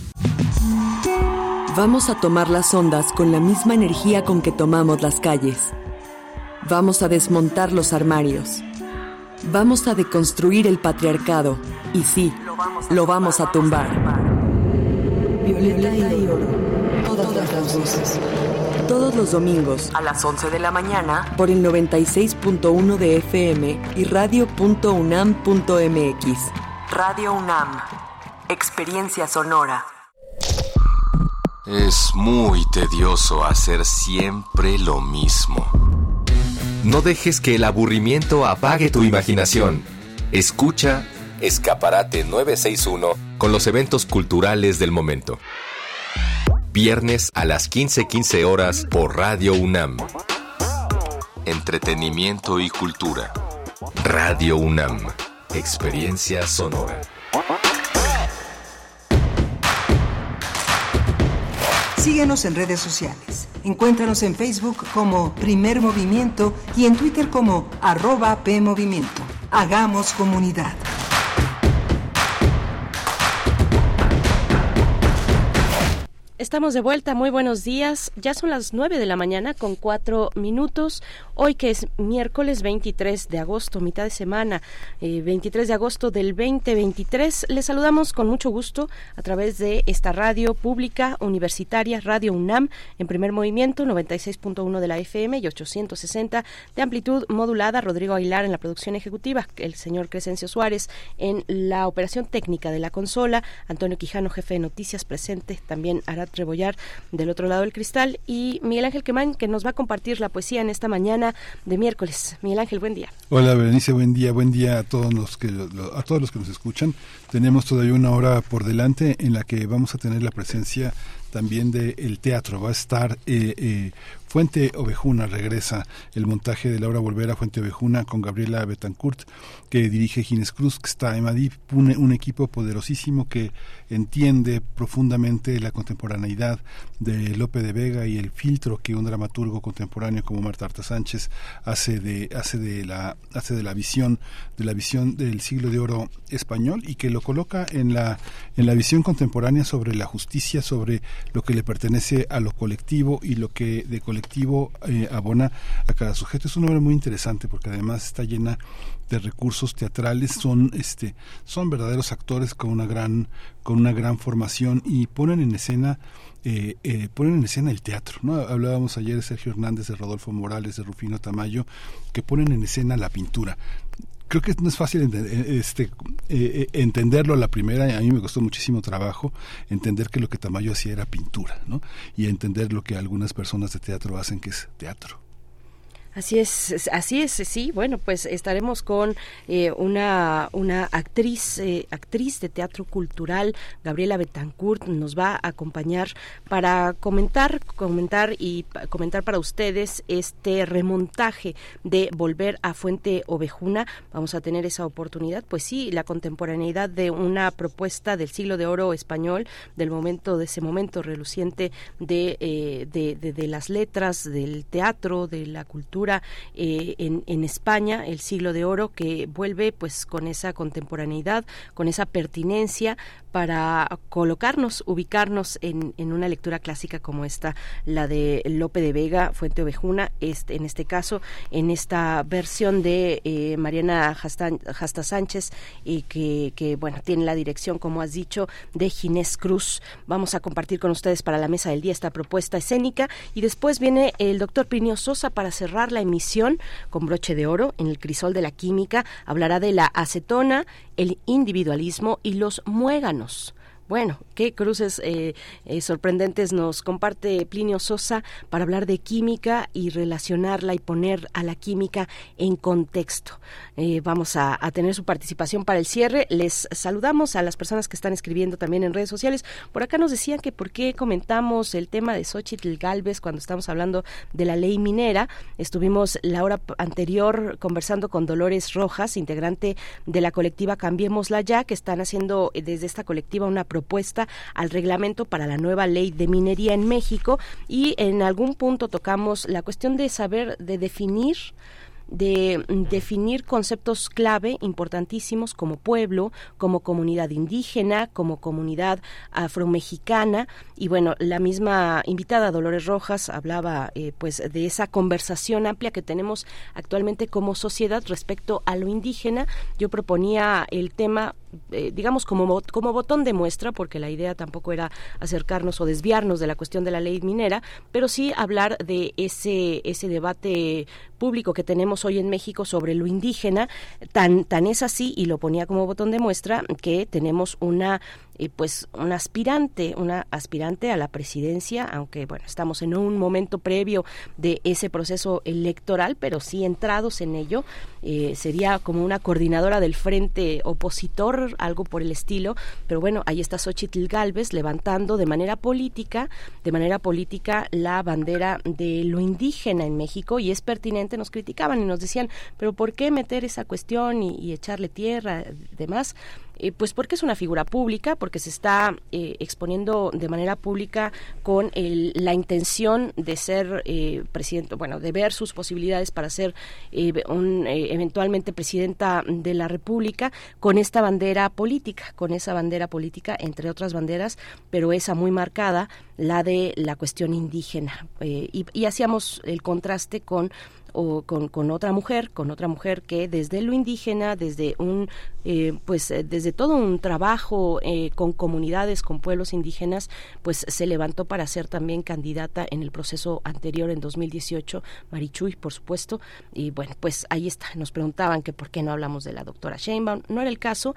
Vamos a tomar las ondas con la misma energía con que tomamos las calles. Vamos a desmontar los armarios. Vamos a deconstruir el patriarcado. Y sí, lo vamos a tumbar. Violeta y oro. Todas las voces. Todos los domingos a las 11 de la mañana por el 96.1 de FM y radio.unam.mx. Radio UNAM. Experiencia sonora. Es muy tedioso hacer siempre lo mismo. No dejes que el aburrimiento apague tu imaginación. Escucha Escaparate 961 con los eventos culturales del momento. Viernes a las 15:15 horas por Radio UNAM. Entretenimiento y cultura. Radio UNAM. Experiencia sonora. Síguenos en redes sociales. Encuéntranos en Facebook como Primer Movimiento y en Twitter como @PMovimiento. Hagamos comunidad. Estamos de vuelta, muy buenos días. Ya son las 9 de la mañana con 4 minutos. Hoy que es miércoles 23 de agosto, mitad de semana, 23 de agosto del 2023. Les saludamos con mucho gusto a través de esta radio pública universitaria, Radio UNAM, en Primer Movimiento, 96.1 de la FM y 860 de amplitud modulada. Rodrigo Aguilar en la producción ejecutiva, el señor Crescencio Suárez en la operación técnica de la consola, Antonio Quijano, jefe de noticias, presente, también Arat Rebollar del otro lado del cristal, y Miguel Ángel Quemain, que nos va a compartir la poesía en esta mañana de miércoles. Miguel Ángel, buen día. Hola Berenice, buen día a todos los que nos escuchan. Tenemos todavía una hora por delante en la que vamos a tener la presencia también del teatro. Va a estar Fuente Ovejuna, regresa el montaje de Laura Volvera, Fuente Ovejuna, con Gabriela Betancourt, que dirige Ginés Cruz, que está en Madrid, un equipo poderosísimo que entiende profundamente la contemporaneidad de Lope de Vega y el filtro que un dramaturgo contemporáneo como Marta Arta Sánchez hace de la visión del siglo de oro español, y que lo coloca en la visión contemporánea sobre la justicia, sobre lo que le pertenece a lo colectivo y lo que de colectivo abona a cada sujeto. Es una obra muy interesante porque además está llena de recursos teatrales, son verdaderos actores con una gran formación, y ponen en escena el teatro, ¿no? Hablábamos ayer de Sergio Hernández, de Rodolfo Morales, de Rufino Tamayo, que ponen en escena la pintura. Creo que no es fácil entenderlo a la primera. A mí me costó muchísimo trabajo entender que lo que Tamayo hacía era pintura, ¿no? Y entender lo que algunas personas de teatro hacen, que es teatro. Así es, sí. Bueno, pues estaremos con una actriz de teatro cultural, Gabriela Betancourt, nos va a acompañar para comentar para ustedes este remontaje de Volver a Fuente Ovejuna. Vamos a tener esa oportunidad, pues sí, la contemporaneidad de una propuesta del siglo de oro español, de ese momento reluciente de las letras, del teatro, de la cultura, literatura en España, el Siglo de Oro, que vuelve pues con esa contemporaneidad, con esa pertinencia para colocarnos, ubicarnos en una lectura clásica como esta, la de Lope de Vega, Fuente Ovejuna, en este caso, en esta versión de Mariana Hasta Sánchez, que bueno, tiene la dirección, como has dicho, de Ginés Cruz. Vamos a compartir con ustedes para la mesa del día esta propuesta escénica, y después viene el doctor Plinio Sosa para cerrar la emisión con broche de oro. En el crisol de la química hablará de la acetona, el individualismo y los muéganos. Bueno, qué cruces sorprendentes nos comparte Plinio Sosa para hablar de química y relacionarla y poner a la química en contexto. Vamos a tener su participación para el cierre. Les saludamos a las personas que están escribiendo también en redes sociales. Por acá nos decían que por qué comentamos el tema de Xóchitl Gálvez cuando estamos hablando de la ley minera. Estuvimos la hora anterior conversando con Dolores Rojas, integrante de la colectiva Cambiémosla Ya, que están haciendo desde esta colectiva una propuesta al reglamento para la nueva ley de minería en México, y en algún punto tocamos la cuestión de saber, de definir conceptos clave importantísimos como pueblo, como comunidad indígena, como comunidad afromexicana. Y bueno, la misma invitada Dolores Rojas hablaba pues de esa conversación amplia que tenemos actualmente como sociedad respecto a lo indígena. Yo proponía el tema digamos como botón de muestra, porque la idea tampoco era acercarnos o desviarnos de la cuestión de la ley minera, pero sí hablar de ese debate público que tenemos hoy en México sobre lo indígena. Tan es así, y lo ponía como botón de muestra, que tenemos una aspirante a la presidencia, aunque bueno, estamos en un momento previo de ese proceso electoral, pero sí entrados en ello. Sería como una coordinadora del frente opositor, algo por el estilo, pero bueno, ahí está Xóchitl Gálvez levantando de manera política la bandera de lo indígena en México, y es pertinente. Nos criticaban y nos decían, pero ¿por qué meter esa cuestión y echarle tierra, demás? Pues porque es una figura pública, porque se está exponiendo de manera pública con la intención de ser presidente, bueno, de ver sus posibilidades para ser eventualmente presidenta de la República, con esa bandera política, entre otras banderas, pero esa muy marcada, la de la cuestión indígena. Y hacíamos el contraste con otra mujer que desde lo indígena, desde todo un trabajo con comunidades, con pueblos indígenas, pues se levantó para ser también candidata en el proceso anterior en 2018, Marichuy, por supuesto. Y bueno, pues ahí está. Nos preguntaban que por qué no hablamos de la doctora Sheinbaum. No era el caso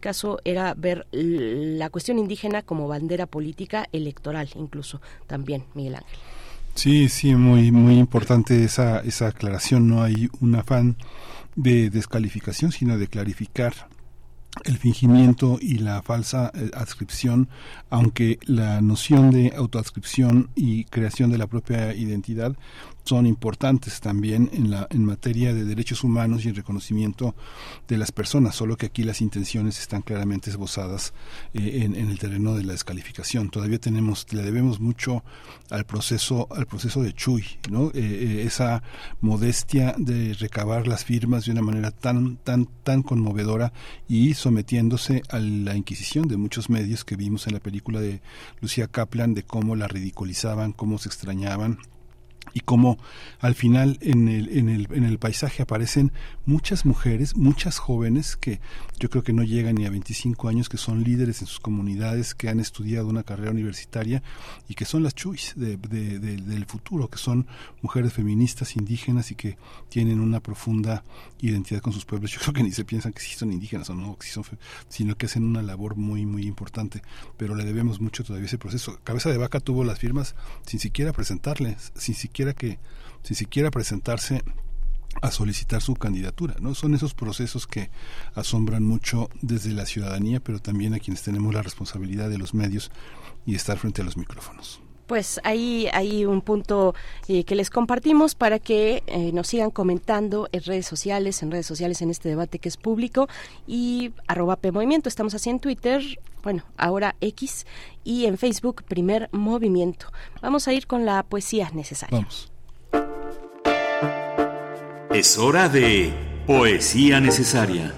era ver la cuestión indígena como bandera política electoral, incluso también, Miguel Ángel. Sí, muy muy importante esa aclaración. No hay un afán de descalificación, sino de clarificar el fingimiento y la falsa adscripción, aunque la noción de autoadscripción y creación de la propia identidad son importantes también en materia de derechos humanos y el reconocimiento de las personas, solo que aquí las intenciones están claramente esbozadas en el terreno de la descalificación. Todavía le debemos mucho al proceso de Chuy, ¿no? Esa modestia de recabar las firmas de una manera tan conmovedora, y sometiéndose a la inquisición de muchos medios que vimos en la película de Lucía Kaplan, de cómo la ridiculizaban, cómo se extrañaban, y cómo al final en el paisaje aparecen muchas mujeres, muchas jóvenes que yo creo que no llegan ni a 25 años, que son líderes en sus comunidades, que han estudiado una carrera universitaria y que son las Chuys del futuro, que son mujeres feministas indígenas y que tienen una profunda identidad con sus pueblos. Yo creo que ni se piensan que sí son indígenas o no, sino que hacen una labor muy muy importante, pero le debemos mucho todavía ese proceso. Cabeza de Vaca tuvo las firmas sin siquiera presentarles, sin siquiera presentarse a solicitar su candidatura, ¿no? Son esos procesos que asombran mucho desde la ciudadanía, pero también a quienes tenemos la responsabilidad de los medios y estar frente a los micrófonos. Pues ahí hay un punto que les compartimos para que nos sigan comentando en redes sociales en este debate que es público, y @PMovimiento. Estamos así en Twitter, bueno, ahora X, y en Facebook, Primer Movimiento. Vamos a ir con la poesía necesaria. Vamos. Es hora de Poesía Necesaria.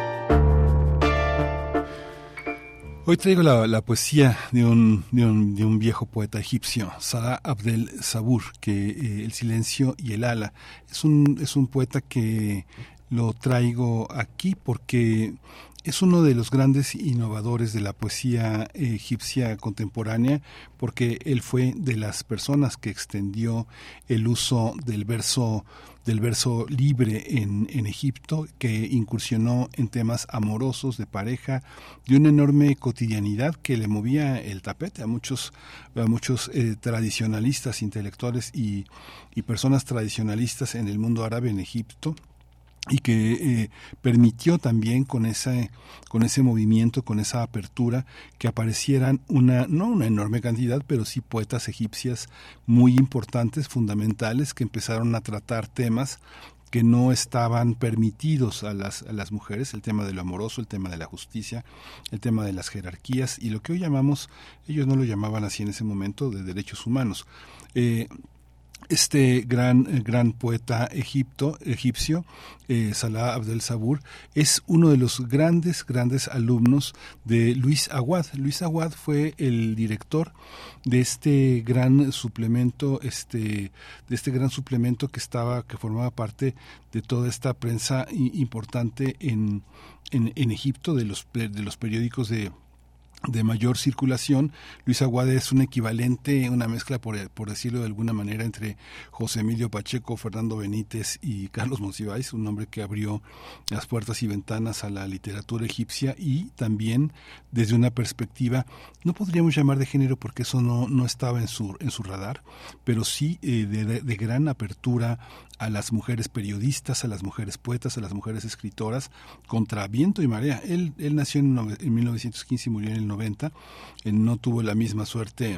Hoy traigo la poesía de un viejo poeta egipcio, Salah Abdel Sabur, que El silencio y el ala. Es un poeta que lo traigo aquí porque es uno de los grandes innovadores de la poesía egipcia contemporánea, porque él fue de las personas que extendió el uso del verso libre en Egipto, que incursionó en temas amorosos, de pareja, de una enorme cotidianidad que le movía el tapete a muchos tradicionalistas, intelectuales y personas tradicionalistas en el mundo árabe en Egipto, y que permitió también con ese movimiento, con esa apertura, que aparecieran no una enorme cantidad, pero sí poetas egipcias muy importantes, fundamentales, que empezaron a tratar temas que no estaban permitidos a las mujeres, el tema de lo amoroso, el tema de la justicia, el tema de las jerarquías y lo que hoy llamamos, ellos no lo llamaban así en ese momento, de derechos humanos. Este gran poeta egipcio, Salah Abdel Sabur, es uno de los grandes alumnos de Luis Aguad. Luis Aguad fue el director de este gran suplemento, que formaba parte de toda esta prensa importante en Egipto, de los periódicos de mayor circulación. Luis Aguad es un equivalente, una mezcla, por decirlo de alguna manera, entre José Emilio Pacheco, Fernando Benítez y Carlos Monsiváis, un hombre que abrió las puertas y ventanas a la literatura egipcia, y también desde una perspectiva, no podríamos llamar de género porque eso no estaba en su radar, pero sí de gran apertura a las mujeres periodistas, a las mujeres poetas, a las mujeres escritoras, contra viento y marea. Él nació en 1915 y murió en el 90. Él no tuvo la misma suerte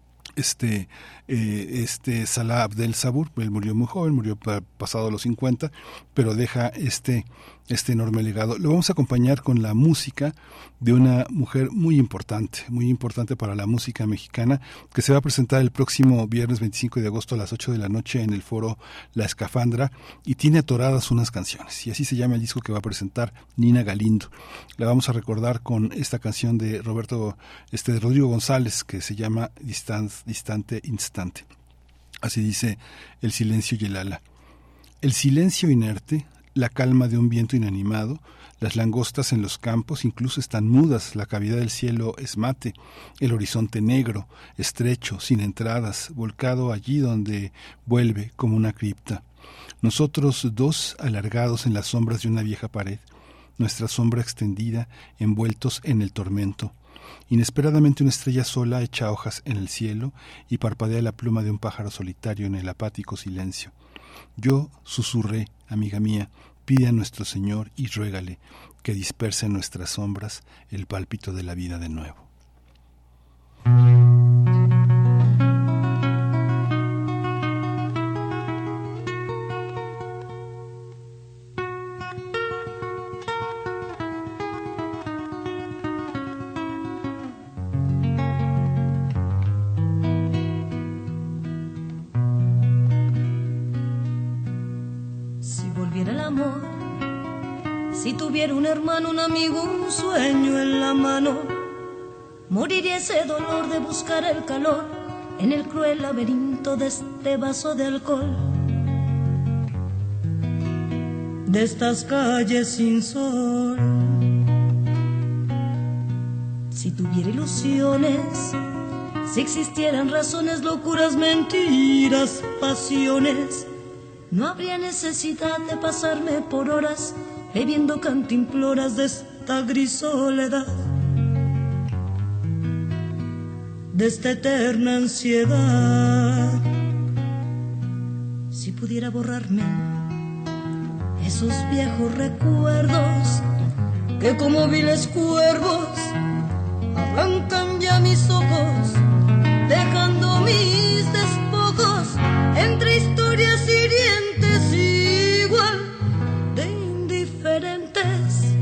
Salah Abdel Sabur. Él murió muy joven, murió pasado los 50, pero deja este enorme legado. Lo vamos a acompañar con la música de una mujer muy importante para la música mexicana, que se va a presentar el próximo viernes 25 de agosto a las 8 de la noche en el foro La Escafandra, y tiene atoradas unas canciones, y así se llama el disco que va a presentar Nina Galindo. La vamos a recordar con esta canción de Rodrigo González, que se llama Distante Instante. Así dice: El silencio y el ala. El silencio inerte, la calma de un viento inanimado, las langostas en los campos incluso están mudas, la cavidad del cielo es mate, el horizonte negro, estrecho, sin entradas, volcado allí donde vuelve como una cripta. Nosotros dos alargados en las sombras de una vieja pared, nuestra sombra extendida, envueltos en el tormento. Inesperadamente una estrella sola echa hojas en el cielo y parpadea la pluma de un pájaro solitario en el apático silencio. Yo susurré: amiga mía, pide a nuestro Señor y ruégale que disperse en nuestras sombras el pálpito de la vida de nuevo. Si tuviera un hermano, un amigo, un sueño en la mano, moriría ese dolor de buscar el calor en el cruel laberinto de este vaso de alcohol, de estas calles sin sol. Si tuviera ilusiones, si existieran razones, locuras, mentiras, pasiones, no habría necesidad de pasarme por horas bebiendo cantimploras de esta gris soledad, de esta eterna ansiedad. Si pudiera borrarme esos viejos recuerdos que como viles cuervos arrancan ya mis ojos, dejando mis despojos entre historias hirientes igual de indiferentes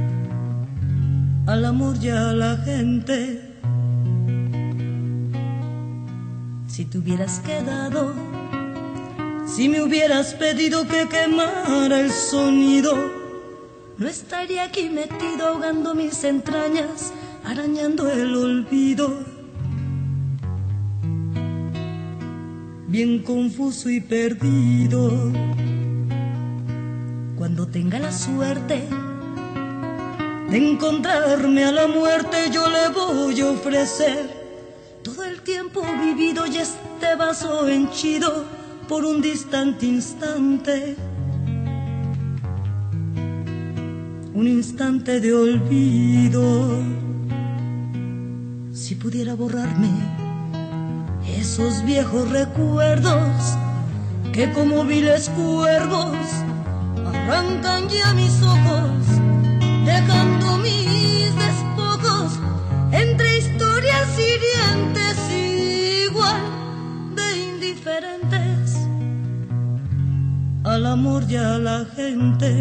al amor y a la gente. Si te hubieras quedado Si me hubieras pedido que quemara el sonido, no estaría aquí metido ahogando mis entrañas, arañando el olvido. Bien confuso y perdido. Cuando tenga la suerte de encontrarme a la muerte, yo le voy a ofrecer todo el tiempo vivido y este vaso henchido por un distante instante, un instante de olvido. Si pudiera borrarme esos viejos recuerdos que como viles cuervos arrancan ya mis ojos, dejando mis despojos entre historias hirientes igual de indiferentes al amor y a la gente.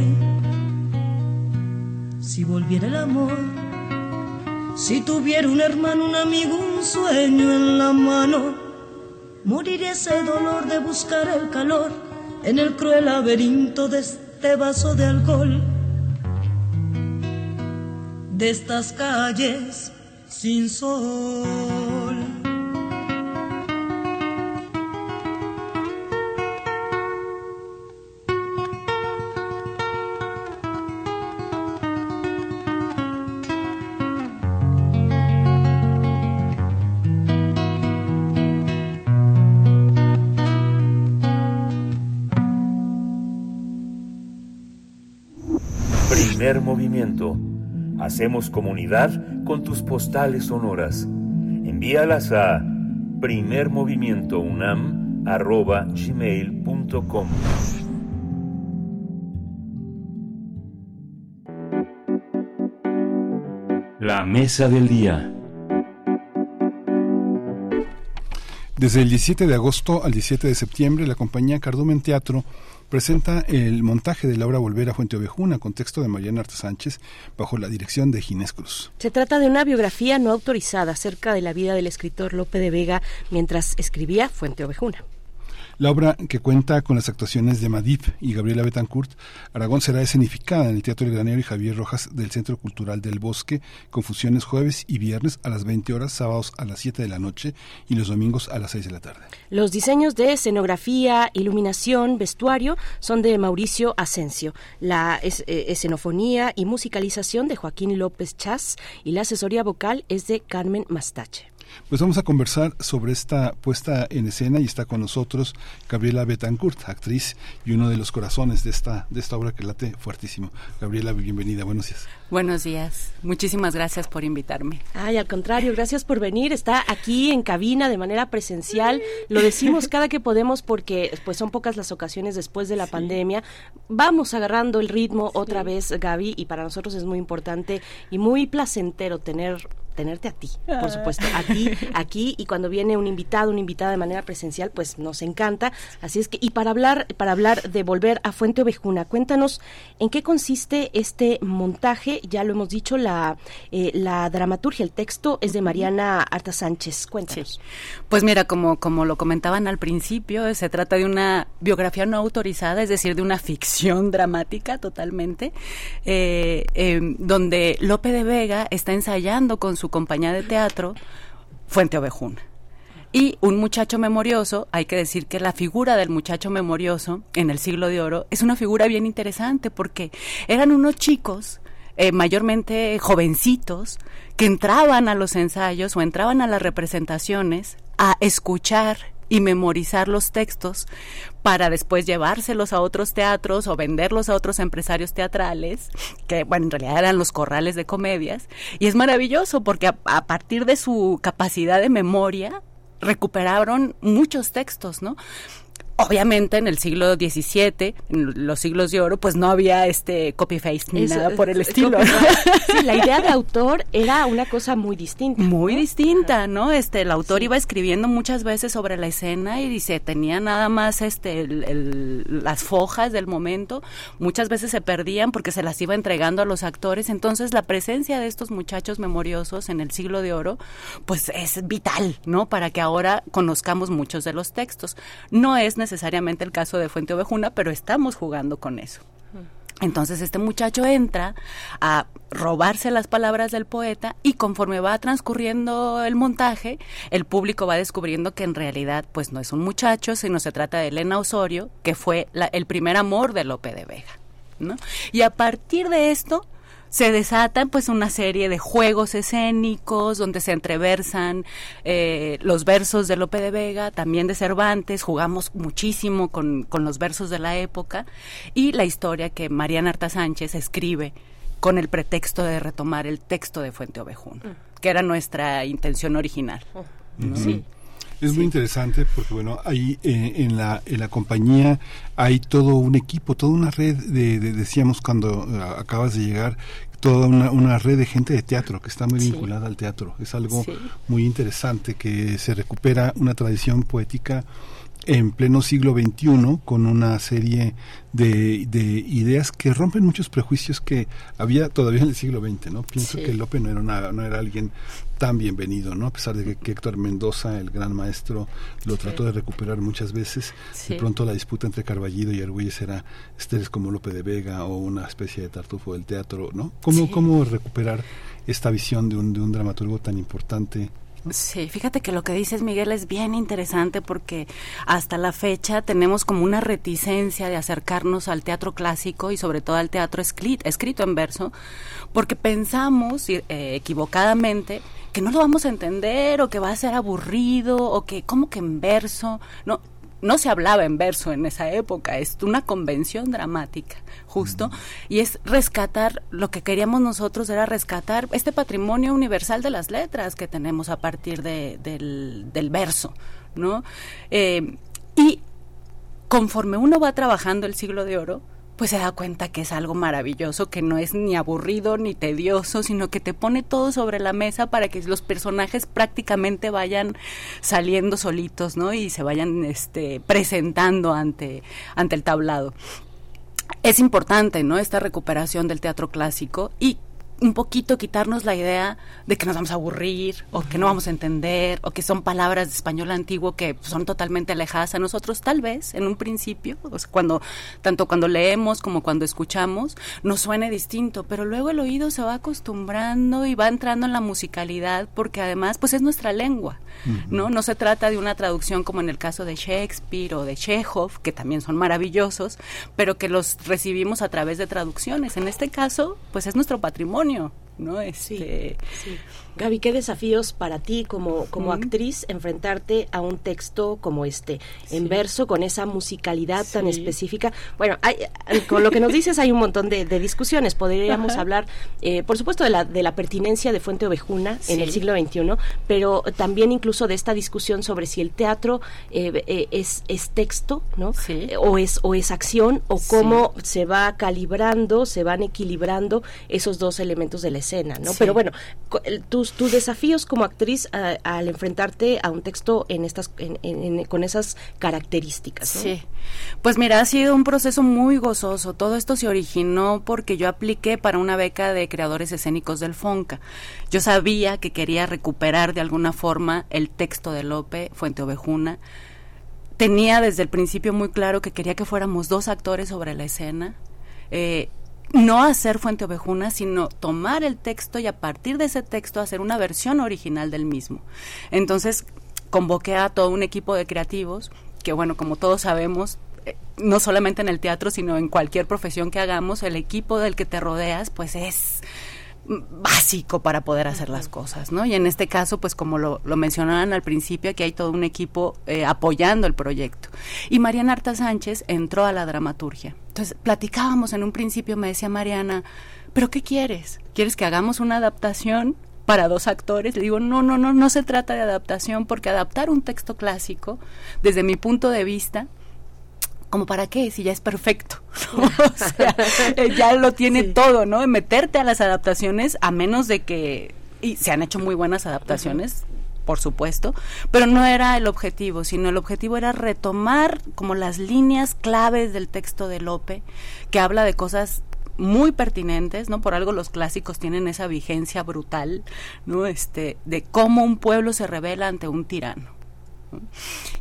Si volviera el amor, si tuviera un hermano, un amigo, un sueño en la mano, moriría ese dolor de buscar el calor en el cruel laberinto de este vaso de alcohol, de estas calles sin sol. Primer movimiento. Hacemos comunidad con tus postales sonoras. Envíalas a primermovimientounam@gmail.com. La mesa del día. Desde el 17 de agosto al 17 de septiembre, la compañía Cardumen Teatro presenta el montaje de la obra Volver a Fuente Ovejuna, con texto de Mariana Arta Sánchez, bajo la dirección de Ginés Cruz. Se trata de una biografía no autorizada acerca de la vida del escritor Lope de Vega mientras escribía Fuente Ovejuna. La obra, que cuenta con las actuaciones de Madip y Gabriela Betancourt Aragón, será escenificada en el Teatro El Granero y Javier Rojas del Centro Cultural del Bosque, con funciones jueves y viernes a las 20 horas, sábados a las 7 de la noche y los domingos a las 6 de la tarde. Los diseños de escenografía, iluminación, vestuario son de Mauricio Asensio, la escenofonía y musicalización de Joaquín López Chas y la asesoría vocal es de Carmen Mastache. Pues vamos a conversar sobre esta puesta en escena y está con nosotros Gabriela Betancourt, actriz y uno de los corazones de esta obra que late fuertísimo. Gabriela, bienvenida, buenos días. Buenos días, muchísimas gracias por invitarme. Ay, al contrario, gracias por venir, está aquí en cabina de manera presencial, lo decimos cada que podemos porque pues son pocas las ocasiones después de la pandemia, vamos agarrando el ritmo otra vez, Gaby, y para nosotros es muy importante y muy placentero tenerte a ti, por supuesto, a ti, aquí, y cuando viene un invitado, una invitada de manera presencial, pues nos encanta, así es que, y para hablar de Volver a Fuente Ovejuna, cuéntanos en qué consiste este montaje, ya lo hemos dicho, la dramaturgia, el texto es de Mariana Arta Sánchez, cuéntanos. Sí. Pues mira, como lo comentaban al principio, se trata de una biografía no autorizada, es decir, de una ficción dramática totalmente, donde Lope de Vega está ensayando con su compañía de teatro Fuente Ovejuna. Y un muchacho memorioso, hay que decir que la figura del muchacho memorioso en el Siglo de Oro es una figura bien interesante porque eran unos chicos, mayormente jovencitos, que entraban a los ensayos o entraban a las representaciones a escuchar y memorizar los textos para después llevárselos a otros teatros o venderlos a otros empresarios teatrales, que bueno, en realidad eran los corrales de comedias, y es maravilloso porque a partir de su capacidad de memoria recuperaron muchos textos, ¿no? Obviamente en el siglo XVII, en los siglos de oro, pues no había copy-paste ni nada por el estilo. Sí, la idea de autor era una cosa muy distinta. Muy distinta, ¿no? El autor iba escribiendo muchas veces sobre la escena y se tenía nada más las fojas del momento. Muchas veces se perdían porque se las iba entregando a los actores. Entonces la presencia de estos muchachos memoriosos en el siglo de oro, pues es vital, ¿no? Para que ahora conozcamos muchos de los textos. No es necesariamente el caso de Fuenteovejuna, pero estamos jugando con eso. Entonces este muchacho entra a robarse las palabras del poeta y conforme va transcurriendo el montaje, el público va descubriendo que en realidad pues no es un muchacho, sino se trata de Elena Osorio, que fue el primer amor de Lope de Vega, ¿no? Y a partir de esto se desatan pues una serie de juegos escénicos donde se entreversan los versos de Lope de Vega, también de Cervantes, jugamos muchísimo con los versos de la época, y la historia que Mariana Arta Sánchez escribe con el pretexto de retomar el texto de Fuenteovejuna, que era nuestra intención original. ¿No? Sí. Es muy interesante porque, bueno, ahí en la compañía hay todo un equipo, toda una red decíamos cuando acabas de llegar, toda una red de gente de teatro que está muy vinculada al teatro. Es algo muy interesante, que se recupera una tradición poética en pleno siglo XXI con una serie de ideas que rompen muchos prejuicios que había todavía en el siglo XX, ¿no? Pienso que Lope no era alguien tan bienvenido, ¿no? A pesar de que Héctor Mendoza, el gran maestro, lo trató de recuperar muchas veces. De pronto la disputa entre Carballido y Argüelles era, eres como Lope de Vega o una especie de Tartufo del teatro, ¿no? ¿Cómo recuperar esta visión de un dramaturgo tan importante? Sí, fíjate que lo que dices, Miguel, es bien interesante porque hasta la fecha tenemos como una reticencia de acercarnos al teatro clásico y sobre todo al teatro escrito en verso, porque pensamos equivocadamente que no lo vamos a entender o que va a ser aburrido o que como que en verso, no se hablaba en verso en esa época, es una convención dramática, justo, y es rescatar, lo que queríamos nosotros era rescatar este patrimonio universal de las letras que tenemos a partir del verso, ¿no? Y conforme uno va trabajando el Siglo de Oro, pues se da cuenta que es algo maravilloso, que no es ni aburrido ni tedioso, sino que te pone todo sobre la mesa para que los personajes prácticamente vayan saliendo solitos, ¿no? Y se vayan presentando ante el tablado. Es importante, ¿no?, esta recuperación del teatro clásico y un poquito quitarnos la idea de que nos vamos a aburrir o que no vamos a entender o que son palabras de español antiguo que son totalmente alejadas a nosotros, tal vez en un principio, o sea, tanto cuando leemos como cuando escuchamos nos suene distinto, pero luego el oído se va acostumbrando y va entrando en la musicalidad porque además pues es nuestra lengua, no se trata de una traducción como en el caso de Shakespeare o de Chekhov, que también son maravillosos, pero que los recibimos a través de traducciones. En este caso pues es nuestro patrimonio, ¿no? Gaby, ¿qué desafíos para ti como actriz enfrentarte a un texto como en verso, con esa musicalidad tan específica? Bueno, con lo que nos dices hay un montón de discusiones. Podríamos hablar, por supuesto, de la pertinencia de Fuenteovejuna en el siglo XXI, pero también incluso de esta discusión sobre si el teatro es texto, ¿no? O es acción, o cómo se va calibrando, se van equilibrando esos dos elementos de la escena, ¿no? Pero bueno, tus desafíos como actriz al enfrentarte a un texto con esas características, ¿no? Sí, pues mira, ha sido un proceso muy gozoso. Todo esto se originó porque yo apliqué para una beca de creadores escénicos del FONCA. Yo sabía que quería recuperar de alguna forma el texto de Lope, Fuenteovejuna. Tenía desde el principio muy claro que quería que fuéramos 2 actores sobre la escena, no hacer Fuenteovejuna, sino tomar el texto y a partir de ese texto hacer una versión original del mismo. Entonces convoqué a todo un equipo de creativos que, bueno, como todos sabemos, no solamente en el teatro, sino en cualquier profesión que hagamos, el equipo del que te rodeas, pues es básico para poder hacer las cosas, ¿no? Y en este caso, pues como lo mencionaban al principio, aquí hay todo un equipo apoyando el proyecto. Y Mariana Arta Sánchez entró a la dramaturgia. Entonces, platicábamos en un principio, me decía Mariana, ¿pero qué quieres? ¿Quieres que hagamos una adaptación para 2 actores? Le digo, no se trata de adaptación, porque adaptar un texto clásico, desde mi punto de vista, ¿como para qué? Si ya es perfecto, ¿no? O sea, ya lo tiene todo, ¿no? Meterte a las adaptaciones, a menos de que... Y se han hecho muy buenas adaptaciones, por supuesto, pero no era el objetivo, sino el objetivo era retomar como las líneas claves del texto de Lope, que habla de cosas muy pertinentes, ¿no? Por algo los clásicos tienen esa vigencia brutal, ¿no? De cómo un pueblo se rebela ante un tirano, ¿no?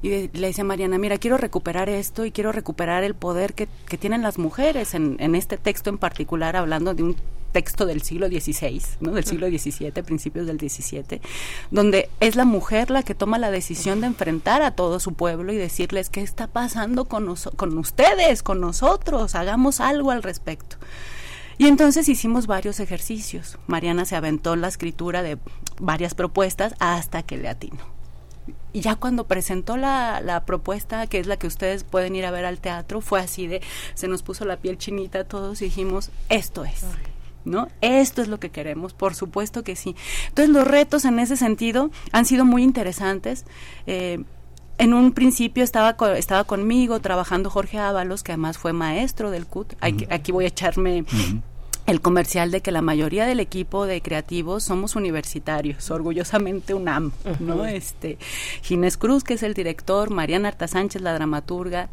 Y le decía a Mariana, mira, quiero recuperar esto y quiero recuperar el poder que tienen las mujeres en este texto en particular, hablando de un texto del siglo XVI, ¿no? Del siglo XVII, principios del XVII, donde es la mujer la que toma la decisión de enfrentar a todo su pueblo y decirles qué está pasando con ustedes, con nosotros, hagamos algo al respecto. Y entonces hicimos varios ejercicios. Mariana se aventó la escritura de varias propuestas hasta que le atinó. Y ya cuando presentó la propuesta, que es la que ustedes pueden ir a ver al teatro, fue así de, se nos puso la piel chinita a todos y dijimos, esto es, ¿no? Esto es lo que queremos, por supuesto que sí. Entonces los retos en ese sentido han sido muy interesantes. En un principio estaba conmigo trabajando Jorge Ábalos, que además fue maestro del CUT. Aquí voy a echarme el comercial de que la mayoría del equipo de creativos somos universitarios, orgullosamente UNAM, ¿no? Ginés Cruz, que es el director, Mariana Arta Sánchez, la dramaturga,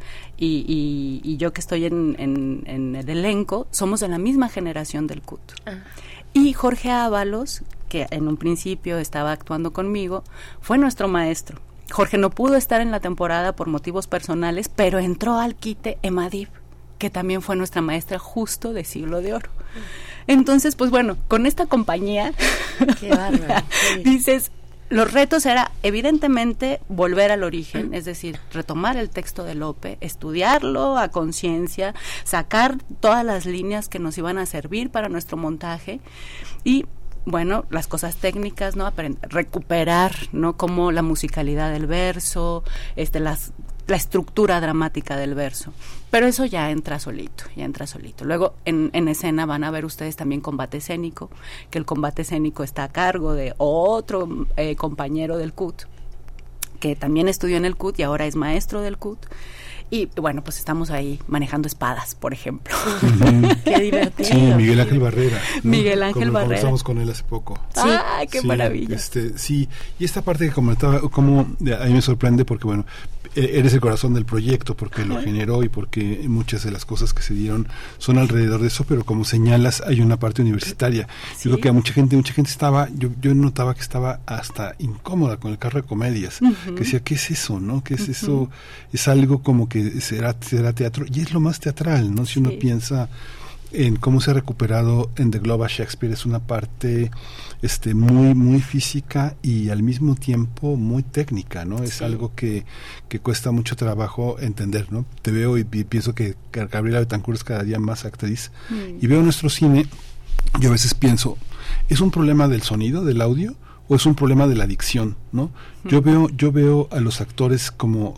y yo que estoy en el elenco, somos de la misma generación del CUT. Y Jorge Ábalos, que en un principio estaba actuando conmigo, fue nuestro maestro. Jorge no pudo estar en la temporada por motivos personales, pero entró al quite Emadib, que también fue nuestra maestra justo de Siglo de Oro. Entonces, pues bueno, con esta compañía, qué bárbaro, sí. Dices, los retos era evidentemente volver al origen, es decir, retomar el texto de Lope, estudiarlo a conciencia, sacar todas las líneas que nos iban a servir para nuestro montaje y bueno, las cosas técnicas, ¿no? Recuperar, ¿no? Como la musicalidad del verso, la estructura dramática del verso. Pero eso ya entra solito. Luego, en escena van a ver ustedes también combate escénico, que el combate escénico está a cargo de otro compañero del CUT, que también estudió en el CUT y ahora es maestro del CUT. Y bueno, pues estamos ahí manejando espadas, por ejemplo. Qué divertido. Sí, Miguel Ángel Barrera, ¿no? Miguel Ángel Barrera. Conversamos con él hace poco. Sí. ¡Ay, qué maravilla! Sí, y esta parte que comentaba, como a mí me sorprende porque, bueno, eres el corazón del proyecto, porque lo generó y porque muchas de las cosas que se dieron son alrededor de eso, pero como señalas, hay una parte universitaria. Sí. Yo creo que a mucha gente estaba, yo notaba que estaba hasta incómoda con el carro de comedias, que decía, ¿qué es eso, no? ¿Qué es eso? Es algo como que será teatro, y es lo más teatral, ¿no? Si uno piensa en cómo se ha recuperado en The Globe a Shakespeare, es una parte muy muy física y al mismo tiempo muy técnica, ¿no? Es algo que cuesta mucho trabajo entender, ¿no? Te veo y pienso que Gabriela Betancourt es cada día más actriz, y veo nuestro cine, yo a veces pienso, ¿es un problema del sonido, del audio? ¿O es un problema de la dicción, no? Yo veo a los actores como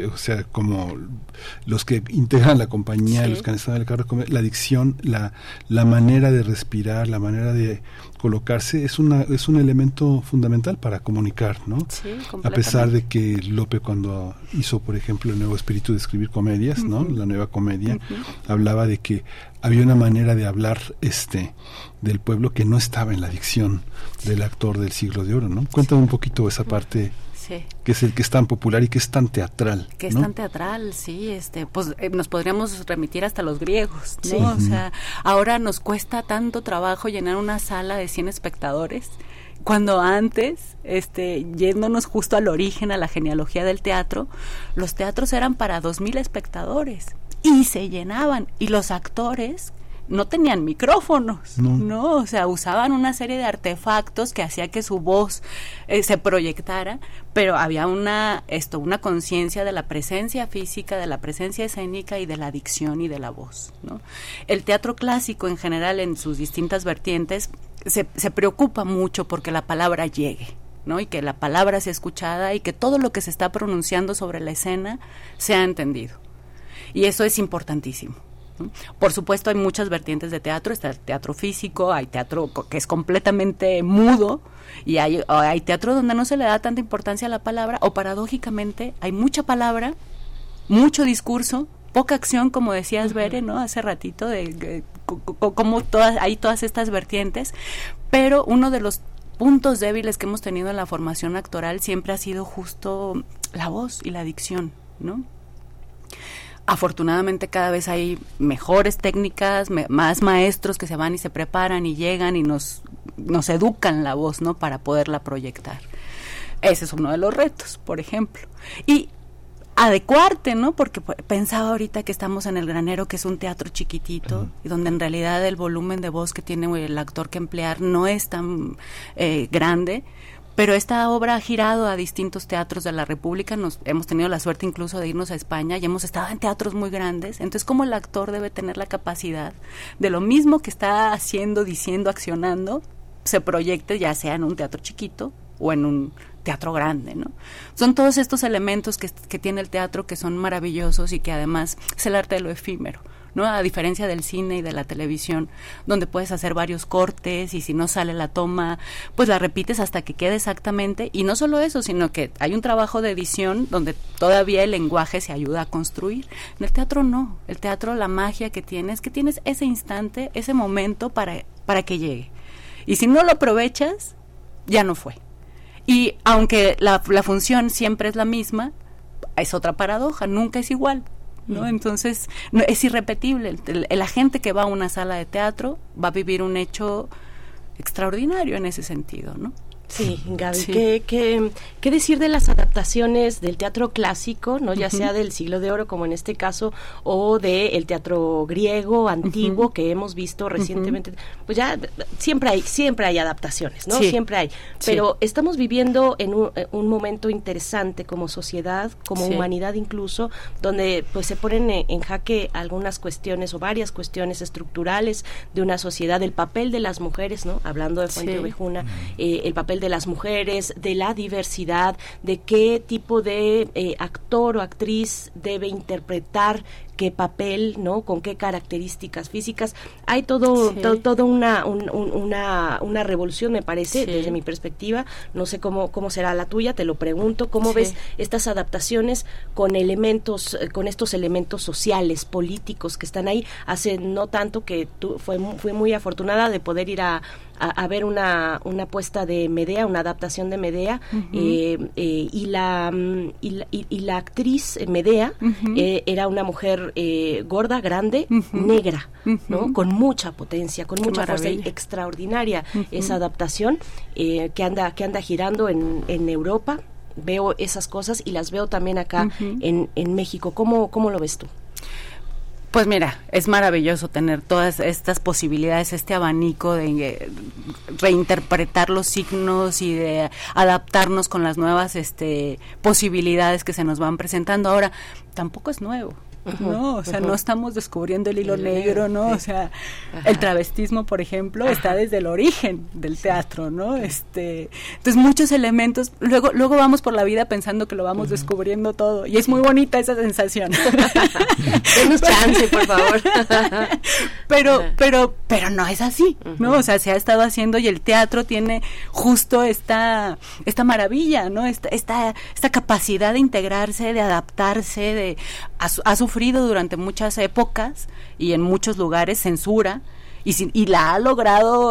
los que integran la compañía, los que han estado en el carro, la dicción, la manera de respirar, la manera de colocarse es un elemento fundamental para comunicar, ¿no? Sí, a pesar de que Lope, cuando hizo, por ejemplo, el nuevo espíritu de escribir comedias, ¿no? La nueva comedia, hablaba de que había una manera de hablar del pueblo que no estaba en la dicción del actor del Siglo de Oro, ¿no? Cuéntame un poquito esa parte. Sí. Que es el que es tan popular y que es tan teatral. Que es tan teatral, sí, pues nos podríamos remitir hasta los griegos, ¿no? Sí. O sea, ahora nos cuesta tanto trabajo llenar una sala de 100 espectadores, cuando antes, yéndonos justo al origen, a la genealogía del teatro, los teatros eran para 2,000 espectadores y se llenaban, y los actores no tenían micrófonos, ¿no? O sea, usaban una serie de artefactos que hacía que su voz se proyectara, pero había una conciencia de la presencia física, de la presencia escénica y de la dicción y de la voz, ¿no? El teatro clásico en general, en sus distintas vertientes, se preocupa mucho porque la palabra llegue, ¿no? Y que la palabra sea escuchada y que todo lo que se está pronunciando sobre la escena sea entendido. Y eso es importantísimo. Por supuesto, hay muchas vertientes de teatro. Está el teatro físico, hay teatro que es completamente mudo, y hay teatro donde no se le da tanta importancia a la palabra, o paradójicamente hay mucha palabra, mucho discurso, poca acción, como decías, Bere, ¿no? Hace ratito, de como hay todas estas vertientes, pero uno de los puntos débiles que hemos tenido en la formación actoral siempre ha sido justo la voz y la dicción, ¿no? Afortunadamente cada vez hay mejores técnicas, más maestros que se van y se preparan y llegan y nos educan la voz, ¿no? Para poderla proyectar. Ese es uno de los retos, por ejemplo. Y adecuarte, ¿no? Porque pensaba ahorita que estamos en El Granero, que es un teatro chiquitito, y donde en realidad el volumen de voz que tiene el actor que emplear no es tan grande, pero esta obra ha girado a distintos teatros de la República. Hemos tenido la suerte incluso de irnos a España y hemos estado en teatros muy grandes. Entonces, ¿cómo el actor debe tener la capacidad de lo mismo que está haciendo, diciendo, accionando, se proyecte ya sea en un teatro chiquito o en un teatro grande, ¿no? Son todos estos elementos que tiene el teatro que son maravillosos y que además es el arte de lo efímero, ¿no? A diferencia del cine y de la televisión, donde puedes hacer varios cortes y si no sale la toma, pues la repites hasta que quede exactamente. Y no solo eso, sino que hay un trabajo de edición donde todavía el lenguaje se ayuda a construir. En el teatro no. El teatro, la magia que tiene es que tienes ese instante, ese momento para que llegue. Y si no lo aprovechas, ya no fue. Y aunque la función siempre es la misma, es otra paradoja, nunca es igual, ¿no? Entonces, es irrepetible. La gente que va a una sala de teatro va a vivir un hecho extraordinario en ese sentido, ¿no? Sí, Gaby, Sí. ¿Qué decir de las adaptaciones del teatro clásico, no, ya sea del Siglo de Oro, como en este caso, o del teatro griego antiguo que hemos visto recientemente? Pues ya siempre hay adaptaciones, ¿no? Sí. Siempre hay. Pero estamos viviendo en un momento interesante como sociedad, como humanidad incluso, donde pues se ponen en jaque algunas cuestiones o varias cuestiones estructurales de una sociedad, el papel de las mujeres, ¿no? Hablando de Fuente Ovejuna, el papel de las mujeres, de la diversidad, de qué tipo de actor o actriz debe interpretar qué papel, ¿no? Con qué características físicas. Hay todo una revolución, me parece, desde mi perspectiva. No sé cómo será la tuya, te lo pregunto. ¿Cómo ves estas adaptaciones con estos elementos sociales, políticos que están ahí? Hace no tanto que fui muy afortunada de poder ir a ver una puesta de Medea, una adaptación de Medea, y la actriz Medea era una mujer gorda, grande, negra, ¿no? Con mucha potencia, con mucha fuerza, y extraordinaria esa adaptación que anda girando en Europa. Veo esas cosas y las veo también acá en México. ¿Cómo lo ves tú? Pues mira, es maravilloso tener todas estas posibilidades, este abanico de reinterpretar los signos y de adaptarnos con las nuevas posibilidades que se nos van presentando. Ahora, tampoco es nuevo. No, o sea, no estamos descubriendo el hilo negro, ¿no? O sea, el travestismo, por ejemplo, está desde el origen del teatro, ¿no? Entonces, muchos elementos, luego vamos por la vida pensando que lo vamos descubriendo todo, y es muy bonita esa sensación. Denos chance, por favor. pero no es así, ¿no? O sea, se ha estado haciendo y el teatro tiene justo esta maravilla, ¿no? Esta capacidad de integrarse, de adaptarse, ha sufrido durante muchas épocas y en muchos lugares censura y la ha logrado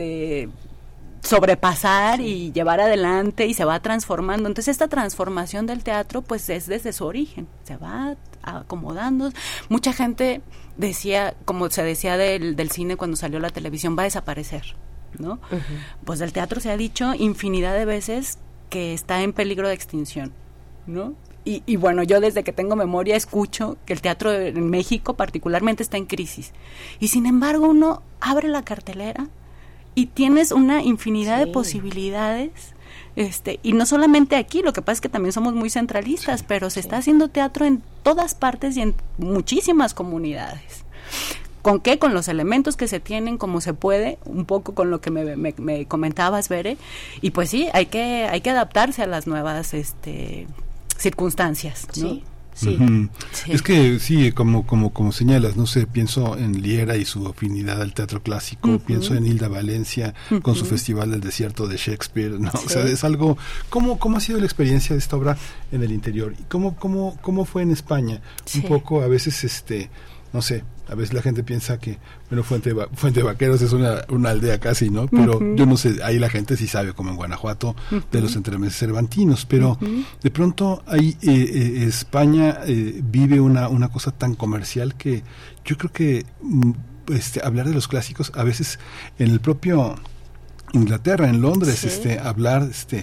sobrepasar y llevar adelante y se va transformando. Entonces esta transformación del teatro pues es desde su origen, se va acomodando. Mucha gente decía, como se decía del cine cuando salió la televisión, va a desaparecer, ¿no? Pues del teatro se ha dicho infinidad de veces que está en peligro de extinción, ¿no? Y bueno, yo desde que tengo memoria escucho que el teatro en México particularmente está en crisis. Y sin embargo uno abre la cartelera y tienes una infinidad de posibilidades. Y no solamente aquí, lo que pasa es que también somos muy centralistas, pero se está haciendo teatro en todas partes y en muchísimas comunidades. ¿Con qué? Con los elementos que se tienen, como se puede, un poco con lo que me comentabas, Bere. Y pues sí, hay que adaptarse a las nuevas circunstancias, ¿no? Sí. Es que sí, como señalas, no sé, pienso en Liera y su afinidad al teatro clásico, pienso en Hilda Valencia con su Festival del Desierto de Shakespeare, ¿no? O sea, es algo, ¿cómo ha sido la experiencia de esta obra en el interior? ¿Y cómo fue en España? Un poco, a veces, no sé, a veces la gente piensa que, bueno, Fuente de Vaqueros es una aldea casi, ¿no? Pero yo no sé, ahí la gente sí sabe, como en Guanajuato, de los entremeses cervantinos, pero de pronto ahí España vive una cosa tan comercial que yo creo que hablar de los clásicos, a veces en el propio Inglaterra, en Londres, hablar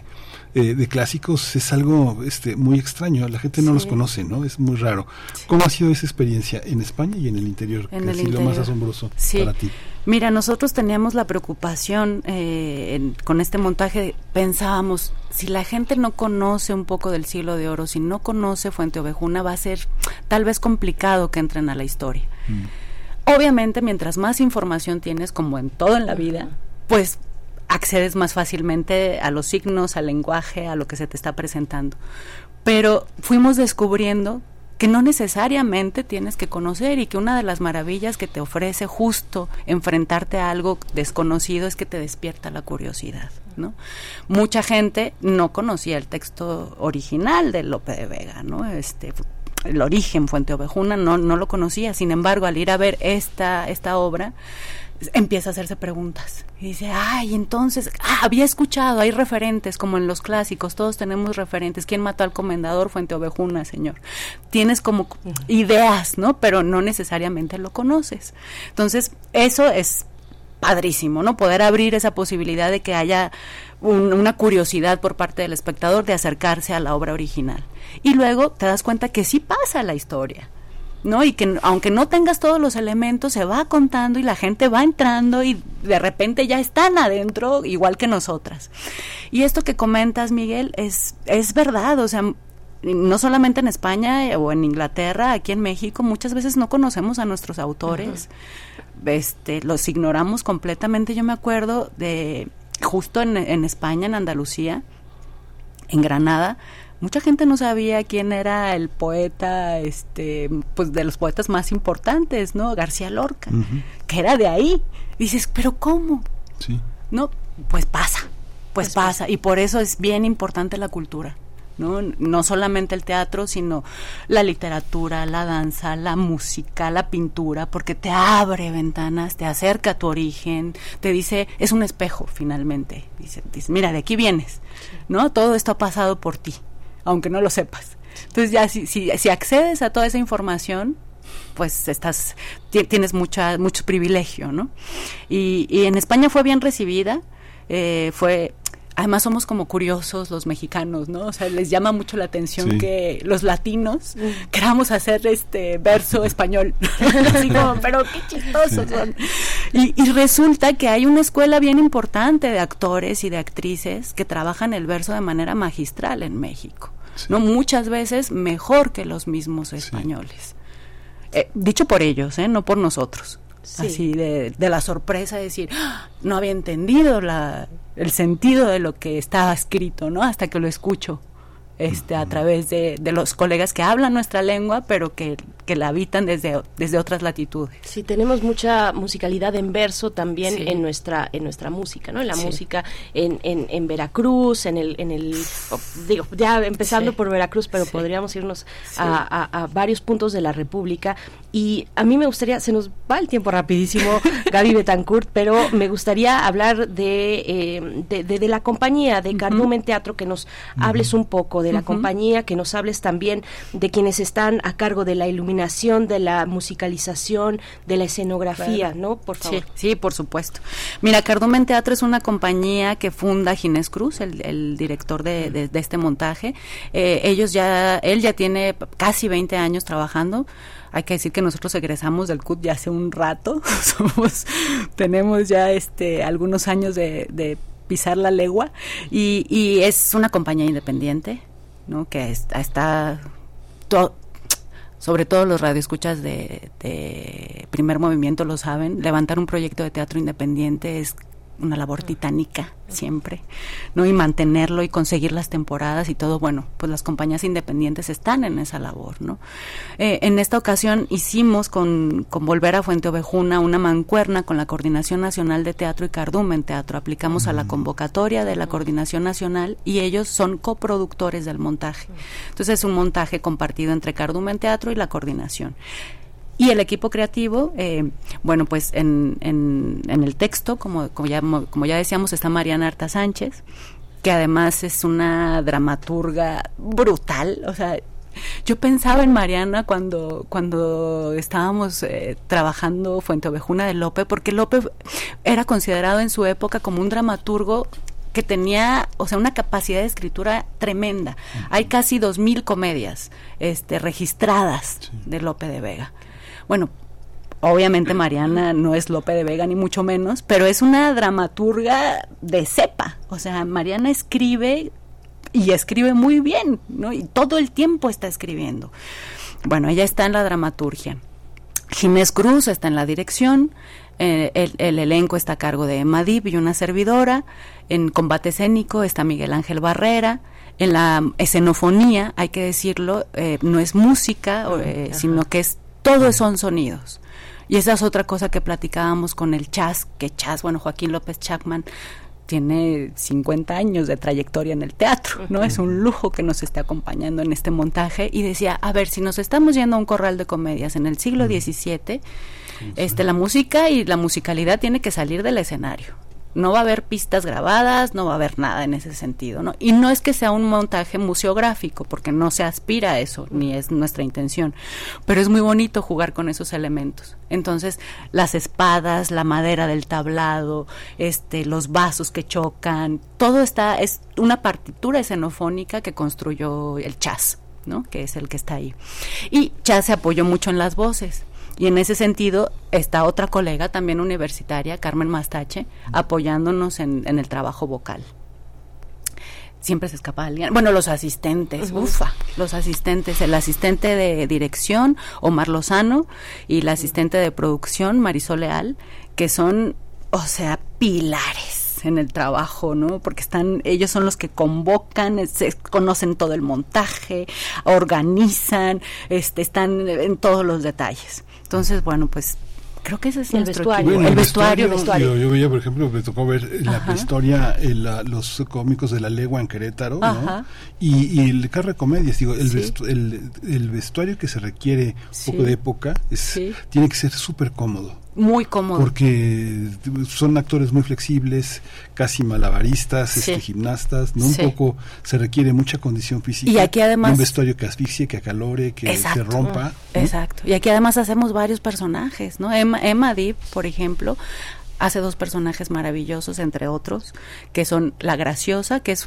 de clásicos es algo muy extraño, la gente no los conoce, ¿no? Es muy raro. ¿Cómo ha sido esa experiencia en España y en el interior? En ¿Qué ha sido lo más asombroso para ti? Mira, nosotros teníamos la preocupación con este montaje, pensábamos, si la gente no conoce un poco del Siglo de Oro, si no conoce Fuenteovejuna, va a ser tal vez complicado que entren a la historia. Obviamente, mientras más información tienes, como en todo en la vida, pues accedes más fácilmente a los signos, al lenguaje, a lo que se te está presentando. Pero fuimos descubriendo que no necesariamente tienes que conocer y que una de las maravillas que te ofrece justo enfrentarte a algo desconocido es que te despierta la curiosidad, ¿no? Mucha gente no conocía el texto original de Lope de Vega, ¿no? El origen, Fuenteovejuna, no lo conocía. Sin embargo, al ir a ver esta obra, empieza a hacerse preguntas y dice, entonces, había escuchado, hay referentes como en los clásicos, todos tenemos referentes. ¿Quién mató al comendador? Fuenteovejuna, señor. Tienes como ideas, ¿no? Pero no necesariamente lo conoces. Entonces, eso es padrísimo, ¿no? Poder abrir esa posibilidad de que haya una curiosidad por parte del espectador de acercarse a la obra original. Y luego te das cuenta que sí pasa la historia, ¿no? Y que aunque no tengas todos los elementos, se va contando y la gente va entrando y de repente ya están adentro igual que nosotras. Y esto que comentas, Miguel, es verdad, o sea, no solamente en España o en Inglaterra, aquí en México muchas veces no conocemos a nuestros autores, los ignoramos completamente. Yo me acuerdo de justo en España, en Andalucía, en Granada, mucha gente no sabía quién era el poeta, pues de los poetas más importantes, ¿no? García Lorca, que era de ahí. Dices, ¿pero cómo? Sí. No, pues pasa. Y por eso es bien importante la cultura, ¿no? No solamente el teatro, sino la literatura, la danza, la música, la pintura, porque te abre ventanas, te acerca a tu origen, te dice, es un espejo finalmente. Dice, mira, de aquí vienes, ¿no? Todo esto ha pasado por ti, aunque no lo sepas. Entonces ya si accedes a toda esa información, pues tienes mucho privilegio, ¿no? Y en España fue bien recibida, además somos como curiosos los mexicanos, ¿no? O sea, les llama mucho la atención que los latinos queramos hacer verso español. Así como, pero qué chistosos son. Y resulta que hay una escuela bien importante de actores y de actrices que trabajan el verso de manera magistral en México, ¿no? Muchas veces mejor que los mismos españoles. Dicho por ellos, no por nosotros. Sí. Así de la sorpresa de decir, no había entendido el sentido de lo que estaba escrito, ¿no? Hasta que lo escucho a través de los colegas que hablan nuestra lengua, pero que la habitan desde otras latitudes. Sí, tenemos mucha musicalidad en verso también en nuestra música, ¿no? En la música en Veracruz, digo, ya empezando por Veracruz, pero podríamos irnos a varios puntos de la República. Y a mí me gustaría, se nos va el tiempo rapidísimo, Gaby Betancourt, pero me gustaría hablar de la compañía de Cardumen Teatro, que nos hables un poco de la compañía, que nos hables también de quienes están a cargo de la iluminación, de la musicalización, de la escenografía, ¿no? Por favor. Sí, por supuesto. Mira, Cardumen Teatro es una compañía que funda Ginés Cruz, el director de este montaje. Él ya tiene casi 20 años trabajando. Hay que decir que nosotros egresamos del CUT ya hace un rato. Tenemos ya algunos años de pisar la legua y es una compañía independiente, ¿no? Que está sobre todo los radioescuchas de Primer Movimiento lo saben. Levantar un proyecto de teatro independiente es una labor titánica siempre, ¿no? Y mantenerlo y conseguir las temporadas y todo, bueno, pues las compañías independientes están en esa labor, ¿no? En esta ocasión hicimos con Volver a Fuenteovejuna una mancuerna con la Coordinación Nacional de Teatro y Cardumen Teatro. Aplicamos a la convocatoria de la Coordinación Nacional y ellos son coproductores del montaje. Entonces es un montaje compartido entre Cardumen Teatro y la Coordinación. Y el equipo creativo, bueno, pues en el texto, como ya decíamos, está Mariana Arta Sánchez, que además es una dramaturga brutal. O sea, yo pensaba en Mariana cuando estábamos trabajando Fuenteovejuna de Lope, porque Lope era considerado en su época como un dramaturgo que tenía, o sea, una capacidad de escritura tremenda. Hay casi 2,000 comedias registradas de Lope de Vega. Bueno, obviamente Mariana no es Lope de Vega ni mucho menos, pero es una dramaturga de cepa. O sea, Mariana escribe y escribe muy bien, ¿no? Y todo el tiempo está escribiendo. Bueno, ella está en la dramaturgia. Ginés Cruz está en la dirección. El elenco está a cargo de Emma Dib y una servidora. En combate escénico está Miguel Ángel Barrera. En la escenofonía, hay que decirlo, no es música, sino que todo son sonidos. Y esa es otra cosa que platicábamos con el Chas, bueno, Joaquín López Chapman tiene 50 años de trayectoria en el teatro, ¿no? Es un lujo que nos esté acompañando en este montaje, y decía, a ver, si nos estamos yendo a un corral de comedias en el siglo XVII, la música y la musicalidad tiene que salir del escenario. No va a haber pistas grabadas, no va a haber nada en ese sentido, ¿no? Y no es que sea un montaje museográfico, porque no se aspira a eso, ni es nuestra intención, pero es muy bonito jugar con esos elementos. Entonces, las espadas, la madera del tablado, los vasos que chocan, todo es una partitura escenofónica que construyó el Chas, ¿no? Que es el que está ahí. Y Chas se apoyó mucho en las voces. Y en ese sentido está otra colega también universitaria, Carmen Mastache, apoyándonos en el trabajo vocal. Siempre se escapa alguien. Bueno, los asistentes, los asistentes, el asistente de dirección, Omar Lozano, y la asistente de producción, Marisol Leal, que son, o sea, pilares en el trabajo, ¿no? Porque ellos son los que convocan, conocen todo el montaje, organizan, están en todos los detalles. Entonces, bueno, pues creo que ese es el vestuario. Bueno, el vestuario. Yo veía, por ejemplo, me tocó ver en la prehistoria los cómicos de La Legua en Querétaro, ¿no? Y el Carre Comedias, digo, el vestuario que se requiere un poco de época tiene que ser súper cómodo. Muy cómodo. Porque son actores muy flexibles, casi malabaristas, gimnastas, ¿no? Un poco se requiere mucha condición física. Y aquí además un vestuario que asfixie, que acalore, que rompa. Exacto. Y aquí además hacemos varios personajes, ¿no? Emma Dib, por ejemplo, hace 2 personajes maravillosos, entre otros, que son La Graciosa, que es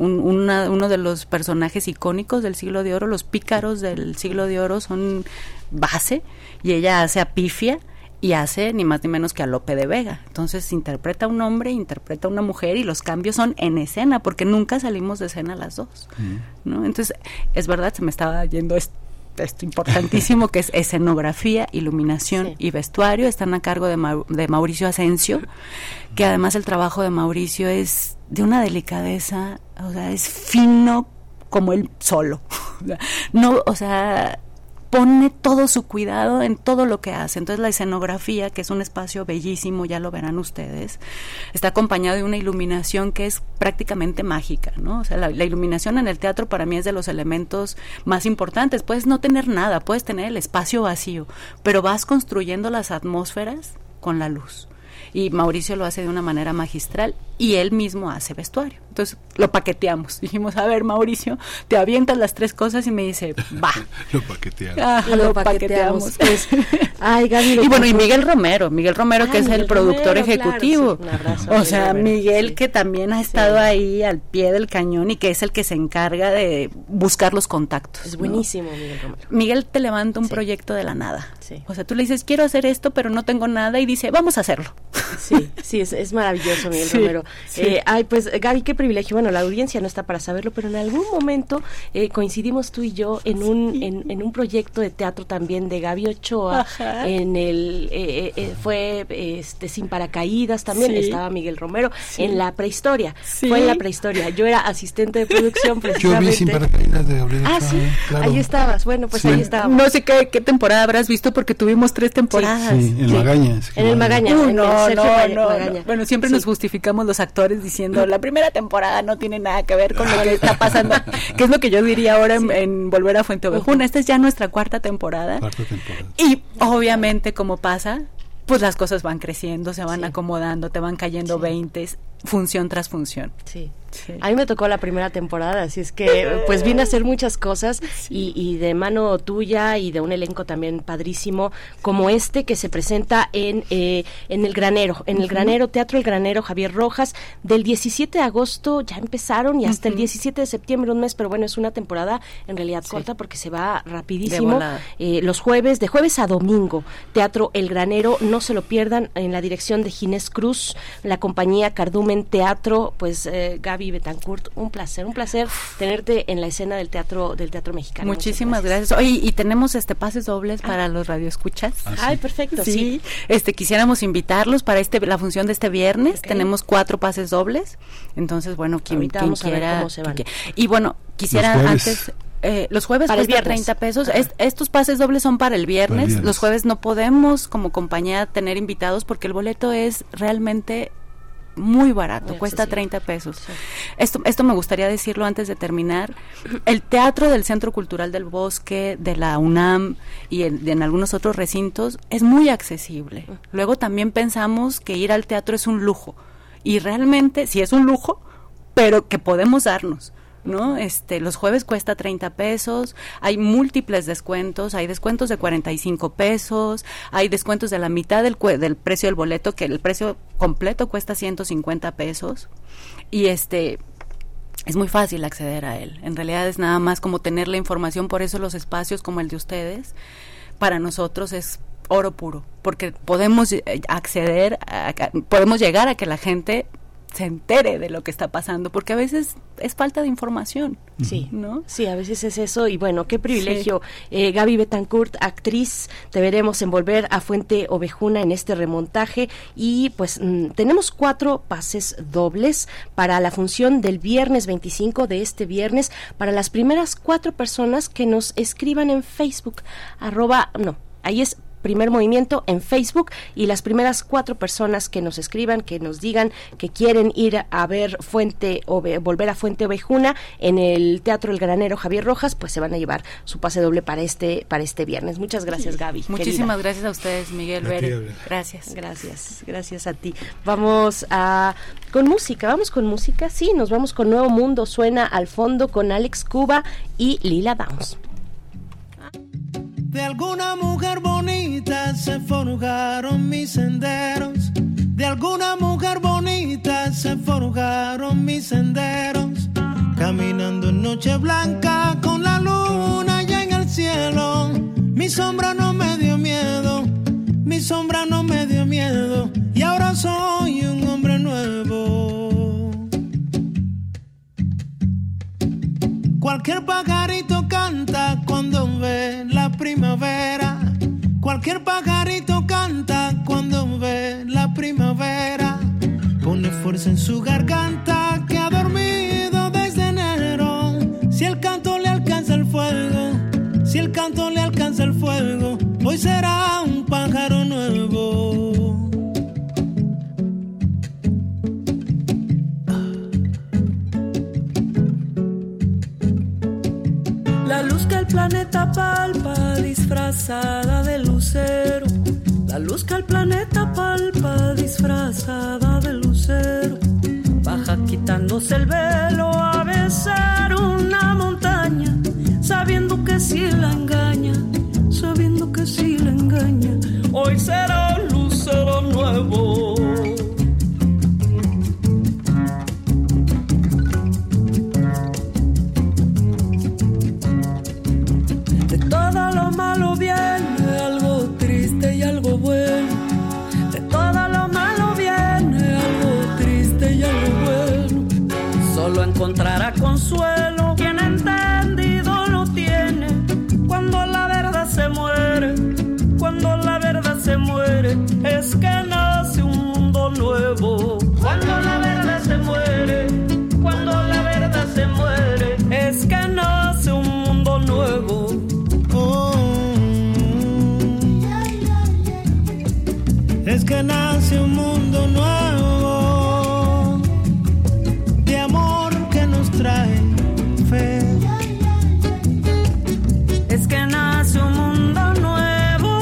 uno de los personajes icónicos del Siglo de Oro. Los pícaros del Siglo de Oro son base, y ella hace a Pifia, y hace ni más ni menos que a Lope de Vega. Entonces interpreta a un hombre, interpreta a una mujer, y los cambios son en escena, porque nunca salimos de escena las dos, ¿no? Entonces, es verdad, se me estaba yendo esto importantísimo, que es escenografía, iluminación y vestuario. Están a cargo de Mauricio Asensio, que además el trabajo de Mauricio es de una delicadeza, o sea, es fino como él solo. No, o sea, pone todo su cuidado en todo lo que hace. Entonces la escenografía, que es un espacio bellísimo, ya lo verán ustedes, está acompañado de una iluminación que es prácticamente mágica, ¿no? O sea, la iluminación en el teatro para mí es de los elementos más importantes. Puedes no tener nada, puedes tener el espacio vacío, pero vas construyendo las atmósferas con la luz. Y Mauricio lo hace de una manera magistral, y él mismo hace vestuario. Entonces lo paqueteamos. Dijimos, a ver, Mauricio, te avientas las 3 cosas, y me dice, va. Lo paqueteamos. Lo paqueteamos. Pues, ay, Gaby, y bueno, y Miguel Romero, que es el productor ejecutivo. Claro, sí. Un abrazo, o sea, Miguel, que también ha estado ahí al pie del cañón, y que es el que se encarga de buscar los contactos. Es buenísimo, ¿no? Miguel Romero. Miguel te levanta un proyecto de la nada. Sí. O sea, tú le dices, quiero hacer esto, pero no tengo nada, y dice, vamos a hacerlo. Sí, es maravilloso, Miguel Romero. Sí. Pues Gaby, qué privilegio. Bueno, la audiencia no está para saberlo, pero en algún momento coincidimos tú y yo en un proyecto de teatro también de Gaby Ochoa. Ajá. En fue Sin Paracaídas también, estaba Miguel Romero, en la prehistoria. Fue en la prehistoria. Yo era asistente de producción precisamente. Yo vi Sin Paracaídas de Gabriel Ochoa. Sí, claro. Ahí estabas. Bueno, pues ahí estábamos. No sé qué temporada habrás visto, porque tuvimos 3 temporadas. Sí, en Magaña. En el Magaña. No. Bueno, siempre nos justificamos los actores diciendo, la primera temporada no tiene nada que ver con lo que está pasando, que es lo que yo diría ahora en Volver a Fuente Ovejuna. Esta es ya nuestra 4ª temporada. Y obviamente, como pasa, pues las cosas van creciendo, se van acomodando, te van cayendo 20, función tras función. Sí. A mí me tocó la primera temporada, así es que pues vine a hacer muchas cosas y de mano tuya y de un elenco también padrísimo como este que se presenta en el Granero, el Granero, Teatro El Granero Javier Rojas, del 17 de agosto ya empezaron y hasta el 17 de septiembre, un mes, pero bueno, es una temporada en realidad corta porque se va rapidísimo. Los jueves, de jueves a domingo, Teatro El Granero, no se lo pierdan, en la dirección de Ginés Cruz, la compañía Cardumen Teatro, pues Gaby Betancourt, un placer tenerte en la escena del teatro mexicano. Muchísimas gracias. Oye, y tenemos pases dobles para los radioescuchas. Ay, perfecto. Sí. Quisiéramos invitarlos para la función de este viernes. Okay. Tenemos 4 pases dobles. Entonces, bueno, quien quiera. Cómo se van. Y bueno, quisiera antes. Los jueves cuesta 30 pesos. Estos pases dobles son para el viernes. Los jueves no podemos como compañía tener invitados porque el boleto es realmente muy barato, cuesta 30 pesos. Sí. Esto me gustaría decirlo antes de terminar. El teatro del Centro Cultural del Bosque, de la UNAM y en algunos otros recintos es muy accesible. Luego también pensamos que ir al teatro es un lujo. Y realmente sí es un lujo, pero que podemos darnos, ¿no? Los jueves cuesta 30 pesos, hay múltiples descuentos, hay descuentos de 45 pesos, hay descuentos de la mitad del precio del boleto, que el precio completo cuesta 150 pesos, y es muy fácil acceder a él. En realidad es nada más como tener la información, por eso los espacios como el de ustedes, para nosotros es oro puro, porque podemos acceder, podemos llegar a que la gente se entere de lo que está pasando, porque a veces es falta de información. Sí, ¿no? Sí, a veces es eso, y bueno, qué privilegio. Sí. Gaby Betancourt, actriz, te veremos en Volver a Fuente Ovejuna en este remontaje, y pues tenemos 4 pases dobles para la función del viernes 25 de este viernes, para las primeras 4 personas que nos escriban en Facebook, ahí es Primer Movimiento en Facebook, y las primeras 4 personas que nos escriban, que nos digan que quieren ir a ver Volver a Fuente Ovejuna en el Teatro El Granero Javier Rojas, pues se van a llevar su pase doble para este viernes. Muchas gracias, Gaby. Muchísimas gracias a ustedes, Miguel Bere. Gracias a ti. Vamos con música, sí, nos vamos con Nuevo Mundo Suena al Fondo con Alex Cuba y Lila Downs. De alguna mujer bonita se forjaron mis senderos. De alguna mujer bonita se forjaron mis senderos. Caminando en noche blanca con la luna ya en el cielo. Mi sombra no me dio miedo, mi sombra no me dio miedo. Y ahora soy un hombre nuevo. Cualquier pajarito canta cuando ve la primavera. Cualquier pajarito canta cuando ve la primavera. Pone fuerza en su garganta que ha dormido desde enero. Si el canto le alcanza el fuego, si el canto le alcanza el fuego, hoy será un pájaro nuevo. La luz que el planeta palpa disfrazada de lucero. La luz que el planeta palpa disfrazada de lucero. Baja quitándose el velo a besar una montaña, sabiendo que si la engaña, sabiendo que si la engaña, hoy será un lucero nuevo. Todo lo malo viene algo triste y algo bueno. De todo lo malo viene algo triste y algo bueno. Solo encontrará consuelo quien entendido lo tiene. Cuando la verdad se muere, cuando la verdad se muere, es que nace un mundo nuevo. Cuando la verdad se muere, cuando la verdad se muere, es que nace un mundo nuevo. Es que nace un mundo nuevo de amor que nos trae fe. Es que nace un mundo nuevo.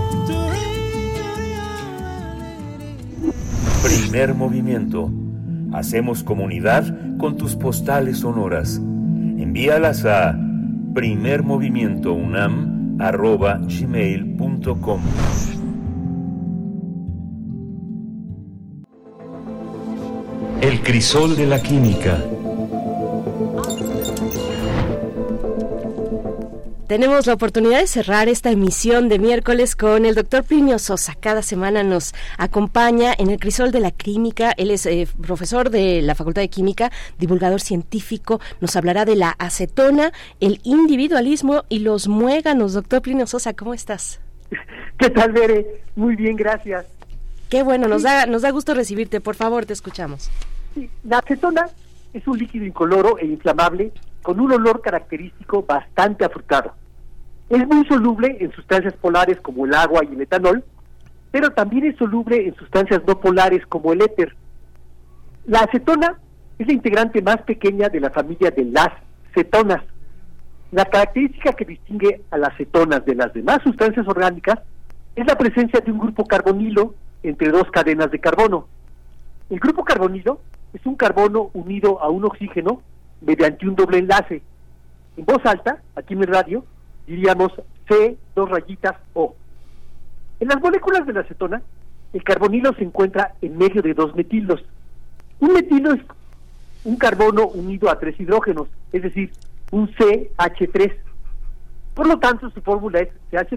Primer movimiento. Hacemos comunidad con tus postales sonoras. Envíalas a primermovimientounam@gmail.com. El crisol de la química. Tenemos la oportunidad de cerrar esta emisión de miércoles con el doctor Plinio Sosa. Cada semana nos acompaña en el crisol de la química. Él es profesor de la Facultad de Química, divulgador científico. Nos hablará de la acetona, el individualismo y los muéganos. Doctor Plinio Sosa, ¿cómo estás? ¿Qué tal, Bere? Muy bien, gracias. Qué bueno, nos da gusto recibirte. Por favor, te escuchamos. Sí, la acetona es un líquido incoloro e inflamable con un olor característico bastante afrutado. Es muy soluble en sustancias polares como el agua y el etanol, pero también es soluble en sustancias no polares como el éter. La acetona es la integrante más pequeña de la familia de las cetonas. La característica que distingue a las cetonas de las demás sustancias orgánicas es la presencia de un grupo carbonilo entre dos cadenas de carbono. El grupo carbonilo es un carbono unido a un oxígeno mediante un doble enlace. En voz alta, aquí en el radio, diríamos C2O. En las moléculas de la acetona, el carbonilo se encuentra en medio de dos metilos. Un metilo es un carbono unido a tres hidrógenos, es decir, un CH3. Por lo tanto, su fórmula es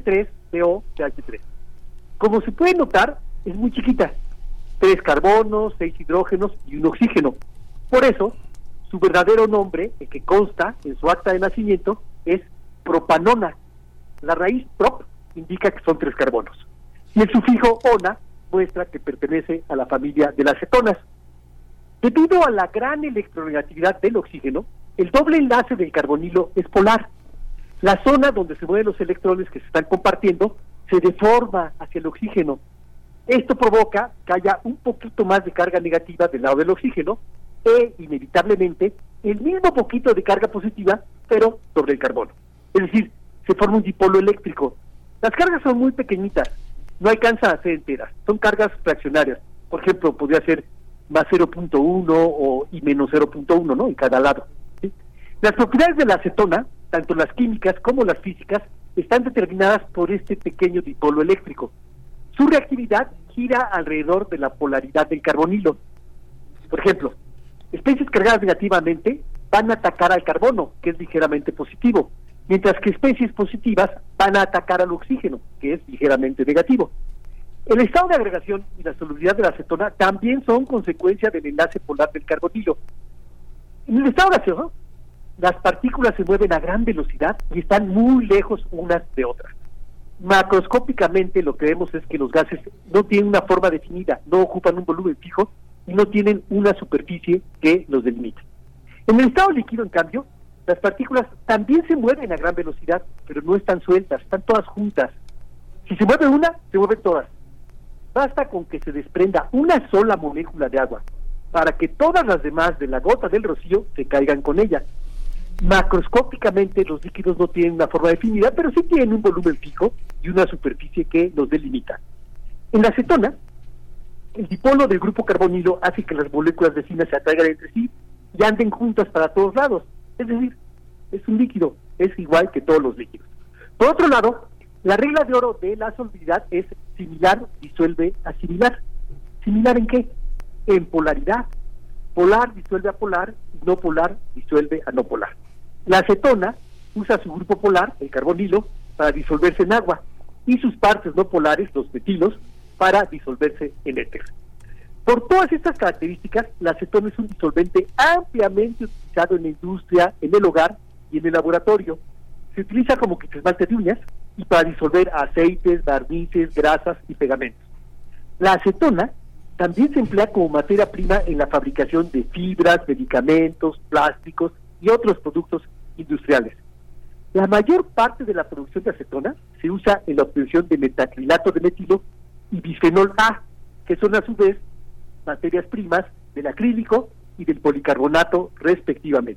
CH3COCH3. Como se puede notar, es muy chiquita. 3 carbonos, 6 hidrógenos y un oxígeno. Por eso, su verdadero nombre, el que consta en su acta de nacimiento, es propanona. La raíz prop indica que son 3 carbonos. Y el sufijo ona muestra que pertenece a la familia de las cetonas. Debido a la gran electronegatividad del oxígeno, el doble enlace del carbonilo es polar. La zona donde se mueven los electrones que se están compartiendo se deforma hacia el oxígeno. Esto provoca que haya un poquito más de carga negativa del lado del oxígeno e, inevitablemente, el mismo poquito de carga positiva, pero sobre el carbono. Es decir, se forma un dipolo eléctrico. Las cargas son muy pequeñitas, no alcanzan a ser enteras, son cargas fraccionarias. Por ejemplo, podría ser más 0.1 y menos 0.1, ¿no? En cada lado, ¿sí? Las propiedades de la acetona, tanto las químicas como las físicas, están determinadas por este pequeño dipolo eléctrico. Su reactividad gira alrededor de la polaridad del carbonilo. Por ejemplo, especies cargadas negativamente van a atacar al carbono, que es ligeramente positivo, mientras que especies positivas van a atacar al oxígeno, que es ligeramente negativo. El estado de agregación y la solubilidad de la acetona también son consecuencia del enlace polar del carbonilo. En el estado gaseoso, las partículas se mueven a gran velocidad y están muy lejos unas de otras. Macroscópicamente lo que vemos es que los gases no tienen una forma definida, no ocupan un volumen fijo y no tienen una superficie que los delimite. En el estado líquido, en cambio, las partículas también se mueven a gran velocidad, pero no están sueltas, están todas juntas. Si se mueve una, se mueven todas. Basta con que se desprenda una sola molécula de agua para que todas las demás de la gota del rocío se caigan con ella. Macroscópicamente los líquidos no tienen una forma definida, pero sí tienen un volumen fijo y una superficie que los delimita. En la acetona, el dipolo del grupo carbonilo hace que las moléculas vecinas se atraigan entre sí y anden juntas para todos lados. Es decir, es un líquido, es igual que todos los líquidos. Por otro lado, la regla de oro de la solubilidad es similar disuelve a similar. ¿Similar en qué? En polaridad. Polar disuelve a polar, no polar disuelve a no polar. La acetona usa su grupo polar, el carbonilo, para disolverse en agua, y sus partes no polares, los metilos, para disolverse en éter. Por todas estas características, la acetona es un disolvente ampliamente utilizado en la industria, en el hogar y en el laboratorio. Se utiliza como quitasmalte de uñas y para disolver aceites, barnices, grasas y pegamentos. La acetona también se emplea como materia prima en la fabricación de fibras, medicamentos, plásticos y otros productos industriales. La mayor parte de la producción de acetona se usa en la obtención de metacrilato de metilo y bisfenol A, que son a su vez materias primas del acrílico y del policarbonato respectivamente.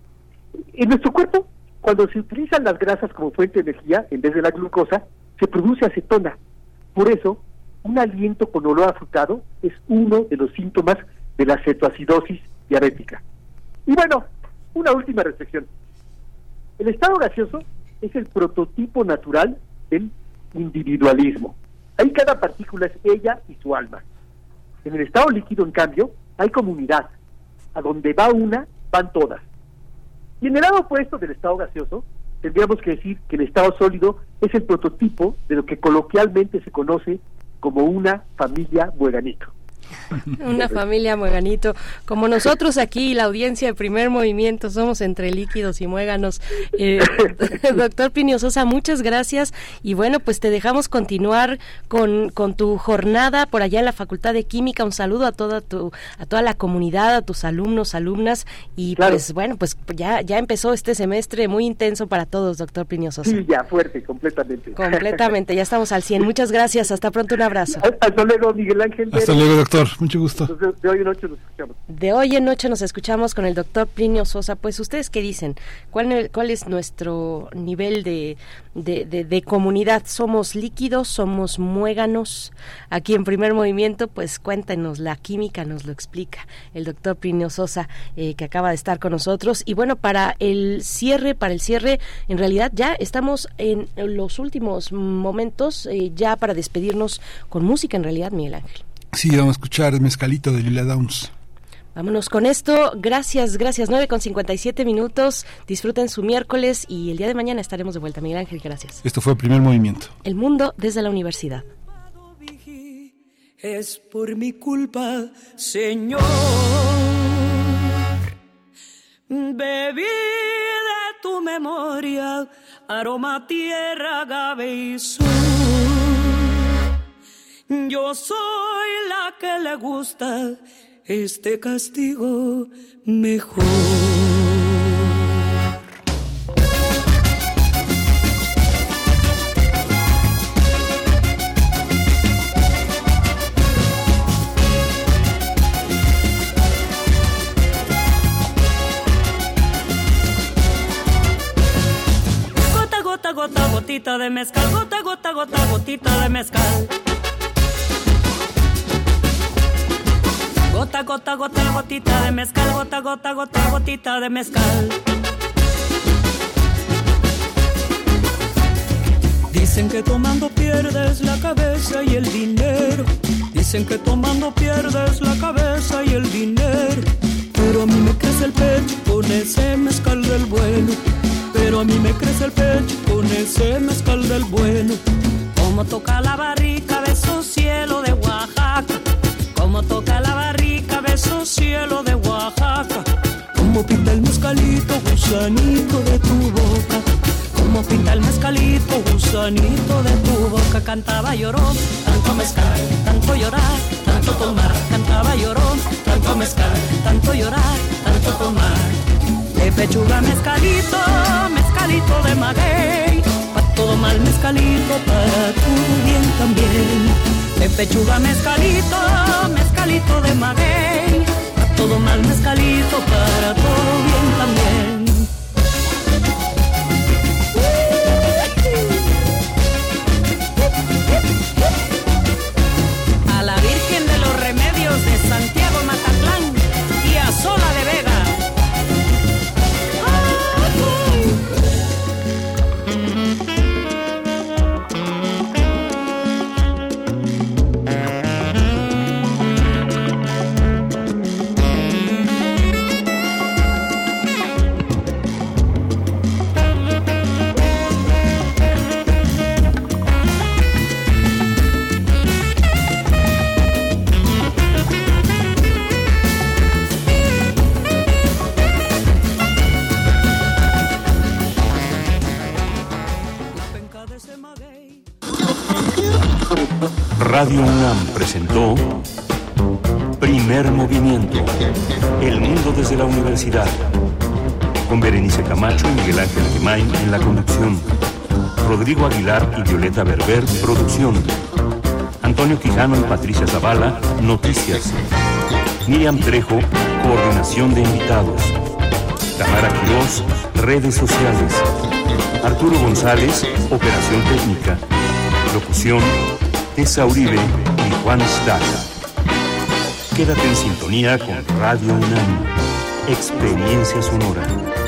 En nuestro cuerpo, cuando se utilizan las grasas como fuente de energía en vez de la glucosa, se produce acetona. Por eso, un aliento con olor afrutado es uno de los síntomas de la cetoacidosis diabética. Y bueno, una última reflexión. El estado gaseoso es el prototipo natural del individualismo. Ahí cada partícula es ella y su alma. En el estado líquido, en cambio, hay comunidad. A donde va una, van todas. Y en el lado opuesto del estado gaseoso, tendríamos que decir que el estado sólido es el prototipo de lo que coloquialmente se conoce como una familia mueganito. Una familia mueganito, como nosotros aquí, la audiencia de Primer Movimiento, somos entre líquidos y muéganos. Doctor Plinio Sosa, muchas gracias, y bueno, pues te dejamos continuar con tu jornada por allá en la Facultad de Química. Un saludo a toda la comunidad, a tus alumnos, alumnas, y claro, pues bueno, pues ya empezó este semestre muy intenso para todos, doctor Plinio Sosa. Sí, ya, fuerte, completamente. Completamente, ya estamos al 100. Muchas gracias, hasta pronto, un abrazo. Hasta luego, Miguel Ángel. Hasta luego, doctor. Mucho gusto. De hoy en noche nos escuchamos. De hoy en noche nos escuchamos con el doctor Plinio Sosa. Pues, ¿ustedes qué dicen? ¿Cuál es nuestro nivel de comunidad? ¿Somos líquidos? ¿Somos muéganos? Aquí en Primer Movimiento, pues cuéntenos, la química nos lo explica el doctor Plinio Sosa, que acaba de estar con nosotros. Y bueno, para el cierre, en realidad ya estamos en los últimos momentos, ya para despedirnos con música, en realidad, Miguel Ángel. Sí, vamos a escuchar Mezcalito de Lila Downs. Vámonos con esto. Gracias. 9:57. Disfruten su miércoles y el día de mañana estaremos de vuelta. Miguel Ángel, gracias. Esto fue Primer Movimiento. El mundo desde la universidad. Es por mi culpa, Señor. Bebí de tu memoria, aroma, tierra, agave y sol. Yo soy la que le gusta este castigo mejor. Gota, gota, gota, gotita de mezcal. Gota, gota, gota, gotita de mezcal. Gota, gota, gota, gotita de mezcal, gota, gota, gota, gotita de mezcal. Dicen que tomando pierdes la cabeza y el dinero. Dicen que tomando pierdes la cabeza y el dinero. Pero a mí me crece el pecho con ese mezcal del bueno. Pero a mí me crece el pecho con ese mezcal del bueno. Como toca la barrica, beso cielo de Oaxaca. Como toca la barrica, beso cielo de Oaxaca. Como pinta el mezcalito, gusanito de tu boca. Como pinta el mezcalito, gusanito de tu boca. Cantaba llorón, tanto mezcal, tanto llorar, tanto tomar. Cantaba llorón, tanto mezcal, tanto llorar, tanto tomar. De pechuga mezcalito, mezcalito de maguey. Pa' todo mal mezcalito, para tu bien también. De pechuga mezcalito, mezcalito de maguey. A todo mal mezcalito, para todo bien también. A la Virgen de los Remedios de Santiago Mazatlán y a Sola de Vega. Radio UNAM presentó Primer Movimiento, El mundo desde la universidad, con Berenice Camacho y Miguel Ángel Gemain en la conducción, Rodrigo Aguilar y Violeta Berber, producción, Antonio Quijano y Patricia Zavala, noticias, Miriam Trejo, coordinación de invitados, Tamara Quirós, redes sociales, Arturo González, operación técnica, locución, Tessa Uribe y Juan Staca. Quédate en sintonía con Radio UNAM. Experiencia sonora.